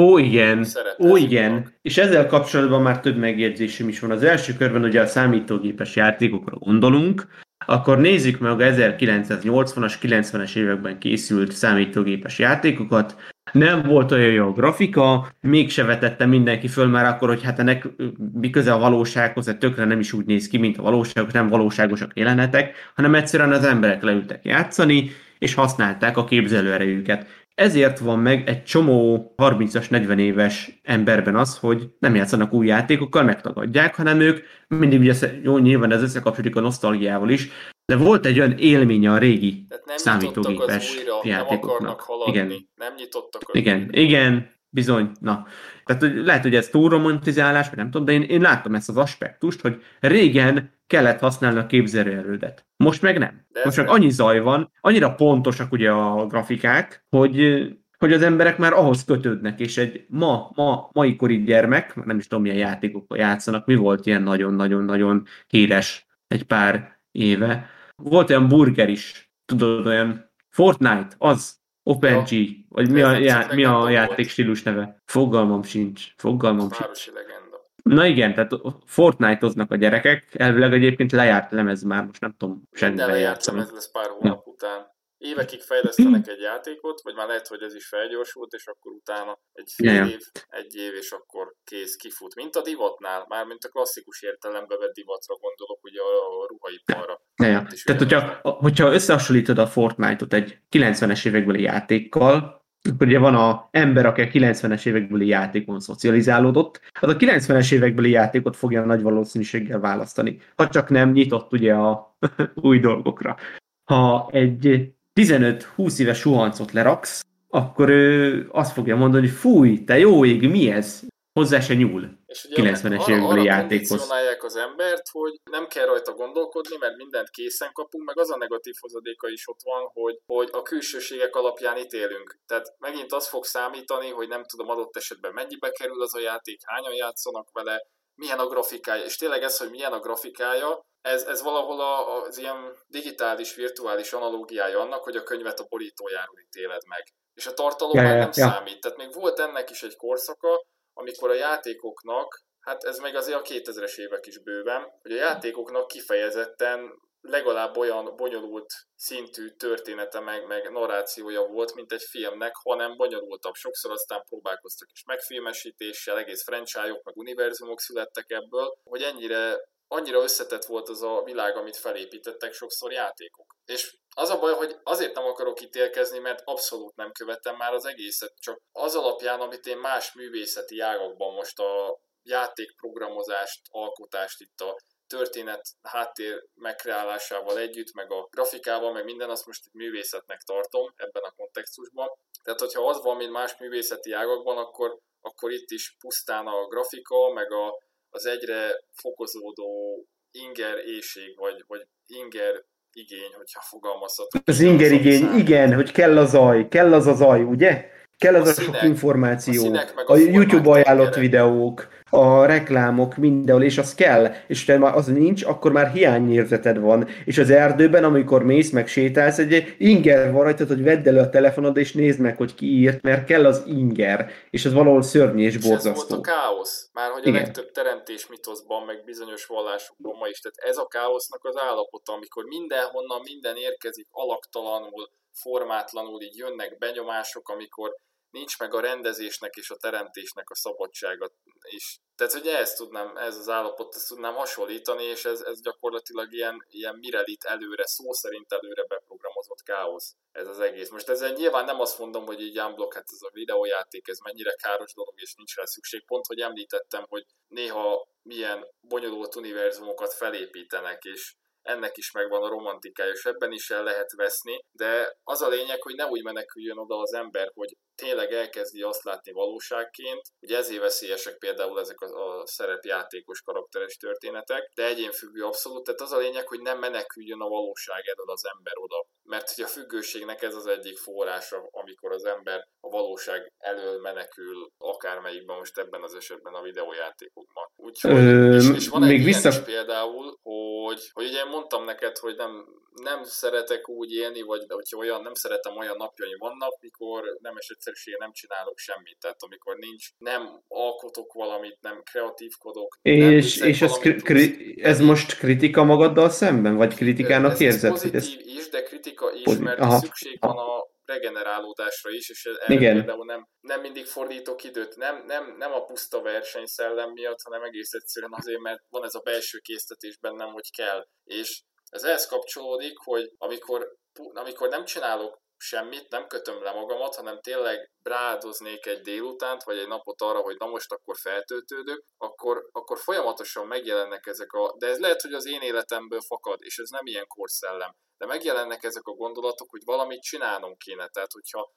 igen. És ezzel kapcsolatban már több megjegyzésem is van. Az első körben ugye a számítógépes játékokra gondolunk, akkor nézzük meg a 1980-as, 90-es években készült számítógépes játékokat. Nem volt olyan jó a grafika, mégse vetette mindenki föl már akkor, hogy hát ennek mi köze a valósághoz, de tökre nem is úgy néz ki, mint a valóságos, nem valóságosak jelenetek, hanem egyszerűen az emberek leültek játszani, és használták a képzelőerejüket. ezért van meg egy csomó 30-as, 40 éves emberben az, hogy nem játszanak új játékokkal, megtagadják, hanem ők mindig ugye, jó, nyilván ez összekapcsolódik a nosztalgiával is, de volt egy olyan élménye a régi Tehát nem nyitottak az számítógépes újra, nem akarnak játékoknak. haladni, Igen, nem nyitottak az igen, újra. igen, bizony, na. Tehát hogy lehet, hogy ez túlromantizálás, vagy nem tudom, de én láttam ezt az aspektust, hogy régen kellett használni a képzelőerődet. Most meg nem. De ez Most meg nem. annyi zaj van, annyira pontosak ugye a grafikák, hogy az emberek már ahhoz kötődnek, és egy mai kori gyermek, nem is tudom milyen játékokkal játszanak, mi volt ilyen nagyon-nagyon-nagyon híres egy pár éve. Volt olyan burger is, tudod, olyan Fortnite, az, OpenG, Ja, vagy ez nem csak mi a legenda játék volt. stílus neve? Fogalmam sincs. Városi legenda. Na igen, tehát Fortnite-oznak a gyerekek, elvileg egyébként lejárt lemez már, most nem tudom, Minden semmivel lejárt lemez játszanak. lesz pár Ja. hónap után. Évekig fejlesztenek egy játékot, vagy már lehet, hogy ez is felgyorsult, és akkor utána egy fél év, egy év, és akkor kész, kifut. Mint a divatnál, már mint a klasszikus értelembe vett divatra gondolok, ugye a ruhaiparra. Ja. Tehát, hogyha összehasonlítod a Fortnite-ot egy 90-es évekbeli játékkal, akkor ugye van a ember, aki a 90-es évekbeli játékon szocializálódott, az a 90-es évekbeli játékot fogja nagy valószínűséggel választani, ha csak nem nyitott ugye a új dolgokra. Ha egy 15-20 éves suhancot leraksz, akkor ő azt fogja mondani, hogy fúj, te jó ég, mi ez? Hozzá se nyúl. És ugye 90-es évekbeli játékhoz. kondicionálják az embert, hogy nem kell rajta gondolkodni, mert mindent készen kapunk, meg az a negatív hozadéka is ott van, hogy a külsőségek alapján ítélünk. Tehát megint az fog számítani, hogy nem tudom adott esetben mennyibe kerül az a játék, hányan játszanak vele, milyen a grafikája, és tényleg ez, hogy milyen a grafikája, ez valahol az ilyen digitális, virtuális analógiája annak, hogy a könyvet a borítójáról ítéled meg. És a tartalom már nem számít. Tehát még volt ennek is egy korszaka, amikor a játékoknak, hát ez még azért a 2000-es évek is bőven, hogy a játékoknak kifejezetten legalább olyan bonyolult szintű története meg narrációja volt, mint egy filmnek, hanem bonyolultabb. Sokszor aztán próbálkoztak is megfilmesítéssel, egész franchise-ok, meg univerzumok születtek ebből, hogy annyira összetett volt az a világ, amit felépítettek sokszor játékok. És az a baj, hogy azért nem akarok ítélkezni, mert abszolút nem követem már az egészet, csak az alapján, amit én más művészeti ágakban most a játékprogramozást, alkotást itt a történet háttér megkreálásával együtt, meg a grafikával, meg minden, azt most művészetnek tartom ebben a kontextusban. Tehát, hogyha az van, mint más művészeti ágakban, akkor itt is pusztán a grafika, meg az egyre fokozódó inger-éjség, vagy inger igény, hogyha fogalmazhatok. Az inger igény, igen, hogy kell az a zaj, ugye? Kell az a sok információ, a YouTube ajánlott videók, a reklámok mindenhol, és az kell. És ha már az nincs, akkor már hiányérzeted van. És az erdőben, amikor mész, meg sétálsz, egy inger van rajtad, hogy vedd elő a telefonod, és nézd meg, hogy ki írt, mert kell az inger. És az valahol szörnyű és borzasztó. És ez volt a káosz. Már hogy a legtöbb teremtés mitoszban, meg bizonyos vallásokban ma is. Tehát ez a káosznak az állapota, amikor mindenhonnan minden érkezik alaktalanul, formátlanul, így jönnek benyomások, amikor nincs meg a rendezésnek és a teremtésnek a szabadsága is. Tehát, hogy ez az állapot, ezt tudnám hasonlítani, és ez gyakorlatilag ilyen Mirelit előre, szó szerint előre beprogramozott káosz, ez az egész. Most ezzel nyilván nem azt mondom, hogy így unblock, hát ez a videójáték, ez mennyire káros dolog, és nincs rá szükség. Pont, hogy említettem, hogy néha milyen bonyolult univerzumokat felépítenek, és ennek is megvan a romantikája, és ebben is el lehet veszni, de az a lényeg, hogy ne úgy meneküljön oda az ember, hogy tényleg elkezdi azt látni valóságként, ugye ezért veszélyesek például ezek a szerepjátékos karakteres történetek, de egyénfüggő abszolút, tehát az a lényeg, hogy nem meneküljön a valóság elől az ember oda. Mert hogy a függőségnek ez az egyik forrása, amikor az ember a valóság elől menekül, akármelyikben, most ebben az esetben a videójátékokban. Úgyhogy, és van egy ilyen is például, hogy ugye én mondtam neked, hogy nem szeretek úgy élni, vagy hogyha nem szeretem olyan napjaim vannak, mikor nemes egyszerűséggel nem csinálok semmit. Tehát amikor nem alkotok valamit, nem kreatívkodok. És ez most kritika magaddal szemben? Vagy kritikának érzed? Ez pozitív is, de kritika is, mert szükség van a regenerálódásra is, és erre például nem mindig fordítok időt, nem a puszta versenyszellem miatt, hanem egész egyszerűen azért, mert van ez a belső késztetés bennem, hogy kell. És ez ehhez kapcsolódik, hogy amikor nem csinálok semmit, nem kötöm le magamat, hanem tényleg rááldoznék egy délutánt, vagy egy napot arra, hogy na most akkor feltöltődök, akkor folyamatosan megjelennek ezek de ez lehet, hogy az én életemből fakad, és ez nem ilyen korszellem, de megjelennek ezek a gondolatok, hogy valamit csinálnom kéne. Tehát,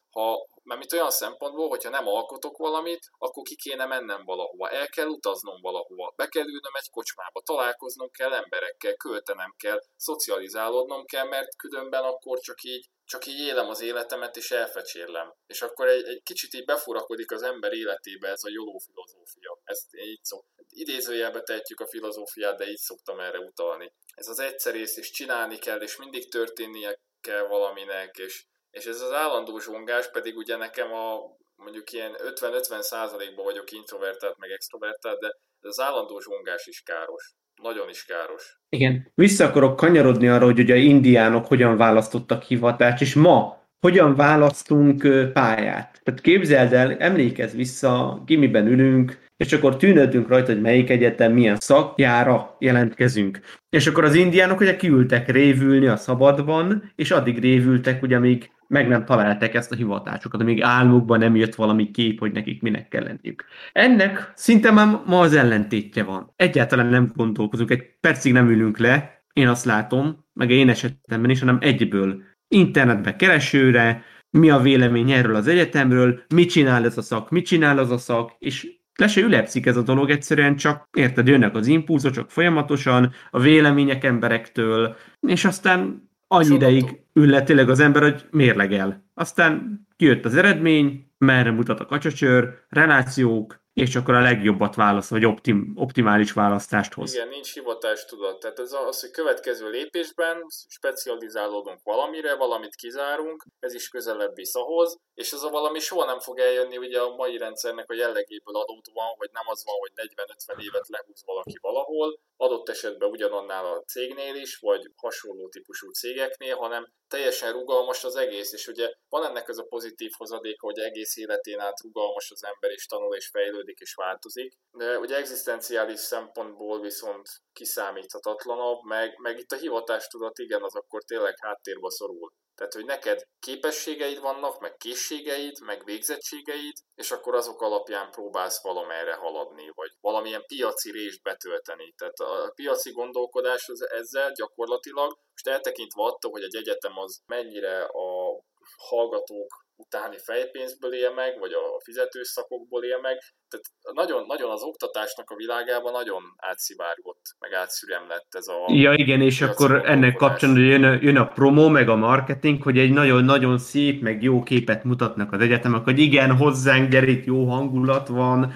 mert olyan szempontból, hogyha nem alkotok valamit, akkor ki kéne mennem valahova, el kell utaznom valahova, be kell ülnöm egy kocsmába, találkoznom kell emberekkel, költenem kell, szocializálódnom kell, mert különben akkor csak így élem az életemet, és elfecsérlem. És akkor egy kicsit így befurakodik az ember életébe ez a YOLO filozófia. Ezt így idézőjelbe tehetjük a filozófiát, de így szoktam erre utalni. Ez az egyszerész, és csinálni kell, és mindig történnie kell valaminek, és ez az állandó zsongás, pedig ugye nekem mondjuk ilyen 50-50%-ban vagyok introvertált, meg extrovertált, de ez az állandó zsongás is káros. Nagyon is káros. Igen. Vissza akarok kanyarodni arra, hogy ugye indiánok hogyan választottak hivatást, és ma hogyan választunk pályát. Tehát képzeld el, emlékezz vissza, gimiben ülünk, és akkor tűnődünk rajta, hogy melyik egyetem milyen szakjára jelentkezünk. És akkor az indiánok ugye kiültek révülni a szabadban, és addig révültek, ugye még meg nem találták ezt a hivatásokat, amíg álmukban nem jött valami kép, hogy nekik minek kell lenniük. Ennek szinte már ma az ellentétje van. Egyáltalán nem gondolkozunk, egy percig nem ülünk le, én azt látom, meg én esetemben is, hanem egyből internetbe keresőre, mi a vélemény erről az egyetemről, mit csinál ez a szak, mit csinál az a szak, és le se ülepszik ez a dolog, egyszerűen csak, érted, jönnek az impulzusok folyamatosan, a vélemények emberektől, és aztán annyi ideig ül le tényleg az ember, hogy mérlegel. Aztán kijött az eredmény, merre mutat a kacsacsőr, relációk, és akkor a legjobbat választ, vagy optimális választást hoz. Igen, nincs hivatástudat. Tehát ez az, hogy következő lépésben specializálódunk valamire, valamit kizárunk, ez is közelebb visz ahhoz, és ez a valami soha nem fog eljönni ugye a mai rendszernek a jellegéből adódóan, hogy nem az van, hogy 40-50 évet lehúz valaki valahol, adott esetben ugyanannál a cégnél is, vagy hasonló típusú cégeknél, hanem teljesen rugalmas az egész, és ugye van ennek ez a pozitív hozadéka, hogy egész életén át rugalmas az ember, és tanul, és fejlődik, és változik. De ugye egzisztenciális szempontból viszont kiszámíthatatlanabb, meg itt a hivatástudat, igen, az akkor tényleg háttérbe szorul. Tehát, hogy neked képességeid vannak, meg készségeid, meg végzettségeid, és akkor azok alapján próbálsz valamerre haladni, vagy valamilyen piaci rést betölteni. Tehát a piaci gondolkodás az ezzel gyakorlatilag, most eltekintve attól, hogy egy egyetem az mennyire a hallgatók utáni fejpénzből él meg, vagy a fizetős szakokból él meg. Tehát nagyon az oktatásnak a világában nagyon átszivárgott, meg átszüremlett ez a... Ja igen, és akkor ennek kapcsán hogy jön a promo, meg a marketing, hogy egy nagyon-nagyon szép, meg jó képet mutatnak az egyetemek, hogy igen, hozzánk gyere, itt jó hangulat van,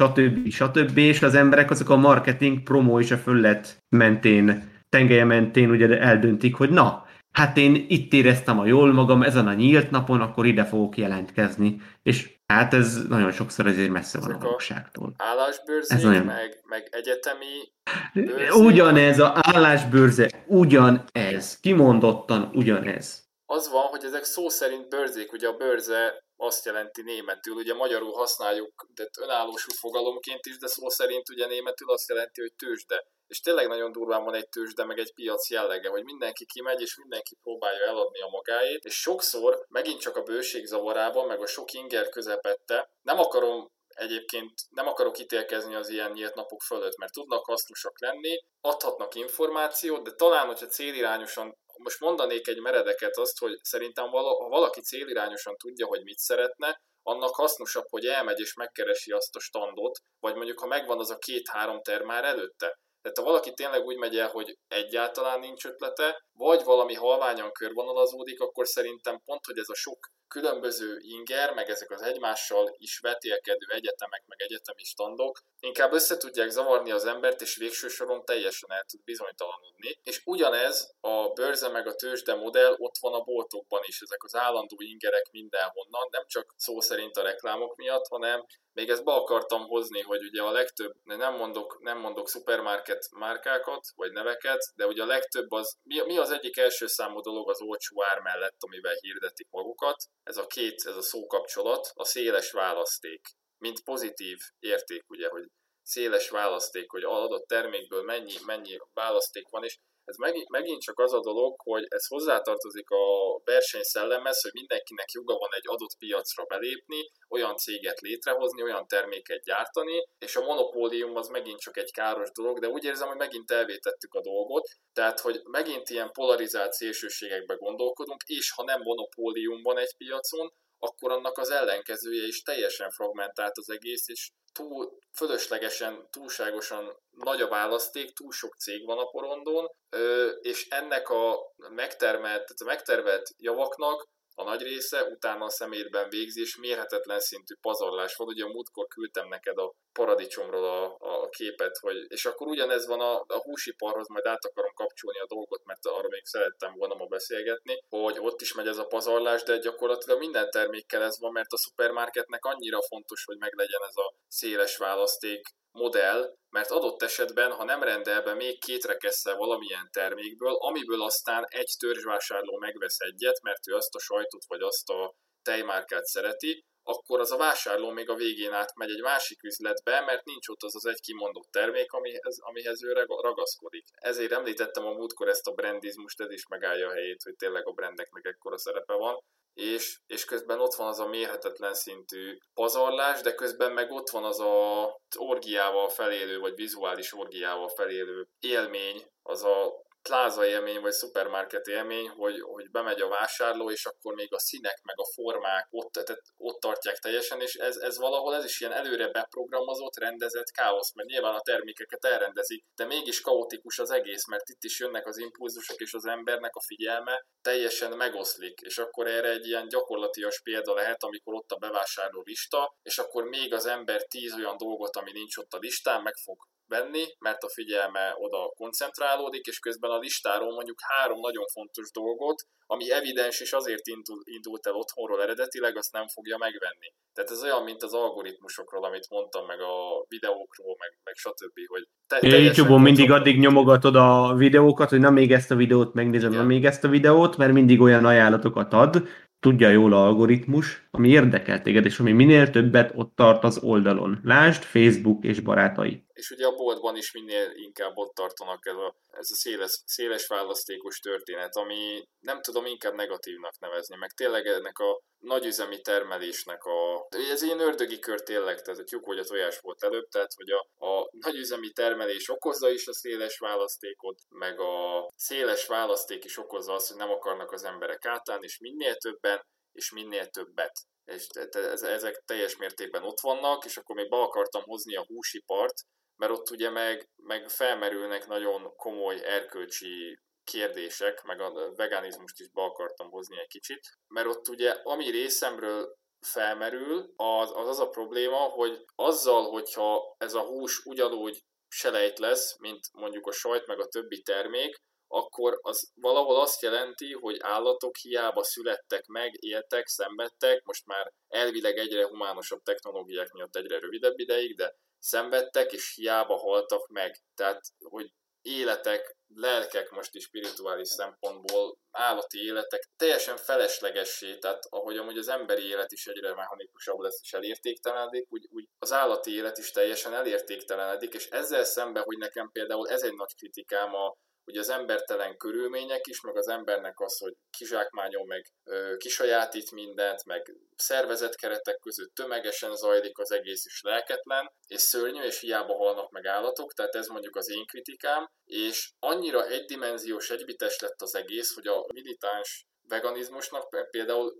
stb. És az emberek azok a marketing, promo és a föllet mentén, tengelye mentén ugye eldöntik, hogy na, hát én itt éreztem a jól magam, ezen a nyílt napon, akkor ide fogok jelentkezni. És hát ez nagyon sokszor ezért messze van a valóságtól. Állásbőrzék, meg egyetemi bőrzék. Ugyanez a állásbőrze, ugyanez, kimondottan ugyanez. Az van, hogy ezek szó szerint bőrzék, ugye a bőrze azt jelenti németül, ugye magyarul használjuk, de önállósú fogalomként is, de szó szerint ugye németül azt jelenti, hogy tőzsde. És tényleg nagyon durván van egy tőzsde, meg egy piac jellege, hogy mindenki kimegy, és mindenki próbálja eladni a magáét, és sokszor megint csak a bőség zavarában, meg a sok inger közepette, nem akarok ítélkezni az ilyen nyílt napok fölött, mert tudnak hasznosak lenni, adhatnak információt, de talán, hogyha célirányosan, most mondanék egy meredeket azt, hogy szerintem ha valaki célirányosan tudja, hogy mit szeretne, annak hasznosabb, hogy elmegy és megkeresi azt a standot, vagy mondjuk ha megvan az a 2-3 termár előtte. Tehát ha valaki tényleg úgy megy el, hogy egyáltalán nincs ötlete, vagy valami halványan körvonalazódik, akkor szerintem pont, hogy ez a sok különböző inger, meg ezek az egymással is vetélkedő egyetemek, meg egyetemi standok inkább össze tudják zavarni az embert, és végső soron teljesen el tud bizonytalanodni. És ugyanez a bőrze meg a tőzsde modell ott van a boltokban is, ezek az állandó ingerek mindenhonnan, nem csak szó szerint a reklámok miatt, hanem még ezt be akartam hozni, hogy ugye a legtöbb, nem mondok szupermarket márkákat, vagy neveket, de ugye a legtöbb az, mi az egyik első számú dolog az olcsó ár mellett, amivel hirdetik magukat, ez a szókapcsolat, a széles választék, mint pozitív érték, ugye, hogy széles választék, hogy adott termékből mennyi választék van, és ez megint csak az a dolog, hogy ez hozzátartozik a versenyszellemhez, hogy mindenkinek joga van egy adott piacra belépni, olyan céget létrehozni, olyan terméket gyártani, és a monopólium az megint csak egy káros dolog, de úgy érzem, hogy megint elvétettük a dolgot, tehát, hogy megint ilyen polarizált szélsőségekbe gondolkodunk, és ha nem monopólium van egy piacon, akkor annak az ellenkezője is teljesen fragmentált az egész, és fölöslegesen, túlságosan nagy a választék, túl sok cég van a porondon, és ennek a megtervelt javaknak a nagy része utána a szemétben végzés, mérhetetlen szintű pazarlás van. Ugye a múltkor küldtem neked a paradicsomról a képet, és akkor ugyanez van a húsiparhoz, majd át akarom kapcsolni a dolgot, mert arra még szerettem volna ma beszélgetni, hogy ott is megy ez a pazarlás, de gyakorlatilag minden termékkel ez van, mert a szupermarketnek annyira fontos, hogy meglegyen ez a széles választék modell, mert adott esetben, ha nem rendel be még 2 rekesszel valamilyen termékből, amiből aztán egy törzsvásárló megvesz egyet, mert ő azt a sajtot vagy azt a tejmárkát szereti, akkor az a vásárló még a végén átmegy egy másik üzletbe, mert nincs ott az egy kimondott termék, amihez ő ragaszkodik. Ezért említettem a múltkor ezt a brandizmust, ez is megállja a helyét, hogy tényleg a brandeknek ekkora szerepe van. És közben ott van az a mérhetetlen szintű pazarlás, de közben meg ott van az orgiával felélő, vagy vizuális orgiával felélő élmény, az a pláza élmény, vagy szupermarket élmény, hogy bemegy a vásárló, és akkor még a színek, meg a formák ott tartják teljesen, és ez valahol ez is ilyen előre beprogramozott, rendezett káosz, mert nyilván a termékeket elrendezik, de mégis kaotikus az egész, mert itt is jönnek az impulzusok, és az embernek a figyelme teljesen megoszlik, és akkor erre egy ilyen gyakorlatias példa lehet, amikor ott a bevásárló lista, és akkor még az ember 10 olyan dolgot, ami nincs ott a listán, meg fog venni, mert a figyelme oda koncentrálódik, és közben a listáról mondjuk 3 nagyon fontos dolgot, ami evidens és azért indult el otthonról eredetileg, azt nem fogja megvenni. Tehát ez olyan, mint az algoritmusokról, amit mondtam, meg a videókról, meg stb. Hogy YouTube-on mindig addig nyomogatod a videókat, hogy na még ezt a videót megnézem, na még ezt a videót, mert mindig olyan ajánlatokat ad, tudja jól az algoritmus, ami érdekel téged, és ami minél többet ott tart az oldalon. Lásd, Facebook és barátai. És ugye a boltban is minél inkább ott tartanak ez a széles választékos történet, ami nem tudom inkább negatívnak nevezni, meg tényleg ennek a nagyüzemi termelésnek ez ilyen ördögi kör tényleg, tehát a tyúk vagy a tojás volt előbb, tehát hogy a nagyüzemi termelés okozza is a széles választékot, meg a széles választék is okozza azt, hogy nem akarnak az emberek átállni, és minél többen, és minél többet. És ezek teljes mértékben ott vannak, és akkor még be akartam hozni a húsipart, mert ott ugye meg felmerülnek nagyon komoly erkölcsi kérdések, meg a veganizmust is be akartam hozni egy kicsit, mert ott ugye ami részemről felmerül, az a probléma, hogy azzal, hogyha ez a hús ugyanúgy selejt lesz, mint mondjuk a sajt meg a többi termék, akkor az valahol azt jelenti, hogy állatok hiába születtek meg, éltek, szenvedtek, most már elvileg egyre humánosabb technológiák miatt egyre rövidebb ideig, de szenvedtek és hiába haltak meg. Tehát, hogy életek, lelkek most is spirituális szempontból, állati életek teljesen feleslegessé, tehát ahogy amúgy az emberi élet is egyre mechanikusabb lesz és elértéktelenedik, úgy az állati élet is teljesen elértéktelenedik, és ezzel szemben, hogy nekem például ez egy nagy kritikám ugye az embertelen körülmények is, meg az embernek az, hogy kizsákmányol, meg kisajátít mindent, meg szervezett keretek között tömegesen zajlik az egész, is lelketlen, és szörnyű, és hiába halnak meg állatok, tehát ez mondjuk az én kritikám, és annyira egydimenziós, egybites lett az egész, hogy a militáns veganizmusnak például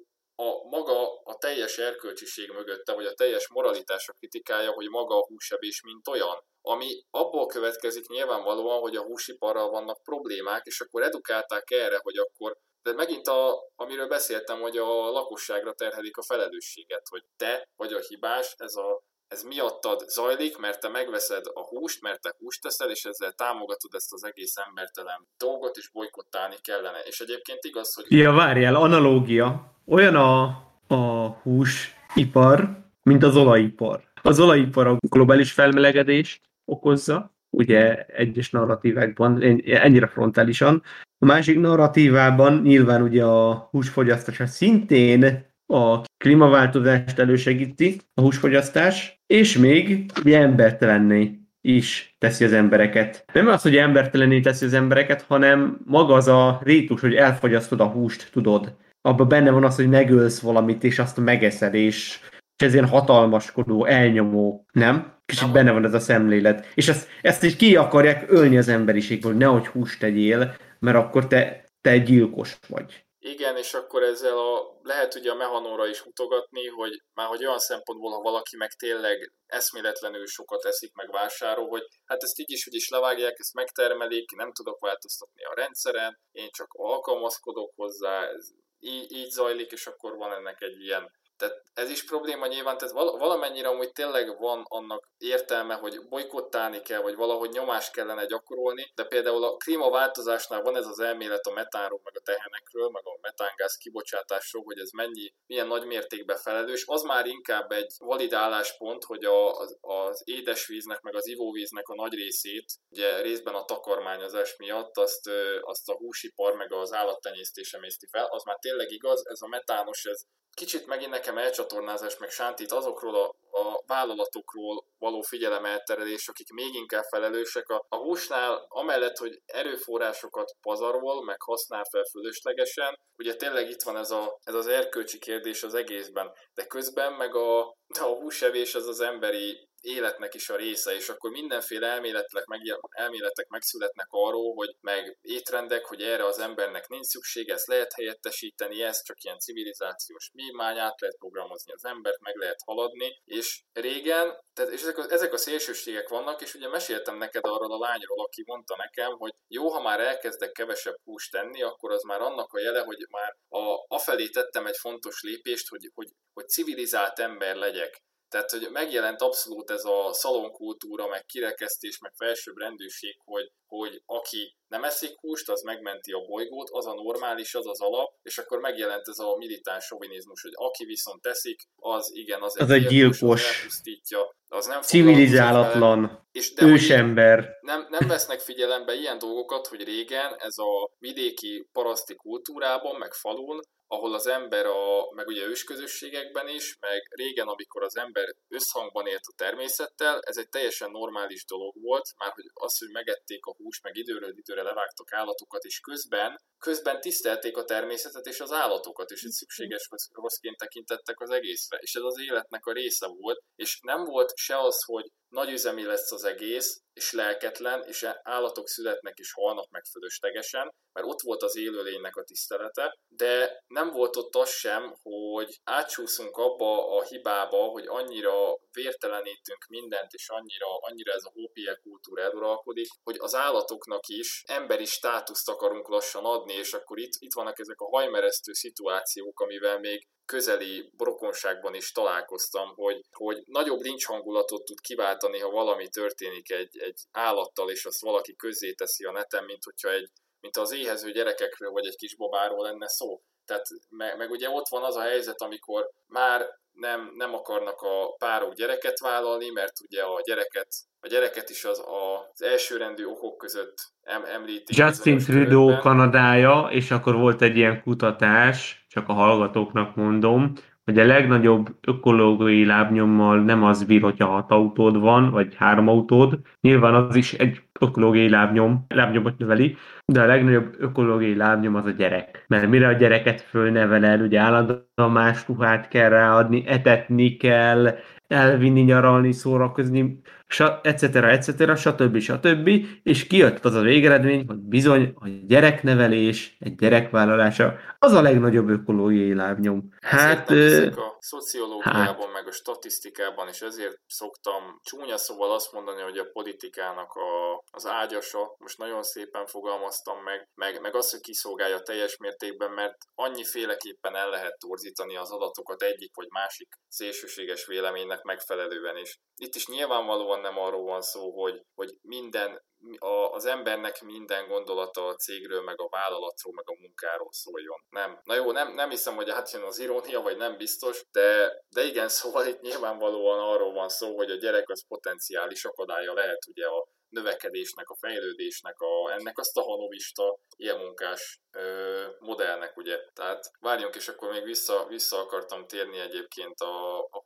a teljes erkölcsiség mögötte, vagy a teljes moralitás a kritikája, hogy maga a húsevés mint olyan, ami abból következik nyilvánvalóan, hogy a húsiparral vannak problémák, és akkor edukálták erre, hogy akkor, de megint amiről beszéltem, hogy a lakosságra terhelik a felelősséget, hogy te vagy a hibás, ez miattad zajlik, mert te megveszed a húst, mert te húst teszel, és ezzel támogatod ezt az egész embertelen dolgot, és bolykottálni kellene. És egyébként igaz, hogy... Ja, várjál, analógia. Olyan a húsipar, mint az olajipar. Az olajipar a globális felmelegedést okozza, ugye egyes narratívákban, ennyire frontálisan. A másik narratívában nyilván ugye a húsfogyasztás szintén a klímaváltozást elősegíti, a húsfogyasztás, és még ugye embertelenné is teszi az embereket. Nem az, hogy embertelenné teszi az embereket, hanem maga az a rítus, hogy elfogyasztod a húst, tudod. Abban benne van az, hogy megölsz valamit, és azt megeszed, és ez ilyen hatalmaskodó, elnyomó, nem? Kicsit benne van ez a szemlélet. És ezt is ki akarják ölni az emberiségből, hogy nehogy húst tegyél, mert akkor te gyilkos vagy. Igen, és akkor ezzel lehet ugye a Mehanóra is mutogatni, hogy már hogy olyan szempontból, ha valaki meg tényleg eszméletlenül sokat eszik, meg vásárol, hogy hát ezt így is levágják, ezt megtermelik, nem tudok változtatni a rendszeren, én csak alkalmazkodok hozzá, ez így zajlik, és akkor van ennek egy ilyen. Tehát ez is probléma nyilván, tehát valamennyire amúgy tényleg van annak értelme, hogy bolykottálni kell, vagy valahogy nyomást kellene gyakorolni, de például a klímaváltozásnál van ez az elmélet a metánról, meg a tehenekről, meg a metángáz kibocsátásról, hogy ez milyen nagy mértékben felelős, az már inkább egy valid álláspont, hogy az édesvíznek, meg az ivóvíznek a nagy részét, ugye részben a takarmányozás miatt azt a húsipar, meg az állattenyésztés emészti fel, az már tényleg igaz, ez a metános, ez kicsit megint nekem elcsatornázás meg sántít azokról a vállalatokról való figyelemelterelés, akik még inkább felelősek. A húsnál amellett, hogy erőforrásokat pazarol, meg használ fel fölöslegesen, ugye tényleg itt van ez az erkölcsi kérdés az egészben, de közben meg a húsevés az emberi életnek is a része, és akkor mindenféle elméletek megszületnek arról, hogy meg étrendek, hogy erre az embernek nincs szüksége, ezt lehet helyettesíteni, ez csak ilyen civilizációs vívmány, át lehet programozni az embert, meg lehet haladni, és régen, és ezek a szélsőségek vannak, és ugye meséltem neked arról a lányról, aki mondta nekem, hogy jó, ha már elkezdek kevesebb húst tenni, akkor az már annak a jele, hogy már afelé tettem egy fontos lépést, hogy civilizált ember legyek. Tehát, hogy megjelent abszolút ez a szalonkultúra, meg kirekesztés, meg felsőbb rendőrség, hogy aki nem eszik húst, az megmenti a bolygót, az a normális, az az alap, és akkor megjelent ez a militáns sovinizmus, hogy aki viszont teszik, az igen, az egy gyilkos, az elpusztítja, az nem civilizálatlan, ősember. Nem vesznek figyelembe ilyen dolgokat, hogy régen ez a vidéki paraszti kultúrában, meg falun, ahol az ember meg ugye ősközösségekben is, meg régen, amikor az ember összhangban élt a természettel, ez egy teljesen normális dolog volt, már hogy az, hogy megették a húst, meg időről időre levágtak állatokat, és közben tisztelték a természetet és az állatokat, és egy szükséges rosszként tekintettek az egészre. És ez az életnek a része volt, és nem volt se az, hogy nagyüzemi lesz az egész, és lelketlen, és állatok születnek és halnak meg fölöslegesen, mert ott volt az élőlénynek a tisztelete, de nem volt ott az sem, hogy átsúszunk abba a hibába, hogy annyira vértelenítünk mindent, és annyira ez a hópie kultúra eluralkodik, hogy az állatoknak is emberi státuszt akarunk lassan adni, és akkor itt vannak ezek a hajmeresztő szituációk, amivel még közeli rokonságban is találkoztam, hogy nagyobb lincs hangulatot tud kiváltani, ha valami történik egy állattal, és azt valaki közzéteszi a neten, mint az éhező gyerekekről, vagy egy kis babáról lenne szó. Tehát meg ugye ott van az a helyzet, amikor már nem akarnak a párok gyereket vállalni, mert ugye a gyereket is az elsőrendű okok között említik. Justin Trudeau Kanadája, és akkor volt egy ilyen kutatás, csak a hallgatóknak mondom, hogy a legnagyobb ökológiai lábnyommal nem az bír, hogyha 6 autód van, vagy 3 autód. Nyilván az is egy ökológiai lábnyomot növeli, de a legnagyobb ökológiai lábnyom az a gyerek. Mert mire a gyereket fölneveled, ugye állandóan más ruhát kell ráadni, etetni kell, elvinni nyaralni, szórakozni, etc., stb. És kijött az a végeredmény, hogy bizony a gyereknevelés, egy gyerekvállalása, az a legnagyobb ökológiai lábnyom. Hát a szociológiában, meg a statisztikában, és ezért szoktam csúnya szóval azt mondani, hogy a politikának az ágyasa, most nagyon szépen fogalmaztam meg az, hogy kiszolgálja teljes mértékben, mert annyiféleképpen el lehet torzítani az adatokat egyik vagy másik szélsőséges véleménynek megfelelően is. Itt is nyilvánvalóan nem arról van szó, hogy az embernek minden gondolata a cégről, meg a vállalatról, meg a munkáról szóljon. Nem. Na jó, nem hiszem, hogy átjön az irónia, vagy nem biztos, de igen, szóval itt nyilvánvalóan arról van szó, hogy a gyerek az potenciális akadálya lehet ugye a növekedésnek, a fejlődésnek, ennek a stahanovista élmunkás modellnek, ugye. Tehát várjunk, és akkor még vissza akartam térni egyébként a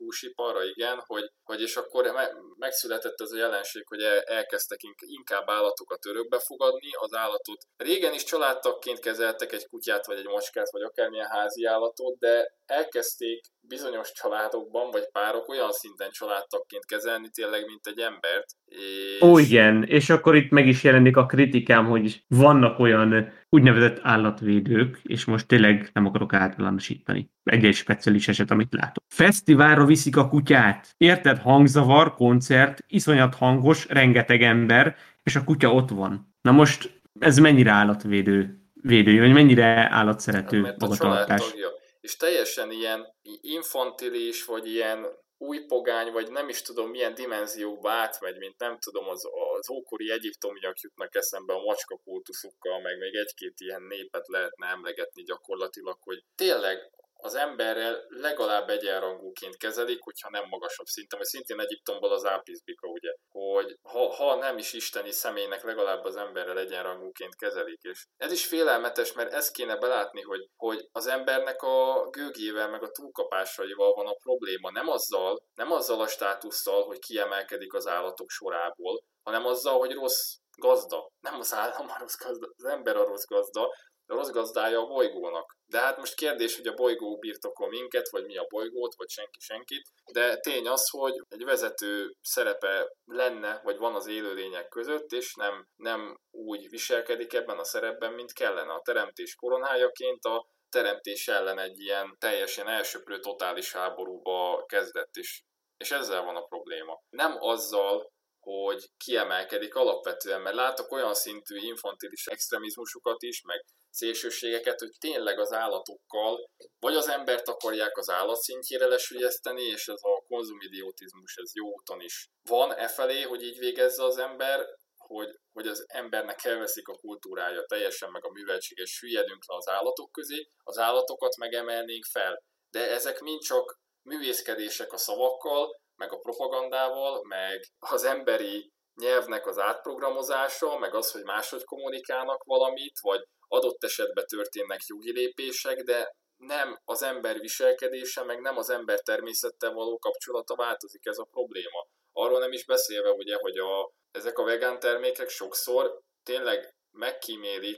húsiparra, igen, hogy és akkor megszületett ez a jelenség, hogy elkezdtek inkább állatokat örökbe fogadni, az állatot. Régen is családtagként kezeltek egy kutyát, vagy egy macskát, vagy akármilyen házi állatot, de elkezdték bizonyos családokban, vagy párok olyan szinten családtagként kezelni tényleg, mint egy embert. Ó, igen, és akkor itt meg is jelenik a kritikám, hogy vannak olyan úgynevezett állatvédők, és most tényleg nem akarok általánosítani. Egy speciális eset, amit látok. Fesztiválra viszik a kutyát. Érted? Hangzavar, koncert, iszonyat hangos, rengeteg ember, és a kutya ott van. Na most ez mennyire állatvédő, vagy mennyire állatszerető mert a magatartás? És teljesen ilyen infantilis, vagy ilyen új pogány, vagy nem is tudom milyen dimenzióba átmegy, mint nem tudom, az ókori egyiptomiak jutnak eszembe a macskakultuszukkal, meg még egy-két ilyen népet lehetne emlegetni gyakorlatilag, hogy tényleg az emberrel legalább egyenrangúként kezelik, hogyha nem magasabb szinten, vagy szintén Egyiptomból az ápiszbika, ugye, hogy ha nem is isteni személynek, legalább az emberrel egyenrangúként kezelik. És ez is félelmetes, mert ezt kéne belátni, hogy az embernek a gőgével, meg a túlkapásaival van a probléma. Nem azzal a státusszal, hogy kiemelkedik az állatok sorából, hanem azzal, hogy rossz gazda. Nem az állam a rossz gazda, az ember a rossz gazda, a rossz gazdája a bolygónak. De hát most kérdés, hogy a bolygó birtokol minket, vagy mi a bolygót, vagy senki senkit, de tény az, hogy egy vezető szerepe lenne, vagy van az élőlények között, és nem úgy viselkedik ebben a szerepben, mint kellene. A teremtés koronájaként a teremtés ellen egy ilyen teljesen elsöprő totális háborúba kezdett, és ezzel van a probléma. Nem azzal, hogy kiemelkedik alapvetően, mert látok olyan szintű infantilis extremizmusokat is, meg szélsőségeket, hogy tényleg az állatokkal, vagy az embert akarják az állat szintjére lesülyezteni, és ez a konzumidiotizmus, ez jó úton is van felé, hogy így végezze az ember, hogy az embernek elveszik a kultúrája teljesen, meg a műveltség, és süllyedünk le az állatok közé, az állatokat megemelnénk fel. De ezek mind csak művészkedések a szavakkal, meg a propagandával, meg az emberi nyelvnek az átprogramozása, meg az, hogy máshogy kommunikálnak valamit, vagy adott esetben történnek jogi lépések, de nem az ember viselkedése, meg nem az ember természettel való kapcsolata változik, ez a probléma. Arról nem is beszélve, ugye, hogy ezek a vegán termékek sokszor tényleg megkímélik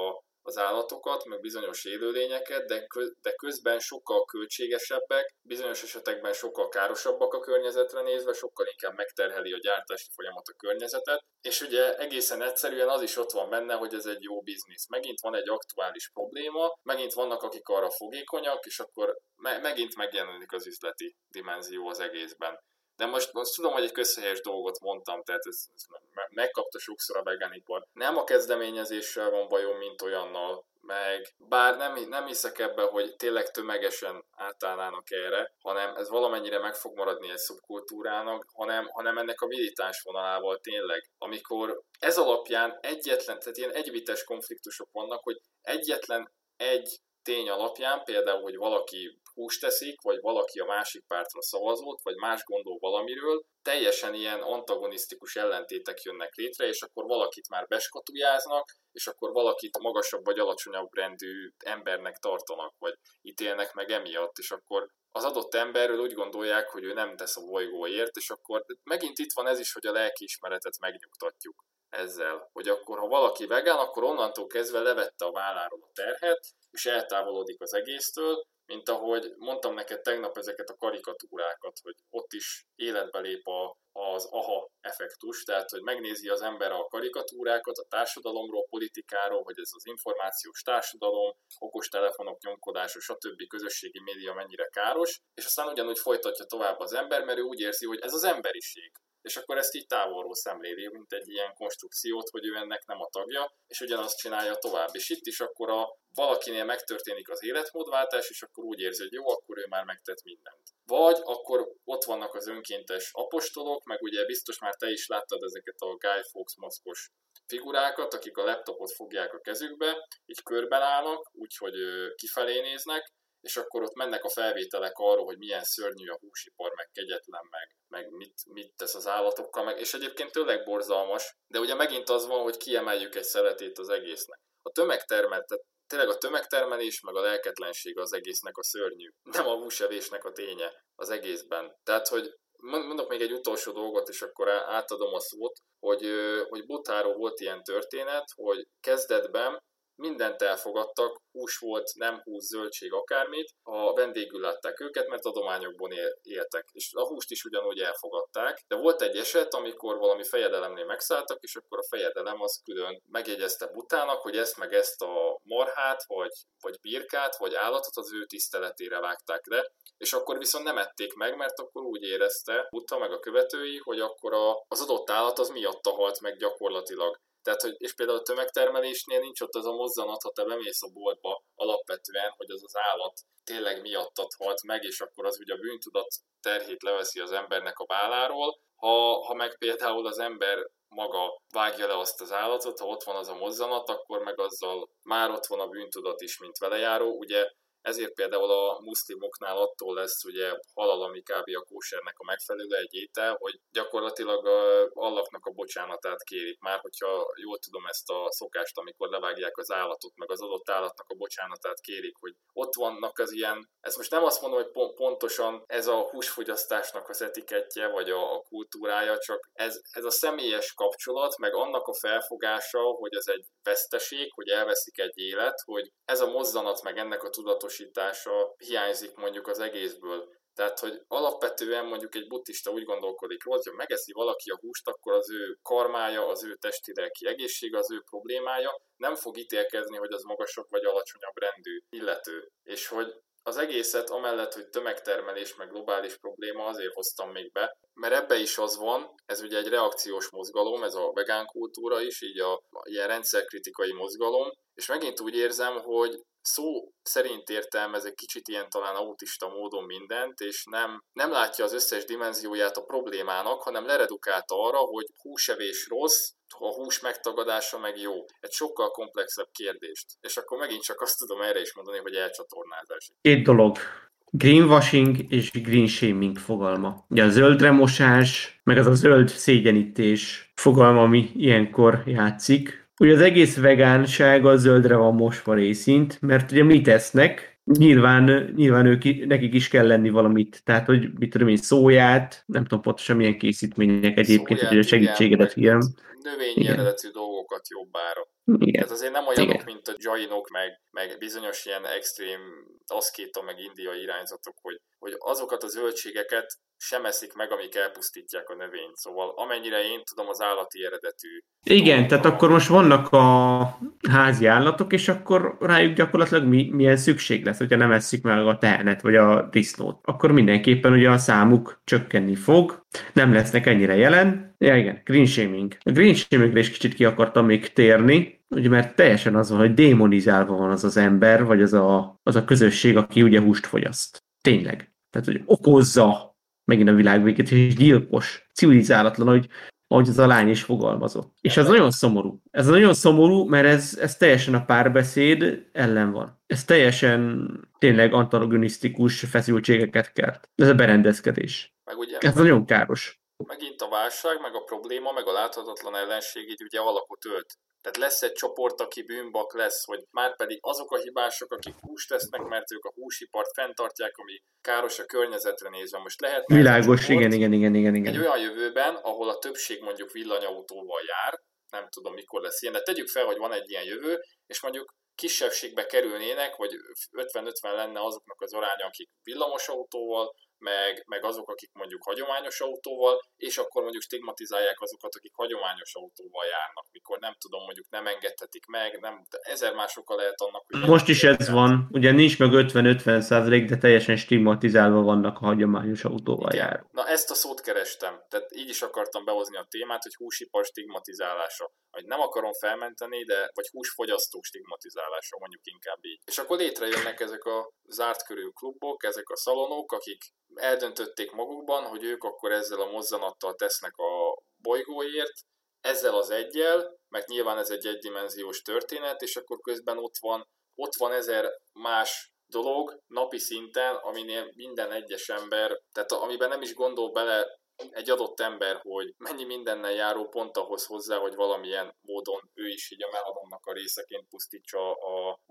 az állatokat, meg bizonyos élőlényeket, de közben sokkal költségesebbek, bizonyos esetekben sokkal károsabbak a környezetre nézve, sokkal inkább megterheli a gyártási folyamat a környezetet, és ugye egészen egyszerűen az is ott van benne, hogy ez egy jó biznisz. Megint van egy aktuális probléma, megint vannak, akik arra fogékonyak, és akkor megint megjelenik az üzleti dimenzió az egészben. De most tudom, hogy egy közhelyes dolgot mondtam, tehát ez megkapta sokszor a vegánipar. Nem a kezdeményezéssel van bajom, mint olyannal, meg bár nem hiszek ebben, hogy tényleg tömegesen átállnának erre, hanem ez valamennyire meg fog maradni egy szubkultúrának, hanem ennek a militáns vonalával tényleg. Amikor ez alapján tehát ilyen egyvites konfliktusok vannak, hogy egyetlen egy tény alapján, például, hogy valaki húst teszik, vagy valaki a másik pártra szavazott, vagy más gondol valamiről, teljesen ilyen antagonisztikus ellentétek jönnek létre, és akkor valakit már beskatujáznak, és akkor valakit magasabb vagy alacsonyabb rendű embernek tartanak, vagy ítélnek meg emiatt, és akkor az adott emberről úgy gondolják, hogy ő nem tesz a bolygóért, és akkor megint itt van ez is, hogy a lelkiismeretet megnyugtatjuk ezzel, hogy akkor ha valaki vegán, akkor onnantól kezdve levette a válláról a terhet, és eltávolodik az egésztől, mint ahogy mondtam neked tegnap ezeket a karikatúrákat, hogy ott is életbe lép az aha effektus, tehát hogy megnézi az ember a karikatúrákat, a társadalomról, politikáról, hogy ez az információs társadalom, okostelefonok nyomkodása, stb. Közösségi média mennyire káros, és aztán ugyanúgy folytatja tovább az ember, mert ő úgy érzi, hogy ez az emberiség. És akkor ezt így távolról szemléli, mint egy ilyen konstrukciót, hogy ő ennek nem a tagja, és ugyanazt csinálja tovább. És itt is akkor valakinél megtörténik az életmódváltás, és akkor úgy érzi, hogy jó, akkor ő már megtett mindent. Vagy akkor ott vannak az önkéntes apostolok, meg ugye biztos már te is láttad ezeket a Guy Fawkes maszkos figurákat, akik a laptopot fogják a kezükbe, így körben állnak, úgyhogy kifelé néznek, és akkor ott mennek a felvételek arról, hogy milyen szörnyű a húsipar, meg kegyetlen, meg mit tesz az állatokkal, és egyébként tényleg borzalmas, de ugye megint az van, hogy kiemeljük egy szeletét az egésznek. Tényleg a tömegtermelés, meg a lelketlenség az egésznek a szörnyű, nem a húsevésnek a ténye. az egészben. Tehát, hogy mondok még egy utolsó dolgot, és akkor átadom a szót, hogy Butáról volt ilyen történet, hogy kezdetben mindent elfogadtak, hús volt, nem hús, zöldség, akármit, a vendégül látták őket, mert adományokból éltek, és a húst is ugyanúgy elfogadták, de volt egy eset, amikor valami fejedelemnél megszálltak, és akkor a fejedelem az külön megjegyezte Butának, hogy ezt meg ezt a marhát, vagy birkát, vagy állatot az ő tiszteletére vágták le, és akkor viszont nem ették meg, mert akkor úgy érezte Buta meg a követői, hogy akkor az adott állat az miatta halt meg gyakorlatilag. Tehát, hogy, és például a tömegtermelésnél nincs ott az a mozzanat, ha te bemész a boltba alapvetően, hogy az állat tényleg miattat halt meg, és akkor az ugye a bűntudat terhét leveszi az embernek a válláról. Ha meg például az ember maga vágja le azt az állatot, ha ott van az a mozzanat, akkor meg azzal már ott van a bűntudat is, mint velejáró. Ugye ezért például a muszlimoknál attól lesz ugye halal, ami kb. A kósernek a megfelelő egy étel, hogy gyakorlatilag Allahnak a bocsánatát kérik már, hogyha jól tudom ezt a szokást, amikor levágják az állatot, meg az adott állatnak a bocsánatát kérik, hogy ott vannak az ilyen, ezt most nem azt mondom, hogy pontosan ez a húsfogyasztásnak az etikettje, vagy a kultúrája, csak ez a személyes kapcsolat, meg annak a felfogása, hogy ez egy veszteség, hogy elveszik egy élet, hogy ez a mozzanat, meg ennek a tudatosítása hiányzik mondjuk az egészből. Tehát, hogy alapvetően mondjuk egy buddhista úgy gondolkodik róla, hogy ha megeszi valaki a húst, akkor az ő karmája, az ő testi-lelki egészsége, az ő problémája nem fog ítélkezni, hogy az magasabb vagy alacsonyabb rendű illető. És hogy az egészet amellett, hogy tömegtermelés meg globális probléma, azért hoztam még be, mert ebbe is az van, ez ugye egy reakciós mozgalom, ez a vegán kultúra is, így a ilyen rendszerkritikai mozgalom, és megint úgy érzem, hogy szó szerint értelmez egy kicsit ilyen talán autista módon mindent, és nem látja az összes dimenzióját a problémának, hanem leredukálta arra, hogy húsevés rossz, a hús megtagadása meg jó. Egy sokkal komplexebb kérdést. És akkor megint csak azt tudom erre is mondani, hogy elcsatornázás. Két dolog. Greenwashing és green shaming fogalma. Ugye a zöldre mosás, meg az a zöld szégyenítés fogalma, ami ilyenkor játszik. Ugye az egész vegánság a zöldre van mosva részint, mert ugye mit esznek? Nyilván nekik is kell lenni valamit, tehát hogy mit tudom én, szóját, nem tudom pontosan milyen készítmények egyébként, hogy a segítségedet ilyen. Növényi eredetű dolgokat jobbára. Igen. Tehát azért nem olyanok, mint a jainok, meg bizonyos ilyen extrém aszkéta, meg indiai irányzatok, hogy azokat a zöldségeket sem eszik meg, amik elpusztítják a növényt. Szóval amennyire én tudom, az állati eredetű. Igen, tehát akkor most vannak a házi állatok, és akkor rájuk gyakorlatilag milyen szükség lesz, hogyha nem eszik meg a tehenet vagy a disznót. Akkor mindenképpen ugye a számuk csökkenni fog, nem lesznek ennyire jelen. Ja igen, green shaming. A green shamingre is kicsit ki akartam még térni, ugye mert teljesen az van, hogy démonizálva van az az ember, vagy az a közösség, aki ugye húst fogyaszt. Tényleg. Tehát, hogy okozza megint a világvégét, és gyilkos, civilizálatlan, ahogy az a lány is fogalmazott. És ez nagyon szomorú. Ez nagyon szomorú, mert ez teljesen a párbeszéd ellen van. Ez teljesen tényleg antagonisztikus feszültségeket kelt. Ez a berendezkedés. Ez nagyon káros. Megint a válság, meg a probléma, meg a láthatatlan ellenség így ugye alakot ölt. Tehát lesz egy csoport, aki bűnbak lesz, hogy már pedig azok a hibások, akik húst tesznek, mert ők a húsipart fenntartják, ami káros a környezetre nézve. Most lehetne világos, igen. Egy olyan jövőben, ahol a többség mondjuk villanyautóval jár, nem tudom mikor lesz ilyen, de tegyük fel, hogy van egy ilyen jövő, és mondjuk kisebbségbe kerülnének, vagy 50-50 lenne azoknak az aránya, akik villamosautóval, meg azok, akik mondjuk hagyományos autóval, és akkor mondjuk stigmatizálják azokat, akik hagyományos autóval járnak, mikor nem tudom, mondjuk nem engedhetik meg, nem, ezer más oka lehet annak, hogy... Most is ez van, ugye nincs meg 50-50%, de teljesen stigmatizálva vannak a hagyományos autóval járó. Na ezt a szót kerestem, tehát így is akartam behozni a témát, hogy húsipar stigmatizálása. Hogy nem akarom felmenteni, de vagy húsfogyasztók stigmatizálása, mondjuk inkább így. És akkor létrejönnek ezek a zárt körű klubok, ezek a szalonok, akik eldöntötték magukban, hogy ők akkor ezzel a mozzanattal tesznek a bolygóért, ezzel az eggyel, mert nyilván ez egy egydimenziós történet, és akkor közben ott van ezer más dolog napi szinten, aminél minden egyes ember, tehát amiben nem is gondol bele egy adott ember, hogy mennyi mindennel járó pont ahhoz hozzá, hogy valamilyen módon ő is így a Meladonnak a részeként pusztítsa a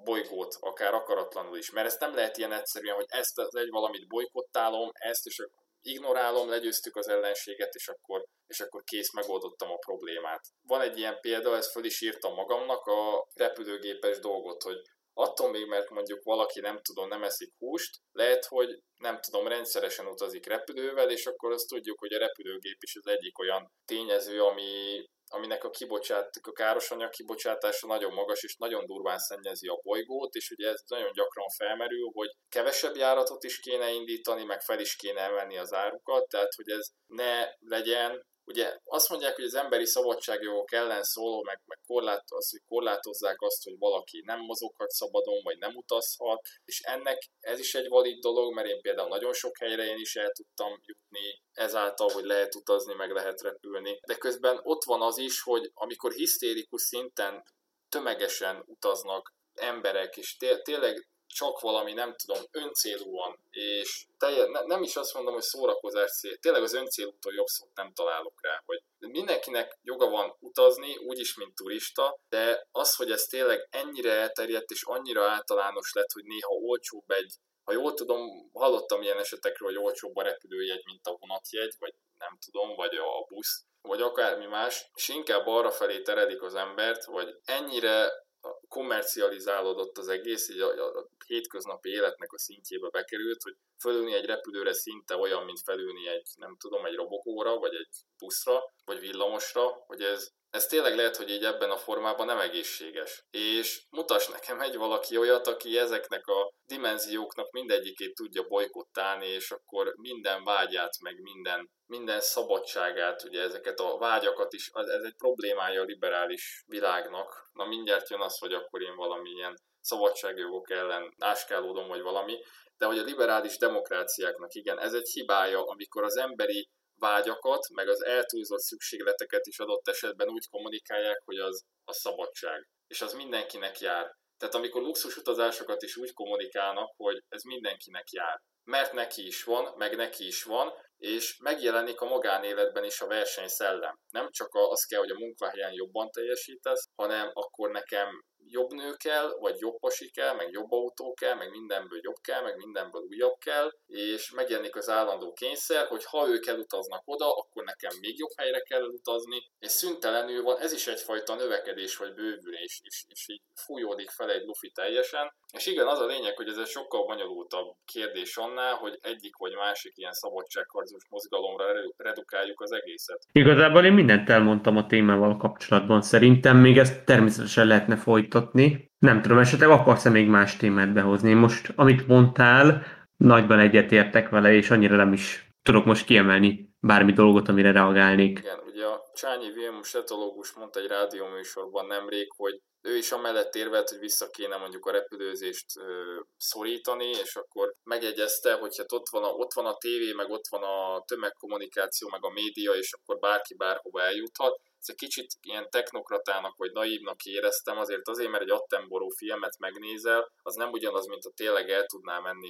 bolygót, akár akaratlanul is. Mert ezt nem lehet ilyen egyszerűen, hogy ezt az egy valamit bolykottálom, ezt és ignorálom, legyőztük az ellenséget, és akkor kész, megoldottam a problémát. Van egy ilyen példa, ezt föl is írtam magamnak, a repülőgépes dolgot, hogy attól még, mert mondjuk valaki nem eszik húst, lehet, hogy rendszeresen utazik repülővel, és akkor azt tudjuk, hogy a repülőgép is az egyik olyan tényező, aminek a károsanyag kibocsátása nagyon magas, és nagyon durván szennyezi a bolygót, és ugye ez nagyon gyakran felmerül, hogy kevesebb járatot is kéne indítani, meg fel is kéne emelni az árukat, tehát hogy ez ne legyen. Ugye azt mondják, hogy az emberi szabadságjogok ellen szóló, meg hogy korlátozzák azt, hogy valaki nem mozoghat szabadon, vagy nem utazhat, és ez is egy valid dolog, mert én például nagyon sok helyre én is el tudtam jutni ezáltal, hogy lehet utazni, meg lehet repülni. De közben ott van az is, hogy amikor hisztérikus szinten tömegesen utaznak emberek, és tényleg csak valami, öncélúan, és nem is azt mondom, hogy szórakozás cél, tényleg az öncélútól jobb szót nem találok rá, hogy mindenkinek joga van utazni, úgyis, mint turista, de az, hogy ez tényleg ennyire elterjedt, és annyira általános lett, hogy néha olcsóbb ha jól tudom, hallottam ilyen esetekről, hogy olcsóbb a repülőjegy, mint a vonatjegy, vagy vagy a busz, vagy akármi más, és inkább arra felé teredik az embert, hogy ennyire kommercializálódott az egész, így a hétköznapi életnek a szintjébe bekerült, hogy fölülni egy repülőre szinte olyan, mint felülni egy robogóra, vagy egy buszra, vagy villamosra, hogy ez tényleg lehet, hogy így ebben a formában nem egészséges. És mutass nekem valaki olyat, aki ezeknek a dimenzióknak mindegyikét tudja bojkottálni, és akkor minden vágyát, meg minden szabadságát, ugye ezeket a vágyakat is, ez egy problémája a liberális világnak. Na mindjárt jön az, hogy akkor én valamilyen szabadságjogok ellen áskálódom, vagy valami, de hogy a liberális demokráciáknak igen, ez egy hibája, amikor az emberi vágyakat, meg az eltúlzott szükségleteket is adott esetben úgy kommunikálják, hogy az a szabadság. És az mindenkinek jár. Tehát amikor luxusutazásokat is úgy kommunikálnak, hogy ez mindenkinek jár. Mert neki is van, meg neki is van, és megjelenik a magánéletben is a versenyszellem. Nem csak az kell, hogy a munkahelyen jobban teljesítesz, hanem akkor nekem jobb nő kell, vagy jobb pasi kell, meg jobb autó kell, meg mindenből jobb kell, meg mindenből újabb kell, és megjelenik az állandó kényszer, hogy ha ők elutaznak oda, akkor nekem még jobb helyre kell elutazni, és szüntelenül van, ez is egyfajta növekedés vagy bővülés, és így fújódik fel egy lufi teljesen. És igen, az a lényeg, hogy ez egy sokkal bonyolultabb kérdés annál, hogy egyik vagy másik ilyen szabadságharcos mozgalomra redukáljuk az egészet. Igazából én mindent elmondtam a témával kapcsolatban. Szerintem még ezt természetesen lehetne folytatni. Nem tudom, esetleg akarsz-e még más témát behozni? Most, amit mondtál, nagyban egyetértek vele, és annyira nem is tudok most kiemelni bármi dolgot, amire reagálnék. Igen, ugye a Csányi Vilmos etológus mondta egy rádióműsorban nemrég, hogy ő is amellett érvelt, hogy vissza kéne mondjuk a repülőzést szorítani, és akkor megjegyezte, hogy hát ott van a tévé, meg ott van a tömegkommunikáció, meg a média, és akkor bárki bárhova eljuthat. Ez egy kicsit ilyen technokratának vagy naívnak éreztem, azért, mert egy Attenborough filmet megnézel, az nem ugyanaz, mint a tényleg el tudná menni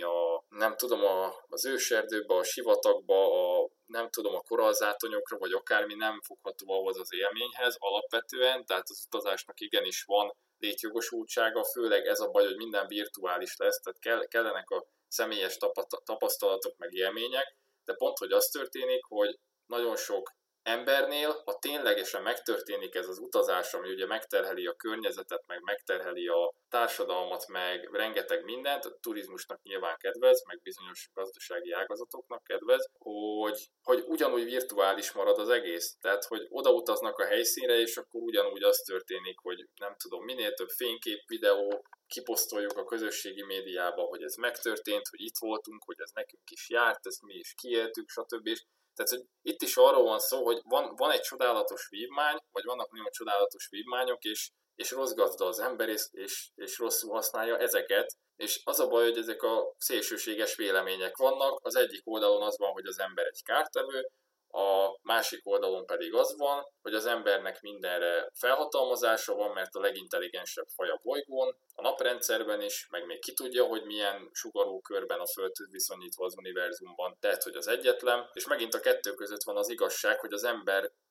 az őserdőbe, a sivatagba, a korallzátonyokra, vagy akármi, nem fogható ahhoz az élményhez alapvetően, tehát az utazásnak igenis van létjogosultsága, főleg ez a baj, hogy minden virtuális lesz, tehát kellenek a személyes tapasztalatok meg élmények, de pont, hogy az történik, hogy nagyon sok embernél, ha ténylegesen megtörténik ez az utazás, ami ugye megterheli a környezetet, meg megterheli a társadalmat, meg rengeteg mindent, a turizmusnak nyilván kedvez, meg bizonyos gazdasági ágazatoknak kedvez, hogy ugyanúgy virtuális marad az egész. Tehát, hogy odautaznak a helyszínre, és akkor ugyanúgy az történik, hogy minél több fénykép, videó, kiposztoljuk a közösségi médiába, hogy ez megtörtént, hogy itt voltunk, hogy ez nekünk is járt, ezt mi is kiéltük, stb. Tehát, hogy itt is arról van szó, hogy van egy csodálatos vívmány, vagy vannak nagyon csodálatos vívmányok, és rossz gazda az ember, és rosszul használja ezeket. És az a baj, hogy ezek a szélsőséges vélemények vannak. Az egyik oldalon az van, hogy az ember egy kártevő, a másik oldalon pedig az van, hogy az embernek mindenre felhatalmazása van, mert a legintelligensebb faj a bolygón, a naprendszerben is, meg még ki tudja, hogy milyen sugarókörben a Földhöz viszonyítva az univerzumban, tehát hogy az egyetlen, és megint a kettő között van az igazság, hogy az ember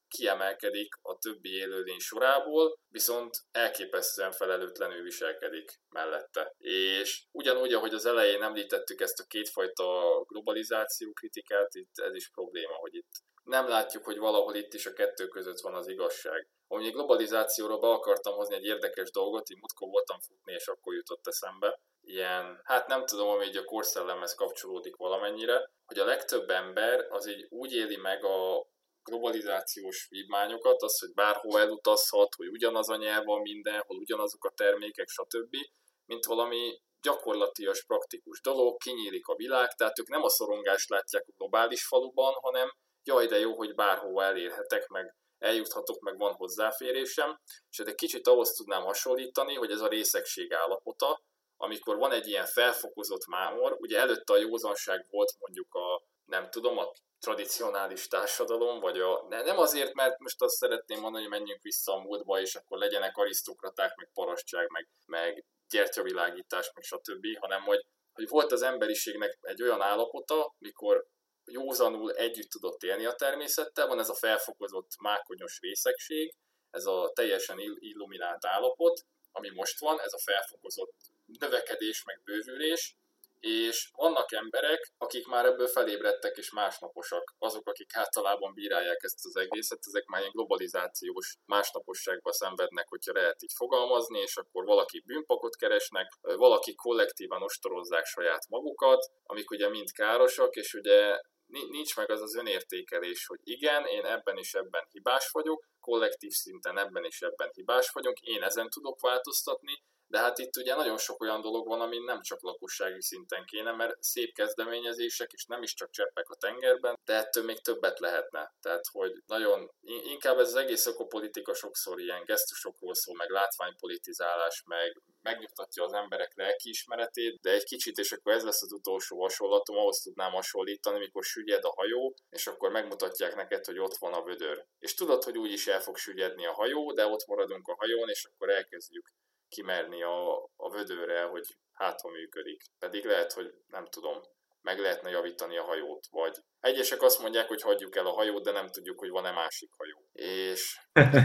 kiemelkedik a többi élőlény sorából, viszont elképesztően felelőtlenül viselkedik mellette. És ugyanúgy, ahogy az elején említettük ezt a kétfajta globalizáció kritikát, itt ez is probléma, hogy itt nem látjuk, hogy valahol itt is a kettő között van az igazság. Ahogy globalizációra be akartam hozni egy érdekes dolgot, így múltkor voltam futni, és akkor jutott eszembe. Ilyen, hát nem tudom, ami így a korszellemhez kapcsolódik valamennyire, hogy a legtöbb ember az így úgy éli meg a globalizációs vívmányokat, az, hogy bárhol elutazhat, hogy ugyanaz a nyelv van mindenhol, ugyanazok a termékek, stb., mint valami gyakorlatias, praktikus dolog, kinyílik a világ, tehát ők nem a szorongást látják a globális faluban, hanem jaj, de jó, hogy bárhova elérhetek, meg eljuthatok, meg van hozzáférésem, és egy kicsit ahhoz tudnám hasonlítani, hogy ez a részegség állapota, amikor van egy ilyen felfokozott mámor, ugye előtte a józanság volt mondjuk nem tudom, a tradicionális társadalom, vagy nem azért, mert most azt szeretném mondani, hogy menjünk vissza a múltba, és akkor legyenek arisztokraták, meg parasztság, meg gyertyavilágítás, meg stb., hanem hogy volt az emberiségnek egy olyan állapota, mikor józanul együtt tudott élni a természettel, van ez a felfokozott mákonyos részegség, ez a teljesen illuminált állapot, ami most van, ez a felfokozott növekedés, meg bővülés, és vannak emberek, akik már ebből felébredtek és másnaposak. Azok, akik általában bírálják ezt az egészet, ezek már ilyen globalizációs másnaposságba szenvednek, hogyha lehet így fogalmazni, és akkor valaki bűnpakot keresnek, valaki kollektívan ostorozzák saját magukat, amik ugye mind károsak, és ugye nincs meg az az önértékelés, hogy igen, én ebben és ebben hibás vagyok, kollektív szinten ebben és ebben hibás vagyok, én ezen tudok változtatni, de hát itt ugye nagyon sok olyan dolog van, ami nem csak lakossági szinten kéne, mert szép kezdeményezések, és nem is csak cseppek a tengerben, de ettől még többet lehetne. Tehát, hogy nagyon, inkább ez az egész ökopolitika sokszor ilyen gesztusokról szól, meg látványpolitizálás, meg megnyugtatja az emberek lelkiismeretét, de egy kicsit, és akkor ez lesz az utolsó hasonlatom, ahhoz tudnám hasonlítani, mikor sügyed a hajó, és akkor megmutatják neked, hogy ott van a vödör. És tudod, hogy úgyis el fog sügyedni a hajó, de ott maradunk a hajón, és akkor elkezdjük kimerni a vödörre, hogy hát ha működik. Pedig lehet, hogy nem tudom, meg lehetne javítani a hajót, vagy egyesek azt mondják, hogy hagyjuk el a hajót, de nem tudjuk, hogy van-e másik hajó. És...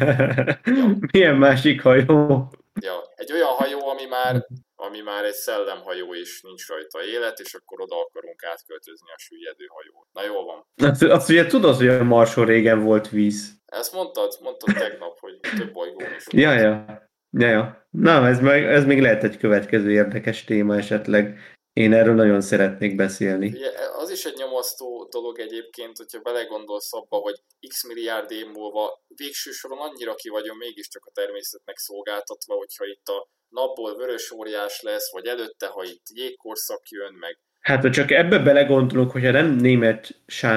ja. Milyen másik hajó? Ja, egy olyan hajó, ami már egy szellemhajó, és nincs rajta élet, és akkor oda akarunk átköltözni a süllyedő hajót. Na jól van. Azt ugye tudod, hogy a Marson régen volt víz. Ezt mondtad tegnap, hogy több bolygón is volt. Ja. Na, ez még lehet egy következő érdekes téma esetleg. Én erről nagyon szeretnék beszélni. Ja, az is egy nyomasztó dolog egyébként, hogyha belegondolsz abba, hogy x milliárd év múlva végső soron annyira ki vagyunk mégiscsak a természetnek szolgáltatva, hogyha itt a napból vörös óriás lesz, vagy előtte, ha itt jégkorszak jön, meg... Hát, hogy csak ebbe belegondolunk, hogyha nem német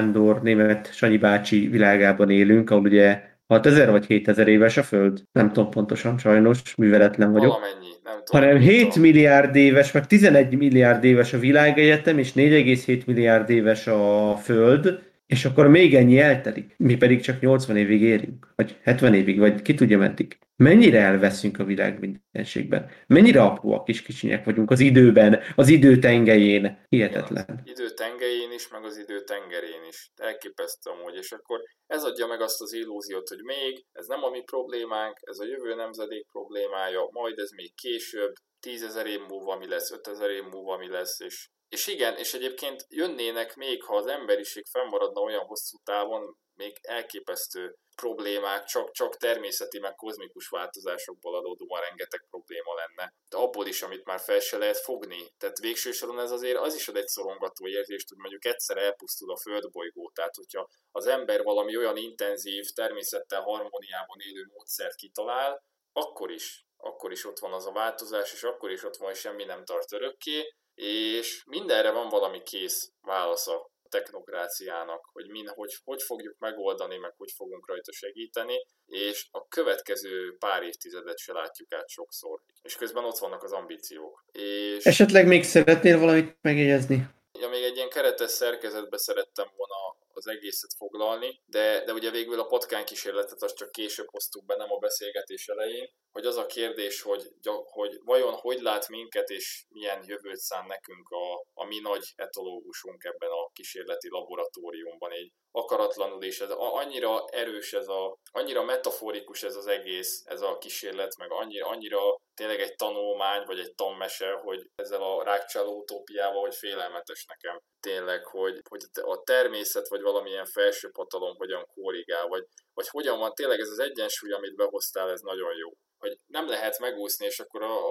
Sanyi bácsi világában élünk, ahol ugye 6000 vagy 7000 éves a Föld? Nem tudom pontosan, sajnos, műveletlen vagyok. Valamennyi, nem tudom. Hanem 7 milliárd éves, meg 11 milliárd éves a világegyetem, és 4,7 milliárd éves a Föld, és akkor még ennyi eltelik. Mi pedig csak 80 évig érünk, vagy 70 évig, vagy ki tudja meddig. Mennyire elveszünk a világ mindenségben? Mennyire apróak és kicsinyek vagyunk az időben, az idő tengelyén? Hihetetlen. Az idő tengelyén is, meg az idő tengerén is. Elképesztő amúgy, és akkor ez adja meg azt az illúziót, hogy még ez nem a mi problémánk, ez a jövő nemzedék problémája, majd ez még később, 10 000 év múlva mi lesz, 5 000 év múlva mi lesz, és igen, és egyébként jönnének még, ha az emberiség fennmaradna olyan hosszú távon, még elképesztő problémák, csak természeti, meg kozmikus változásokból adódóan rengeteg probléma lenne. De abból is, amit már fel se lehet fogni. Tehát végső soron ez azért az is ad egy szorongató érzést, hogy mondjuk egyszer elpusztul a földbolygó. Tehát, hogyha az ember valami olyan intenzív, természettel harmóniában élő módszert kitalál, akkor is ott van az a változás, és akkor is ott van, hogy semmi nem tart örökké, és mindenre van valami kész válasza technokráciának, hogy fogjuk megoldani, meg hogy fogunk rajta segíteni, és a következő pár évtizedet se látjuk át sokszor. És közben ott vannak az ambíciók. És... Esetleg még szeretnél valamit megjegyezni? Ja, még egy ilyen keretes szerkezetbe szerettem volna az egészet foglalni, de ugye végül a patkány kísérletet azt csak később hoztuk be, nem a beszélgetés elején, hogy az a kérdés, hogy vajon hogy lát minket és milyen jövőt szán nekünk a mi nagy etológusunk ebben a kísérleti laboratóriumban, így akaratlanul, és ez annyira erős, annyira metaforikus ez az egész, ez a kísérlet, meg annyira tényleg egy tanulmány, vagy egy tanmese, hogy ezzel a rákcsáló utópiával, hogy félelmetes nekem tényleg, hogy a természet, vagy valamilyen felső hatalom hogyan korrigál, vagy hogyan van tényleg ez az egyensúly, amit behoztál, ez nagyon jó. Hogy nem lehet megúszni, és akkor a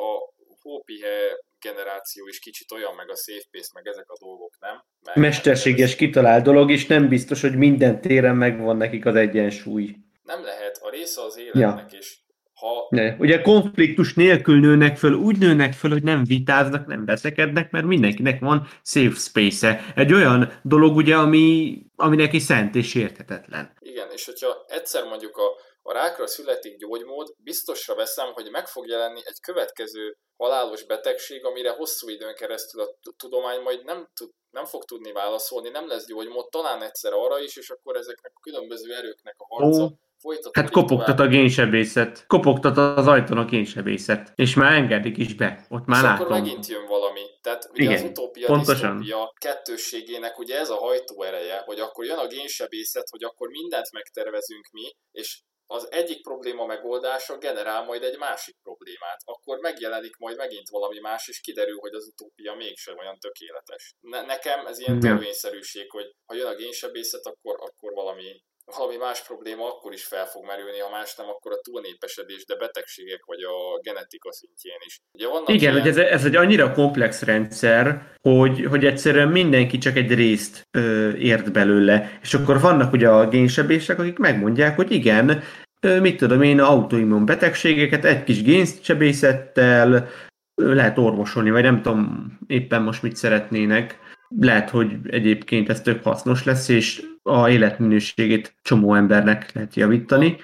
hópihe generáció is kicsit olyan, meg a Safe Pace, meg ezek a dolgok, nem? Mesterséges kitalált dolog, és nem biztos, hogy minden téren megvan nekik az egyensúly. Nem lehet, a része az életnek, Ja. és Ugye konfliktus nélkül nőnek föl, úgy nőnek föl, hogy nem vitáznak, nem veszekednek, mert mindenkinek van safe space-e. Egy olyan dolog, ugye, ami neki szent és érthetetlen. Igen, és hogyha egyszer mondjuk a rákra születik gyógymód, biztosra veszem, hogy meg fog jelenni egy következő halálos betegség, amire hosszú időn keresztül a tudomány majd nem fog tudni válaszolni, nem lesz gyógymód, talán egyszer arra is, és akkor ezeknek a különböző erőknek a harca folytatódik. Hát kopogtat a génsebészet. Kopogtat az ajtón a génsebészet. És már engedik is be. Ott már és látom. akkor megint jön valami. Tehát ugye igen, az utópia, pontosan. disztópia kettősségének ugye ez a hajtóereje, hogy akkor jön a génsebészet, hogy akkor mindent megtervezünk mi, és az egyik probléma megoldása generál majd egy másik problémát. Akkor megjelenik majd megint valami más, és kiderül, hogy az utópia mégsem olyan tökéletes. Nekem ez ilyen törvényszerűség, hogy ha jön a génsebészet, akkor valami más probléma akkor is fel fog merülni, ha más nem, akkor a túlnépesedés, de betegségek vagy a genetika szintjén is. Ugye igen, hogy ez egy annyira komplex rendszer, hogy egyszerűen mindenki csak egy részt ért belőle. És akkor vannak ugye a génsebészek, akik megmondják, hogy igen, mit tudom én, autoimmun betegségeket egy kis génsebészettel lehet orvosolni, vagy nem tudom éppen most mit szeretnének. Lehet, hogy egyébként ez tök hasznos lesz, és a életminőségét csomó embernek lehet javítani,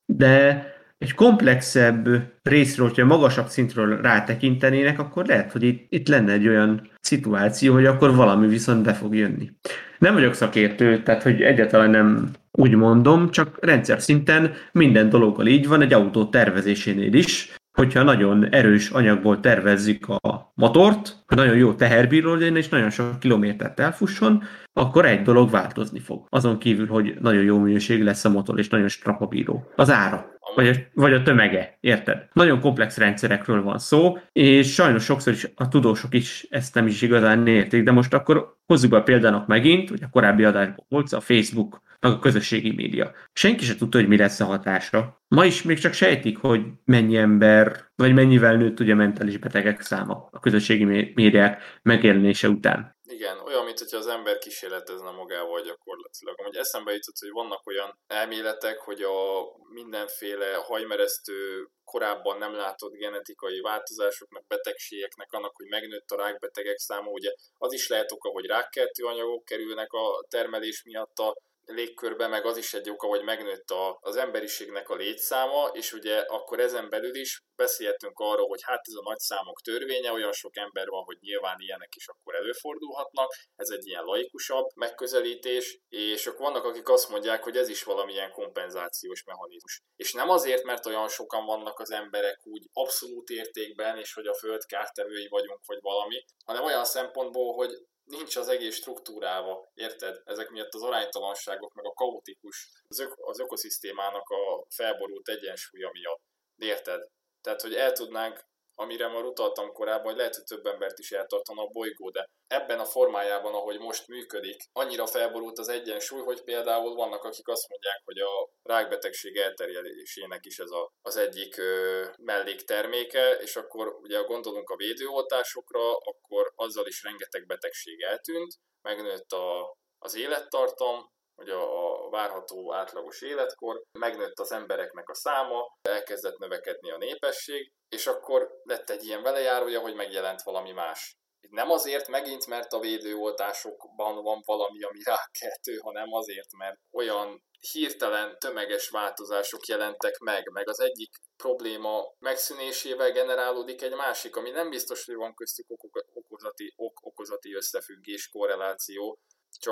de egy komplexebb részről, hogyha magasabb szintről rátekintenének, akkor lehet, hogy itt lenne egy olyan szituáció, hogy akkor valami viszont be fog jönni. Nem vagyok szakértő, tehát hogy egyáltalán nem úgy mondom, csak rendszer szinten minden dologgal így van, egy autó tervezésénél is, hogyha nagyon erős anyagból tervezzük a motort, hogy nagyon jó teherbíró legyen, és nagyon sok kilométert elfusson, akkor egy dolog változni fog. Azon kívül, hogy nagyon jó minőség lesz a motor, és nagyon strapabíró. Az ára. Vagy a tömege, érted? Nagyon komplex rendszerekről van szó, és sajnos sokszor is a tudósok is ezt nem is igazán értik, de most akkor hozzuk be a példának megint, hogy a korábbi adásban volt a Facebook, meg a közösségi média. Senki se tudta, hogy mi lesz a hatása. Ma is még csak sejtik, hogy mennyi ember, vagy mennyivel nőtt ugye a mentális betegek száma a közösségi médiák megjelenése után. Igen, olyan, mint hogyha az ember kísérletezne magával gyakorlatilag. Amúgy eszembe jutott, hogy vannak olyan elméletek, hogy a mindenféle hajmeresztő, korábban nem látott genetikai változásoknak, betegségeknek, annak, hogy megnőtt a rákbetegek száma, ugye az is lehet oka, hogy rákkeltő anyagok kerülnek a termelés miatt a légkörbe, meg az is egy oka, hogy megnőtt az emberiségnek a létszáma, és ugye akkor ezen belül is beszéltünk arról, hogy hát ez a nagyszámok törvénye, olyan sok ember van, hogy nyilván ilyenek is akkor előfordulhatnak, ez egy ilyen laikusabb megközelítés, és akkor vannak, akik azt mondják, hogy ez is valamilyen kompenzációs mechanizmus. És nem azért, mert olyan sokan vannak az emberek úgy abszolút értékben, és hogy a föld kártevői vagyunk, vagy valami, hanem olyan szempontból, hogy nincs az egész struktúrálva, érted? Ezek miatt az aránytalanságok, meg a kaotikus, az ökoszisztémának a felborult egyensúlya miatt, érted? Tehát, hogy el tudnánk, amire már utaltam korábban, hogy lehet, hogy több embert is eltartana a bolygó, de ebben a formájában, ahogy most működik, annyira felborult az egyensúly, hogy például vannak, akik azt mondják, hogy a rákbetegség elterjedésének is ez az egyik mellékterméke, és akkor ugye gondolunk a védőoltásokra, akkor azzal is rengeteg betegség eltűnt, megnőtt az élettartam, hogy a várható átlagos életkor, megnőtt az embereknek a száma, elkezdett növekedni a népesség, és akkor lett egy ilyen velejárója, hogy megjelent valami más. Nem azért megint, mert a védőoltásokban van valami, ami rákkeltő, hanem azért, mert olyan hirtelen tömeges változások jelentek meg az egyik probléma megszűnésével generálódik egy másik, ami nem biztos, hogy van köztük okozati összefüggés, korreláció, csak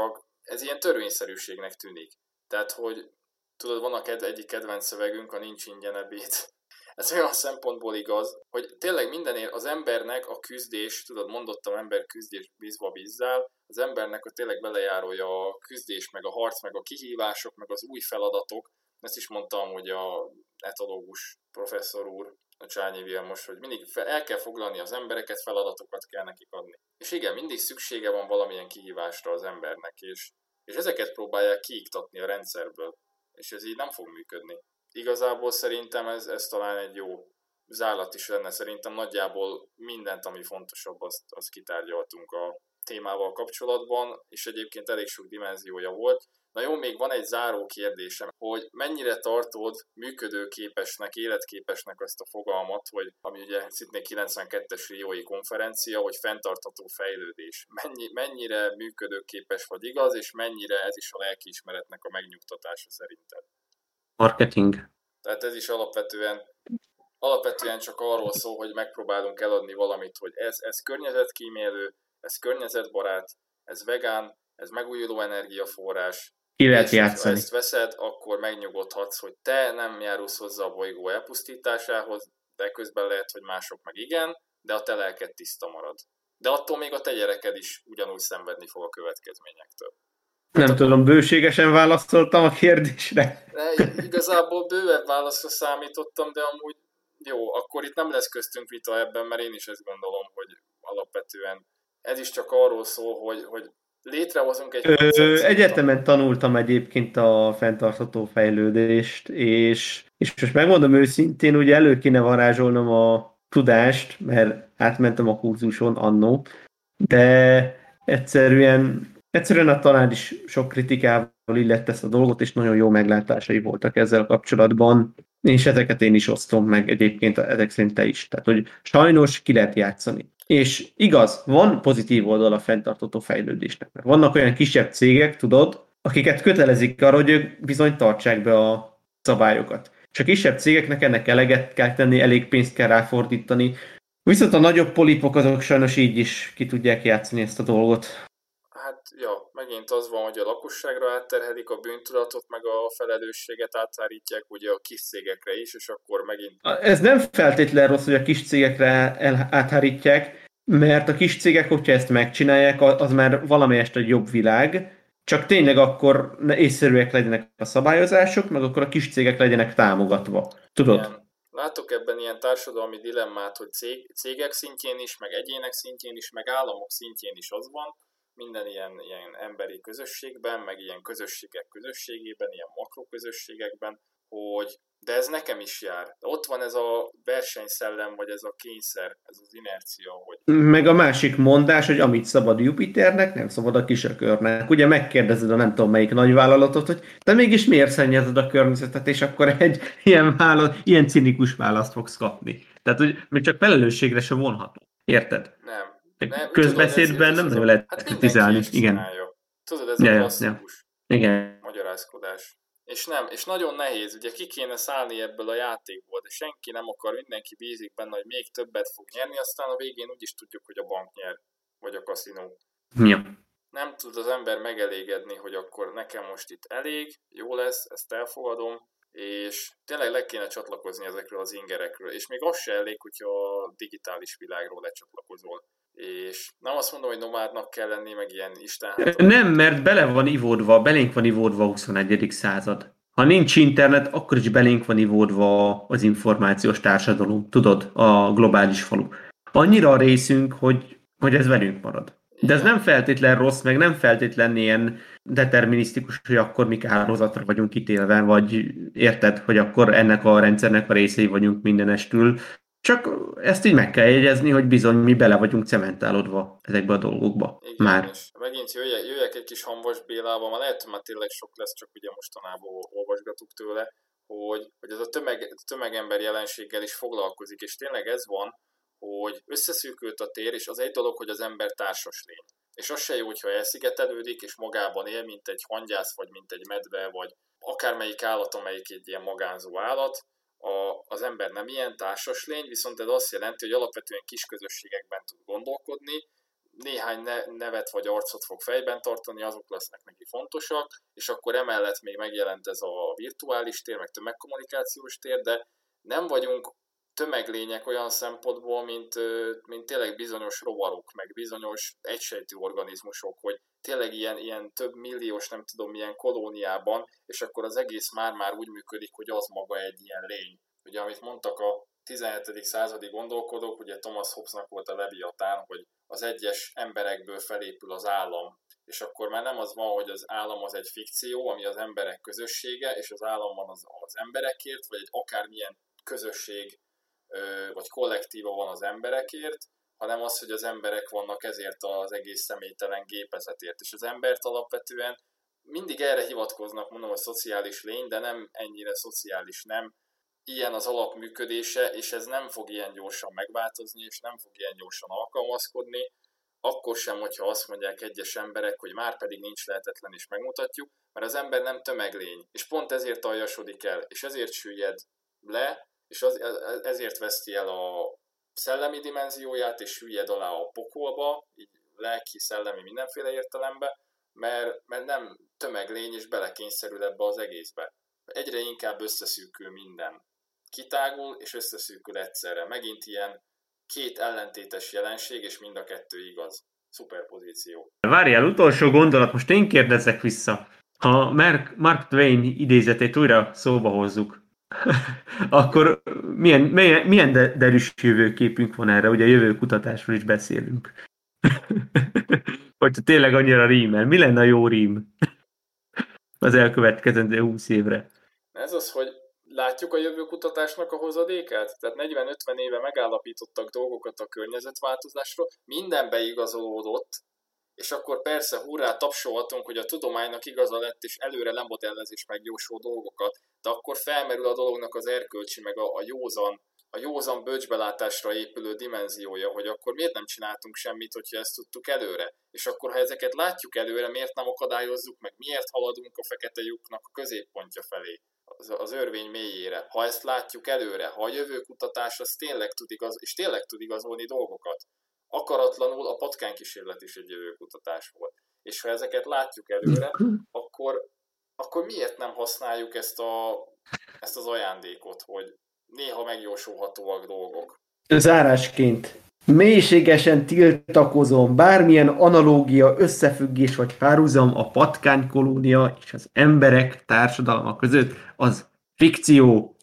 ez ilyen törvényszerűségnek tűnik. Tehát, hogy tudod, van egyik kedvenc szövegünk, a nincs ingyen ebéd. Ez olyan szempontból igaz, hogy tényleg mindenért az embernek a küzdés, tudod, mondottam ember küzdés bízva bízzál, az embernek a tényleg belejárója a küzdés, meg a harc, meg a kihívások, meg az új feladatok. Ezt is mondtam, hogy a etológus professzor úr, a Csányi Vilmos, hogy mindig el kell foglalni az embereket, feladatokat kell nekik adni. És igen, mindig szüksége van valamilyen kihívásra az embernek, és ezeket próbálják kiiktatni a rendszerből, és ez így nem fog működni. Igazából szerintem ez talán egy jó zárlat is lenne, szerintem nagyjából mindent, ami fontosabb, azt kitárgyaltunk a témával kapcsolatban, és egyébként elég sok dimenziója volt. Na jó, még van egy záró kérdésem, hogy mennyire tartod működőképesnek, életképesnek ezt a fogalmat, hogy ami ugye Sydney 92-es Riói konferencia, hogy fenntartható fejlődés. Mennyire működőképes vagy igaz, és mennyire ez is a lelkiismeretnek a megnyugtatása szerinted? Marketing. Tehát ez is alapvetően csak arról szól, hogy megpróbálunk eladni valamit, hogy ez környezetkímélő, ez környezetbarát, ez vegán, ez megújuló energiaforrás. Ki lehet játszani. Ha ezt veszed, akkor megnyugodhatsz, hogy te nem járulsz hozzá a bolygó elpusztításához, de közben lehet, hogy mások meg igen, de a te lelked tiszta marad. De attól még a te gyereked is ugyanúgy szenvedni fog a következményektől. Nem tudom, bőségesen válaszoltam a kérdésre. Igazából bővebb válaszra számítottam, de amúgy jó, akkor itt nem lesz köztünk vita ebben, mert én is ezt gondolom, hogy alapvetően ez is csak arról szól, hogy létrehozunk egy koncepciót. Egyetemen tanultam egyébként a fenntartható fejlődést, és most megmondom őszintén, ugye elő kéne varázsolnom a tudást, mert átmentem a kurzuson annó, de egyszerűen a tanár is sok kritikával illett ezt a dolgot, és nagyon jó meglátásai voltak ezzel kapcsolatban, és ezeket én is osztom meg egyébként ezek szerint te is. Tehát, hogy sajnos ki lehet játszani. És igaz, van pozitív oldal a fenntartható fejlődésnek. Mert vannak olyan kisebb cégek, tudod, akiket kötelezik arra, hogy ők bizony tartsák be a szabályokat. És a kisebb cégeknek ennek eleget kell tenni, elég pénzt kell ráfordítani. Viszont a nagyobb polipok azok sajnos így is ki tudják játszani ezt a dolgot. Hát, ja, megint az van, hogy a lakosságra átterhelik a bűntudatot, meg a felelősséget áthárítják ugye a kis cégekre is, és akkor megint... Ez nem feltétlenül rossz, hogy a kis cégekre áthárítják, mert a kis cégek, hogyha ezt megcsinálják, az már valamelyest egy jobb világ, csak tényleg akkor észszerűek legyenek a szabályozások, meg akkor a kis cégek legyenek támogatva. Tudod? Igen. Látok ebben ilyen társadalmi dilemmát, hogy cégek szintjén is, meg egyének szintjén is, meg államok szintjén is az van, minden ilyen emberi közösségben, meg ilyen közösségek közösségében, ilyen makroközösségekben, hogy de ez nekem is jár. De ott van ez a versenyszellem, vagy ez a kényszer, ez az inercia, hogy... Meg a másik mondás, hogy amit szabad Jupiternek, nem szabad a kisökörnek. Ugye megkérdezed a nem tudom melyik nagyvállalatot, hogy te mégis miért szennyezed a környezetet, és akkor egy ilyen cinikus választ fogsz kapni. Tehát, hogy még csak felelősségre se vonható. Érted? Nem. Közbeszédben nem nagyon lehet kritizálni. Igen. Tudod, ez a klasszikus Igen. magyarázkodás. És nagyon nehéz, ugye ki kéne szállni ebből a játékból, de senki nem akar, mindenki bízik benne, hogy még többet fog nyerni, aztán a végén úgyis tudjuk, hogy a bank nyer, vagy a kaszinó. Ja. Nem tud az ember megelégedni, hogy akkor nekem most itt elég, jó lesz, ezt elfogadom, és tényleg le kéne csatlakozni ezekről az ingerekről, és még az se elég, hogyha a digitális világról lecsatlakozol. És nem azt mondom, hogy nomádnak kell lenni, meg ilyen Isten. Nem, mert belénk van ivódva a 21. század. Ha nincs internet, akkor is belénk van ivódva az információs társadalom, tudod, a globális falu. Annyira a részünk, hogy ez velünk marad. De ez nem feltétlen rossz, meg nem feltétlen ilyen determinisztikus, hogy akkor mi áldozatra vagyunk kitélve, vagy érted, hogy akkor ennek a rendszernek a részei vagyunk mindenestül. Csak ezt így meg kell jegyezni, hogy bizony mi bele vagyunk cementálódva ezekbe a dolgokba. Igen, már. És megint jöjjek egy kis Hamvas Bélával, már lehet, hogy már tényleg sok lesz, csak ugye mostanában olvasgatuk tőle, hogy ez a tömegember jelenséggel is foglalkozik, és tényleg ez van, hogy összeszűkült a tér, és az egy dolog, hogy az ember társas lény. És az se jó, hogyha elszigetelődik, és magában él, mint egy hangyász, vagy mint egy medve, vagy akármelyik állat, amelyik egy ilyen magánzó állat. Az ember nem ilyen társas lény, viszont ez azt jelenti, hogy alapvetően kis közösségekben tud gondolkodni, néhány nevet vagy arcot fog fejben tartani, azok lesznek neki fontosak, és akkor emellett még megjelent ez a virtuális tér, meg tömegkommunikációs tér, de nem vagyunk tömeglények olyan szempontból, mint tényleg bizonyos rovarok, meg bizonyos egysejtű organizmusok, hogy tényleg ilyen több milliós, nem tudom milyen kolóniában, és akkor az egész már úgy működik, hogy az maga egy ilyen lény. Ugye, amit mondtak a 17. századi gondolkodók, ugye Thomas Hobbesnak volt a Leviatán, hogy az egyes emberekből felépül az állam, és akkor már nem az van, hogy az állam az egy fikció, ami az emberek közössége, és az állam van az emberekért, vagy egy akármilyen közösség vagy kollektíva van az emberekért, hanem az, hogy az emberek vannak ezért az egész személytelen gépezetért. És az embert alapvetően mindig erre hivatkoznak, mondom, a szociális lény, de nem ennyire szociális, nem ilyen az alapműködése, és ez nem fog ilyen gyorsan megváltozni, és nem fog ilyen gyorsan alkalmazkodni, akkor sem, hogyha azt mondják egyes emberek, hogy már pedig nincs lehetetlen, és megmutatjuk, mert az ember nem tömeglény, és pont ezért aljasodik el, és ezért süllyed le, és ezért veszti el a szellemi dimenzióját, és süllyed alá a pokolba, így lelki, szellemi, mindenféle értelembe, mert nem tömeglény, és belekényszerül ebbe az egészbe. Egyre inkább összeszűkül minden. Kitágul, és összeszűkül egyszerre. Megint ilyen két ellentétes jelenség, és mind a kettő igaz. Szuperpozíció. Várjál, utolsó gondolat, most én kérdezzek vissza. Ha Mark Twain idézetét újra szóba hozzuk, akkor milyen derűs jövőképünk van erre? Ugye jövőkutatásról is beszélünk. Hogyha tényleg annyira rímel. Mi lenne a jó rím az elkövetkezendő 20 évre? Ez az, hogy látjuk a jövőkutatásnak a hozadékát? Tehát 40-50 éve megállapítottak dolgokat a környezetváltozásról, minden beigazolódott, és akkor persze hurrá tapsolhatunk, hogy a tudománynak igaza lett, és előre lemodellez és megjósol dolgokat, de akkor felmerül a dolognak az erkölcsi, meg a józan bölcsbelátásra épülő dimenziója, hogy akkor miért nem csináltunk semmit, hogyha ezt tudtuk előre. És akkor, ha ezeket látjuk előre, miért nem akadályozzuk meg, miért haladunk a fekete lyuknak a középpontja felé, az örvény mélyére. Ha ezt látjuk előre, ha a jövőkutatás az tényleg tud igazolni dolgokat. Akaratlanul a patkánykísérlet is egy jövőkutatás volt. És ha ezeket látjuk előre, akkor miért nem használjuk ezt az ajándékot, hogy néha megjósolhatóak dolgok. Zárásként. Mélységesen tiltakozom, bármilyen analógia, összefüggés vagy párhuzam a patkánykolónia és az emberek társadalma között, az fikció.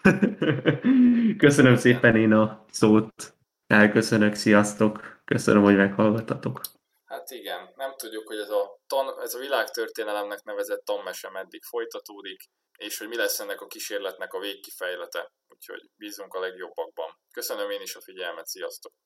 Köszönöm szépen én a szót. Elköszönök, sziasztok. Köszönöm, hogy meghallgattatok. Hát igen, nem tudjuk, hogy ez a világtörténelemnek nevezett tanmese meddig folytatódik, és hogy mi lesz ennek a kísérletnek a végkifejlete. Úgyhogy bízunk a legjobbakban. Köszönöm én is a figyelmet, sziasztok!